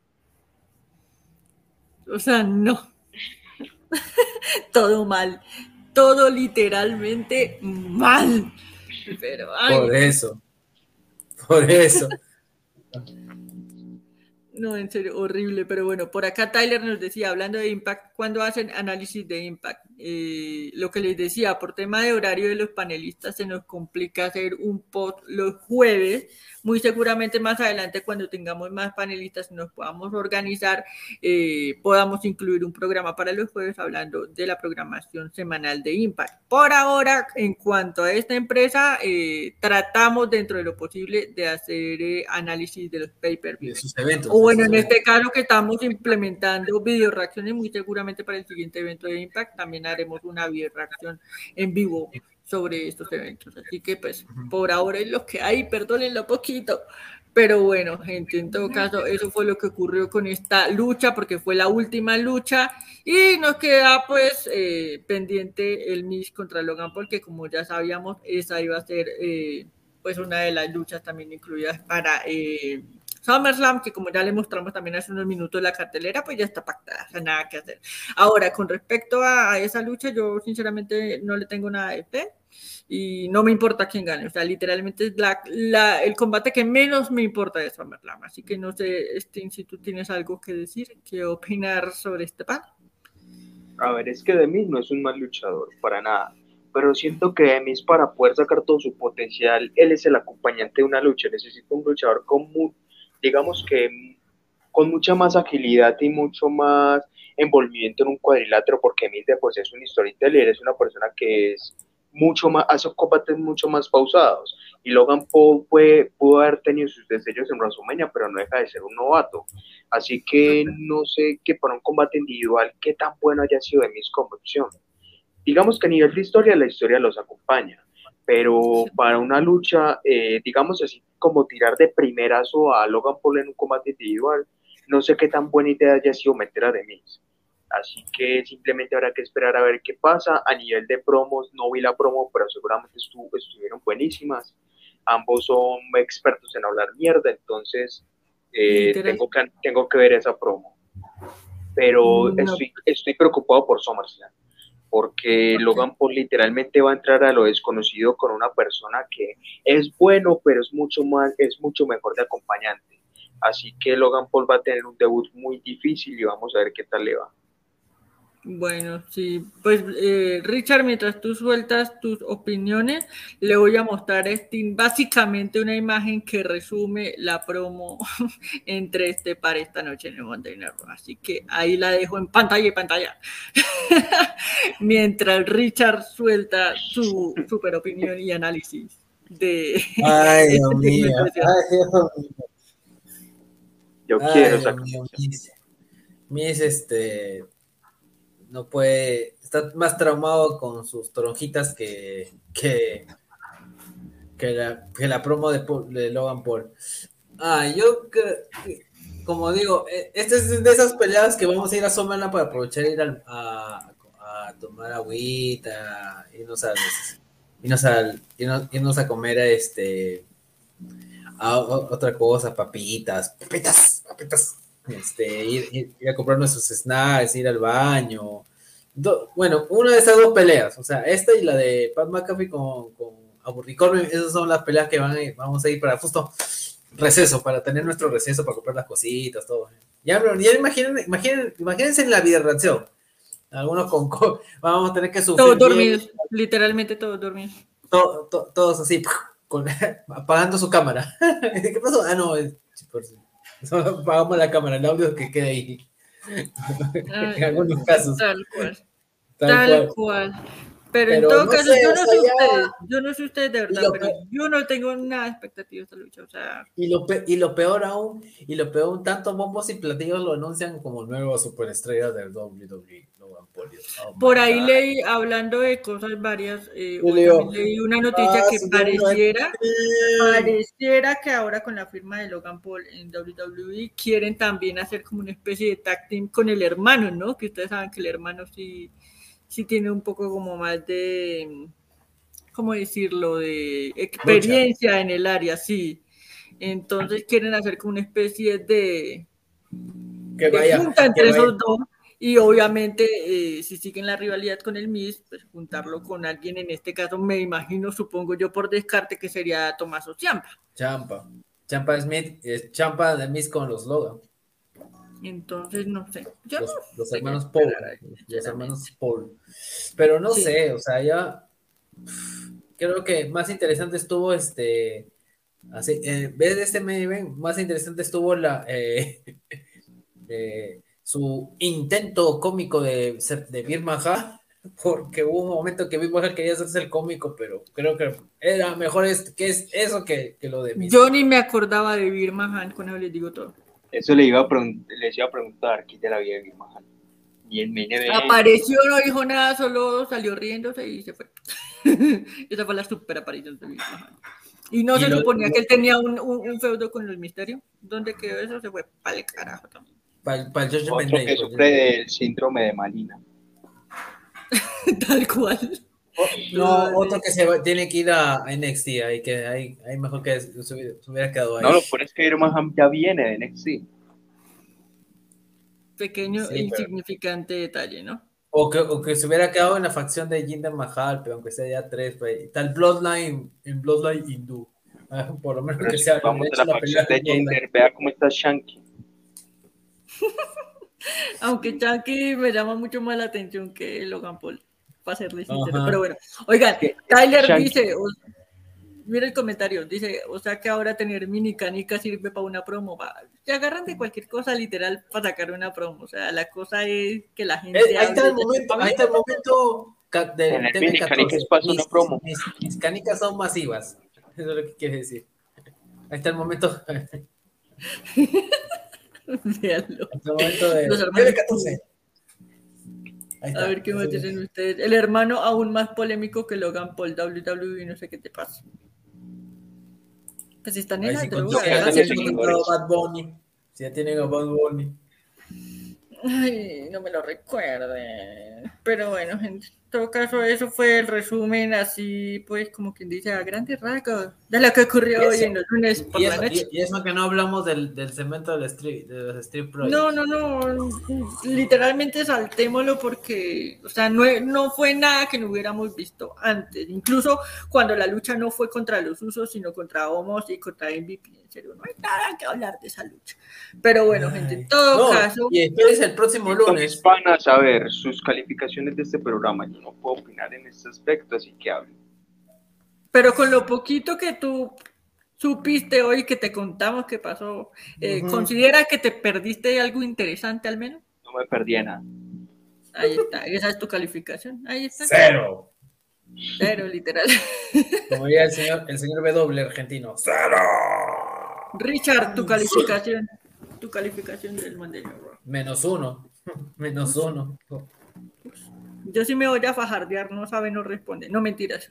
O sea, no, todo mal, todo literalmente mal. Pero, ay, por no. eso, por eso. No, en serio, horrible, pero bueno, por acá Tyler nos decía, hablando de Impact, ¿cuándo hacen análisis de Impact? Lo que les decía, por tema de horario de los panelistas se nos complica hacer un post los jueves, muy seguramente más adelante cuando tengamos más panelistas y nos podamos organizar, podamos incluir un programa para los jueves hablando de la programación semanal de Impact. Por ahora, en cuanto a esta empresa, tratamos dentro de lo posible de hacer análisis de los De pay-per-views. sus eventos, O de bueno, sus en eventos. este caso que estamos implementando video reacciones, muy seguramente para el siguiente evento de Impact también haremos una video reacción en vivo sobre estos eventos. Así que pues por ahora es lo que hay, perdónenlo poquito. Pero bueno, gente, en todo caso, eso fue lo que ocurrió con esta lucha, porque fue la última lucha. Y nos queda pues pendiente el Miz contra Logan Paul, que como ya sabíamos, esa iba a ser pues una de las luchas también incluidas para SummerSlam, que como ya le mostramos también hace unos minutos la cartelera, pues ya está pactada, o sea, nada que hacer. Ahora, con respecto a esa lucha, yo sinceramente no le tengo nada de fe y no me importa quién gane, o sea, literalmente es el combate que menos me importa de SummerSlam, así que no sé, si tú tienes algo que decir, que opinar sobre este pan. A ver, es que Demis no es un mal luchador, para nada. Pero siento que Demis, para poder sacar todo su potencial, él es el acompañante de una lucha. Necesita un luchador digamos que con mucha más agilidad y mucho más envolvimiento en un cuadrilátero, porque Demis de pues es un storyteller, es una persona que es mucho más, hace combates mucho más pausados. Y Logan Paul pudo haber tenido sus destellos en WrestleMania, pero no deja de ser un novato. Así que no sé que para un combate individual, qué tan bueno haya sido Demis como opción. Digamos que a nivel de historia, la historia los acompaña, pero para una lucha, digamos así, como tirar de primerazo a Logan Paul en un combate individual, no sé qué tan buena idea haya sido meter a Demis. Así que simplemente habrá que esperar a ver qué pasa. A nivel de promos, no vi la promo, pero seguramente estuvieron buenísimas. Ambos son expertos en hablar mierda, entonces Literal. tengo que ver esa promo. Pero No, estoy preocupado por SummerSlam, porque Logan Paul literalmente va a entrar a lo desconocido con una persona que es bueno, pero es mucho mejor de acompañante. Así que Logan Paul va a tener un debut muy difícil y vamos a ver qué tal le va. Bueno, sí, pues Richard, mientras tú sueltas tus opiniones, le voy a mostrar a Steam básicamente una imagen que resume la promo entre este par esta noche en el Monday Night Raw. Así que ahí la dejo en pantalla y pantalla. Mientras Richard suelta su super opinión y análisis de Ay, este Dios mío. segmento de cierre. Ay, Dios mío. Yo Ay, quiero Dios sacar. mío. Miss, no puede, está más traumado con sus toronjitas que la promo de Logan Paul. Yo como digo, esta es de esas peleas que vamos a ir a Summerland para aprovechar ir a tomar agüita, irnos a comer a otra cosa, papitas, ir a comprar nuestros snacks, ir al baño. Bueno, una de esas dos peleas, o sea, esta y la de Pat McAfee con Aburricorn, esas son las peleas que vamos a ir para justo receso, para tener nuestro receso, para comprar las cositas, todo. Ya imagínense en la vida reacción. Algunos vamos a tener que sufrir. Todos dormidos, literalmente todos dormidos. Todos así, apagando su cámara. ¿Qué pasó? No, solo apagamos la cámara, el audio que quede ahí. En algunos casos. Tal cual. Pero en todo caso, yo no sé ustedes de verdad, pero yo no tengo nada de expectativa de esta lucha, o sea. Y lo peor aún, tanto bombos y platillos lo anuncian como nueva superestrella del WWE. Por ahí leí, hablando de cosas varias, leí una noticia que pareciera que ahora con la firma de Logan Paul en WWE quieren también hacer como una especie de tag team con el hermano, ¿no? Que ustedes saben que el hermano sí tiene un poco como más de, ¿cómo decirlo?, de experiencia en el área, sí. Entonces quieren hacer como una especie de junta entre esos dos. Y obviamente, si siguen la rivalidad con el Miz, pues juntarlo con alguien, en este caso me imagino, supongo yo por descarte, que sería Tommaso Ciampa. Ciampa Smith, Ciampa de Miz con los Logan. Entonces, no sé. Los hermanos Paul. Los hermanos Paul. Pero no sé, o sea, ya creo que más interesante estuvo así, en vez de este main event, más interesante estuvo su intento cómico de Bir Mahal, porque hubo un momento que Bir Mahal quería hacerse el cómico, pero creo que era mejor eso que lo de Miz. Yo ni me acordaba de Bir Mahal, con eso les digo todo. Eso les iba a preguntar, ¿qué te la vida de Bir Mahal? Y el main event apareció, no dijo nada, solo salió riéndose y se fue. Esa fue la super aparición de Bir Mahal. Y no se suponía que él tenía un feudo con los Misterios. ¿Dónde quedó eso? Se fue para el carajo también. Otro que sufre del síndrome de Malina. Tal cual. Otro que tiene que ir a NXT, hay mejor que se hubiera quedado ahí. No, lo peor es que Iron Man ya viene de NXT. Pequeño e insignificante detalle, ¿no? O que se hubiera quedado en la facción de Jinder Mahal, pero aunque sea ya 3, tal Bloodline hindú. Por lo menos pero que sea. Vamos a la facción de Jinder, vea cómo está Shanky. Aunque Shanky me llama mucho más la atención que Logan Paul, para serle sincero. Pero bueno, oigan, Tyler Shanky dice, mira el comentario, dice, o sea que ahora tener mini canica sirve para una promo. Se agarran de cualquier cosa literal para sacar una promo. O sea, la cosa es que la gente. Ahí está el momento en el mini canicas pasa una promo. Mis canicas son masivas. Eso es lo que quiere decir. Ahí está el momento. Véanlo. El momento de los hermanos 14. A ver qué más dicen ustedes. El hermano aún más polémico que Logan Paul, WWE, no sé qué te pasa. Pues están en la droga. Si ya tienen a Bad Bunny. Ay, no me lo recuerde. Pero bueno, gente, en todo caso, eso fue el resumen, así pues, como quien dice, a grandes rasgos de lo que ocurrió hoy en los lunes por la noche. Y eso que no hablamos del segmento de los Street Projects. No, literalmente saltémoslo porque, o sea, no fue nada que no hubiéramos visto antes. Incluso cuando la lucha no fue contra los Usos, sino contra Omos y contra MVP. En serio, no hay nada que hablar de esa lucha. Pero bueno, gente, en todo caso... Y espérense el próximo lunes. Van a saber sus calificaciones de este programa. Yo no puedo opinar en este aspecto, así que hablen. Pero con lo poquito que tú supiste hoy, que te contamos que pasó, ¿considera que te perdiste de algo interesante al menos? No me perdí de nada. Ahí está, esa es tu calificación. Ahí está. 0. 0, literal. Como diría el señor W argentino. 0. Richard, tu calificación del Monday Night Raw. -1. -1. Yo sí me voy a fajardear, no sabe, no responde. No, mentiras.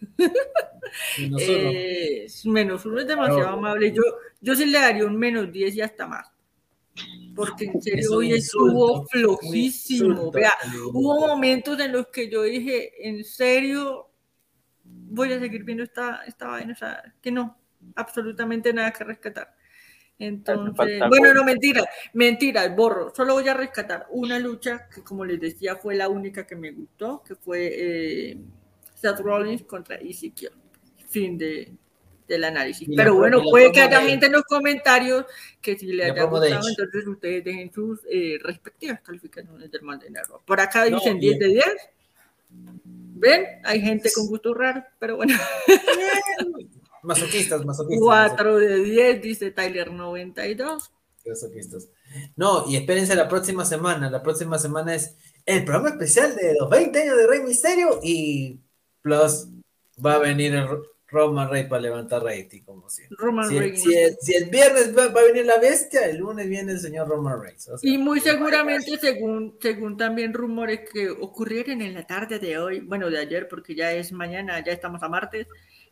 -1. -1 es demasiado amable. Yo sí le daría un -10 y hasta más. Porque en serio hoy estuvo flojísimo. Vea, hubo momentos en los que yo dije, en serio, voy a seguir viendo esta vaina, o sea, que no, absolutamente nada que rescatar. Entonces, bueno, no, mentira, borro. Solo voy a rescatar una lucha que, como les decía, fue la única que me gustó, que fue Seth Rollins contra Ezekiel. Fin del análisis. Pero bueno, puede que haya gente en los comentarios que si le haya gustado, entonces ustedes dejen sus respectivas calificaciones del Monday Night Raw. Por acá dicen 10 de 10. ¿Ven? Hay gente con gusto raro, pero bueno. Masoquistas. 4 de 10, dice Tyler 92. Masoquistas. No, y espérense la próxima semana. La próxima semana es el programa especial de los 20 años de Rey Misterio y plus va a venir el Roman Reigns para levantar rating, como siempre. Si el viernes va a venir la bestia, el lunes viene el señor Roman Reigns. O sea, y muy seguramente, según también rumores que ocurrieron en la tarde de hoy, bueno, de ayer, porque ya es mañana, ya estamos a martes,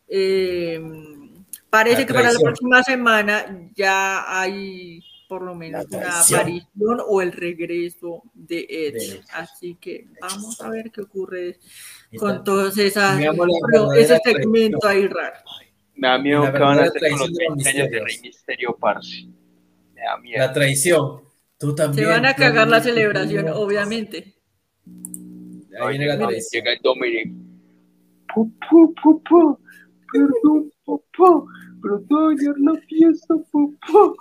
parece que para la próxima semana ya hay por lo menos una aparición o el regreso de Edge. Así que vamos a ver qué ocurre con todos ese segmento ahí raro. Me da miedo que van a hacer con los 20 años de Rey Misterio, parce. Me da miedo. La traición. Tú también. Se van a cagar la celebración, obviamente. Ahí viene la traición. Llega el Dominic. Perdón, pero te voy a dañar la fiesta, papá.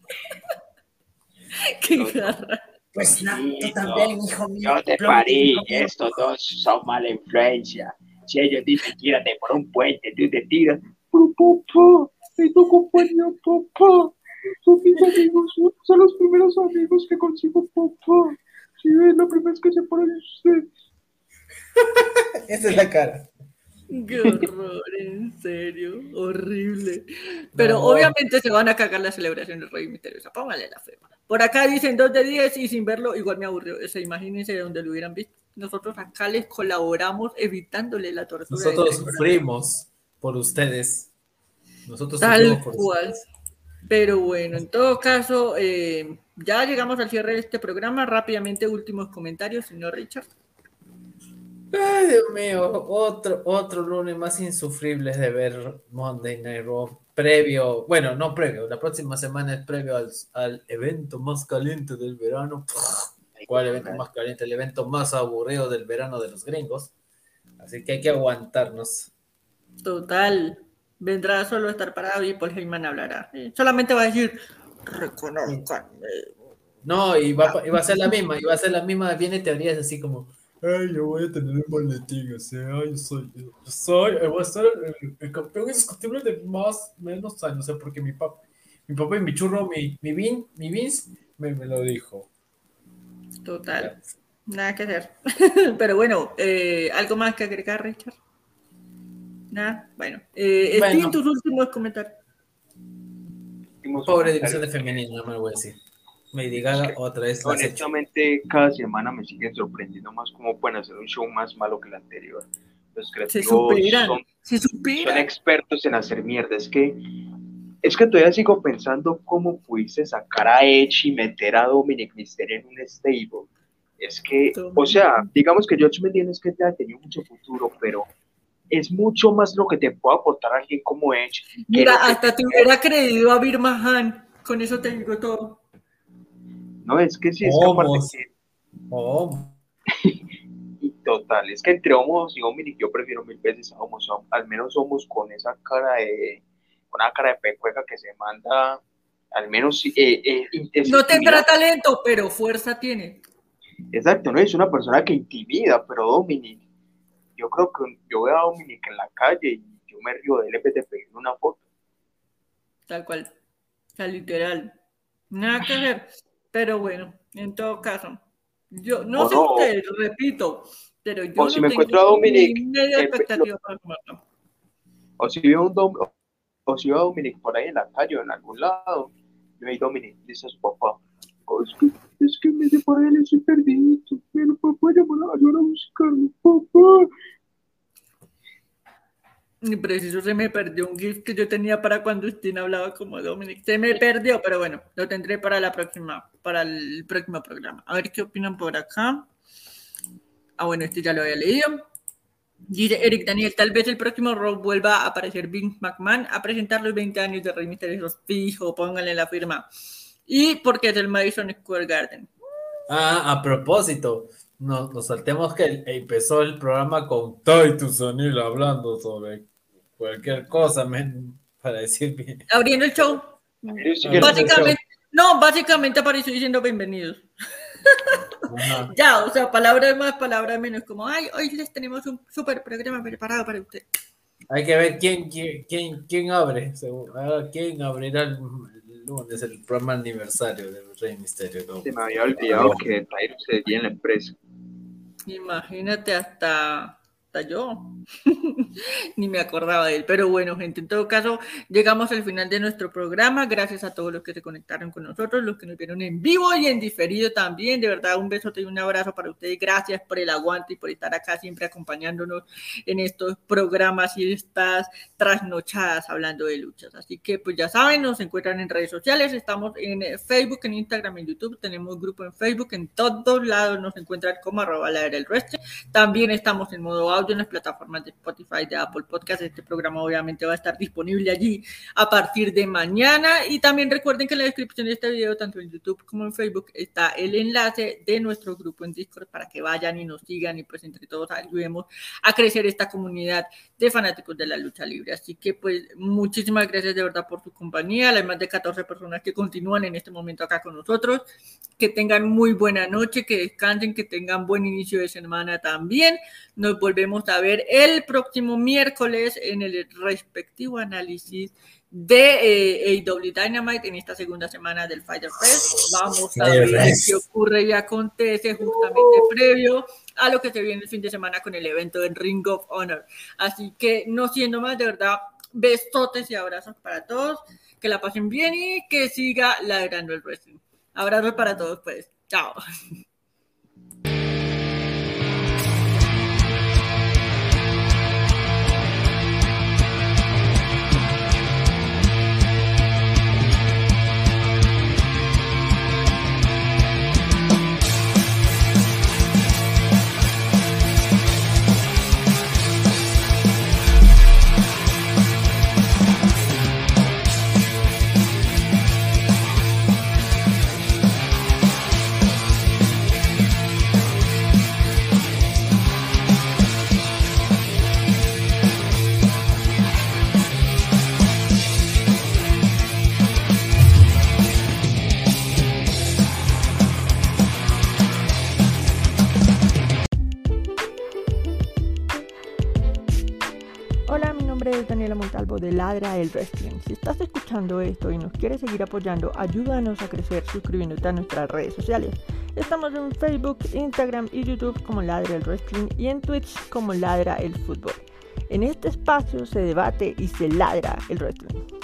Qué garra. Pues no, tú también, hijo mío. Yo te parí, estos dos son mala influencia. Si ellos dicen tírate por un puente, tú te tiras. Pero papá, es tu compañía, papá. Son mis amigos, son los primeros amigos que consigo, papá. Si ves, la primera vez que se paran ustedes. Esa es la cara. Qué horror, en serio, horrible. Pero obviamente se van a cagar la celebración del Rey Misterioso. Póngale la fe. Por acá dicen 2 de 10 y sin verlo igual me aburrió. Imagínense de donde lo hubieran visto. Nosotros acá les colaboramos evitándole la tortura. Nosotros sufrimos por ustedes. Nosotros tal cual. Pero bueno, en todo caso, ya llegamos al cierre de este programa. Rápidamente, últimos comentarios, señor Richard. Ay, Dios mío, otro lunes más insufrible de ver Monday Night Raw. La próxima semana es previo al evento más caliente del verano. ¿Cuál evento más caliente? El evento más aburrido del verano de los gringos. Así que hay que aguantarnos. Total. Vendrá solo a estar parado y Paul Heyman hablará. Solamente va a decir, reconozcanme. No, y va a ser la misma. Viene teorías así como, ay, yo voy a tener un boletín, o sea, voy a ser el campeón indiscutible de menos años, o sea, porque mi papá y mi churro, mi Vince, me lo dijo. Total, nada que hacer. Pero bueno, ¿algo más que agregar, Richard? Nada, bueno. Steve, tus últimos comentarios. Pobre división de femenino, no me lo voy a decir. Me diga otra vez. Honestamente, cada semana me siguen sorprendiendo más cómo pueden hacer un show más malo que el anterior. Los creativos son expertos en hacer mierda. Es que todavía sigo pensando cómo pudiste sacar a Edge y meter a Dominic Mysterio en un stable. Es que, o sea, digamos que Judgment Day es que te ha tenido mucho futuro, pero es mucho más lo que te puede aportar alguien como Edge. Mira, hasta te hubiera creído a Bir Mahan, con eso te digo todo. No, es que sí, es capaz de que... Y total, es que entre Homos y Dominic yo prefiero mil veces a Homos, al menos Homos con esa cara de pecueca que se manda, al menos no tendrá talento, pero fuerza tiene. Exacto, no es una persona que intimida, pero Dominic, yo creo que yo veo a Dominic en la calle y yo me río de él en vez de pedirle una foto. Tal cual, o sea, literal, nada que ver, pero bueno, en todo caso, yo no sé ustedes, repito, pero yo no si me encuentro a Dominic, expectativa para tomarlo. O si veo a Dominic por ahí en la calle o en algún lado, yo ahí Dominic dice a su papá, es que me separé de ese perdidito, pero papá llamó a llorar a buscarlo, papá. Ni preciso se me perdió un GIF que yo tenía para cuando Justin hablaba como Dominic. Se me perdió, pero bueno, lo tendré para el próximo programa. A ver qué opinan por acá. Bueno, este ya lo había leído. Dice Eric Daniel, tal vez el próximo Raw vuelva a aparecer Vince McMahon a presentar los 20 años de Rey Mysterio. Fijo, pónganle la firma. Y porque es el Madison Square Garden. A propósito, nos saltemos que empezó el programa con Titus O'Neil hablando sobre cualquier cosa, para decir bien. Abriendo el show. Básicamente apareció diciendo bienvenidos. Ya, o sea, palabras más, palabras menos, como, hoy les tenemos un super programa preparado para usted. Hay que ver quién abre, quién abrirá el lunes el programa aniversario del Rey Mysterio. ¿No? Se me había olvidado que Tyron se dio en la empresa. Imagínate, hasta yo ni me acordaba de él, pero bueno, gente, en todo caso llegamos al final de nuestro programa. Gracias a todos los que se conectaron con nosotros, los que nos vieron en vivo y en diferido también. De verdad, un besote y un abrazo para ustedes. Gracias por el aguante y por estar acá siempre acompañándonos en estos programas y estas trasnochadas hablando de luchas. Así que pues ya saben, nos encuentran en redes sociales, estamos en Facebook, en Instagram, en YouTube, tenemos grupo en Facebook, en todos lados nos encuentran como @LaDraDelWrestling. También estamos en modo audio en las plataformas de Spotify, de Apple Podcast. Este programa obviamente va a estar disponible allí a partir de mañana. Y también recuerden que en la descripción de este video, tanto en YouTube como en Facebook, está el enlace de nuestro grupo en Discord para que vayan y nos sigan y pues entre todos ayudemos a crecer esta comunidad de fanáticos de la lucha libre. Así que pues muchísimas gracias de verdad por su compañía, las más de 14 personas que continúan en este momento acá con nosotros. Que tengan muy buena noche, que descansen, que tengan buen inicio de semana también. Nos volvemos a ver el próximo miércoles en el respectivo análisis de AEW Dynamite en esta segunda semana del Fyter Fest. Vamos a ver qué ocurre y acontece justamente previo a lo que se viene el fin de semana con el evento en Ring of Honor. Así que no siendo más, de verdad, besotes y abrazos para todos, que la pasen bien y que siga ladrando el wrestling. Abrazos para todos, pues. Chao. Daniela Montalvo de Ladra el Wrestling. Si estás escuchando esto y nos quieres seguir apoyando, ayúdanos a crecer suscribiéndote a nuestras redes sociales. Estamos en Facebook, Instagram y YouTube como Ladra el Wrestling y en Twitch como Ladra el Fútbol. En este espacio se debate y se ladra el wrestling.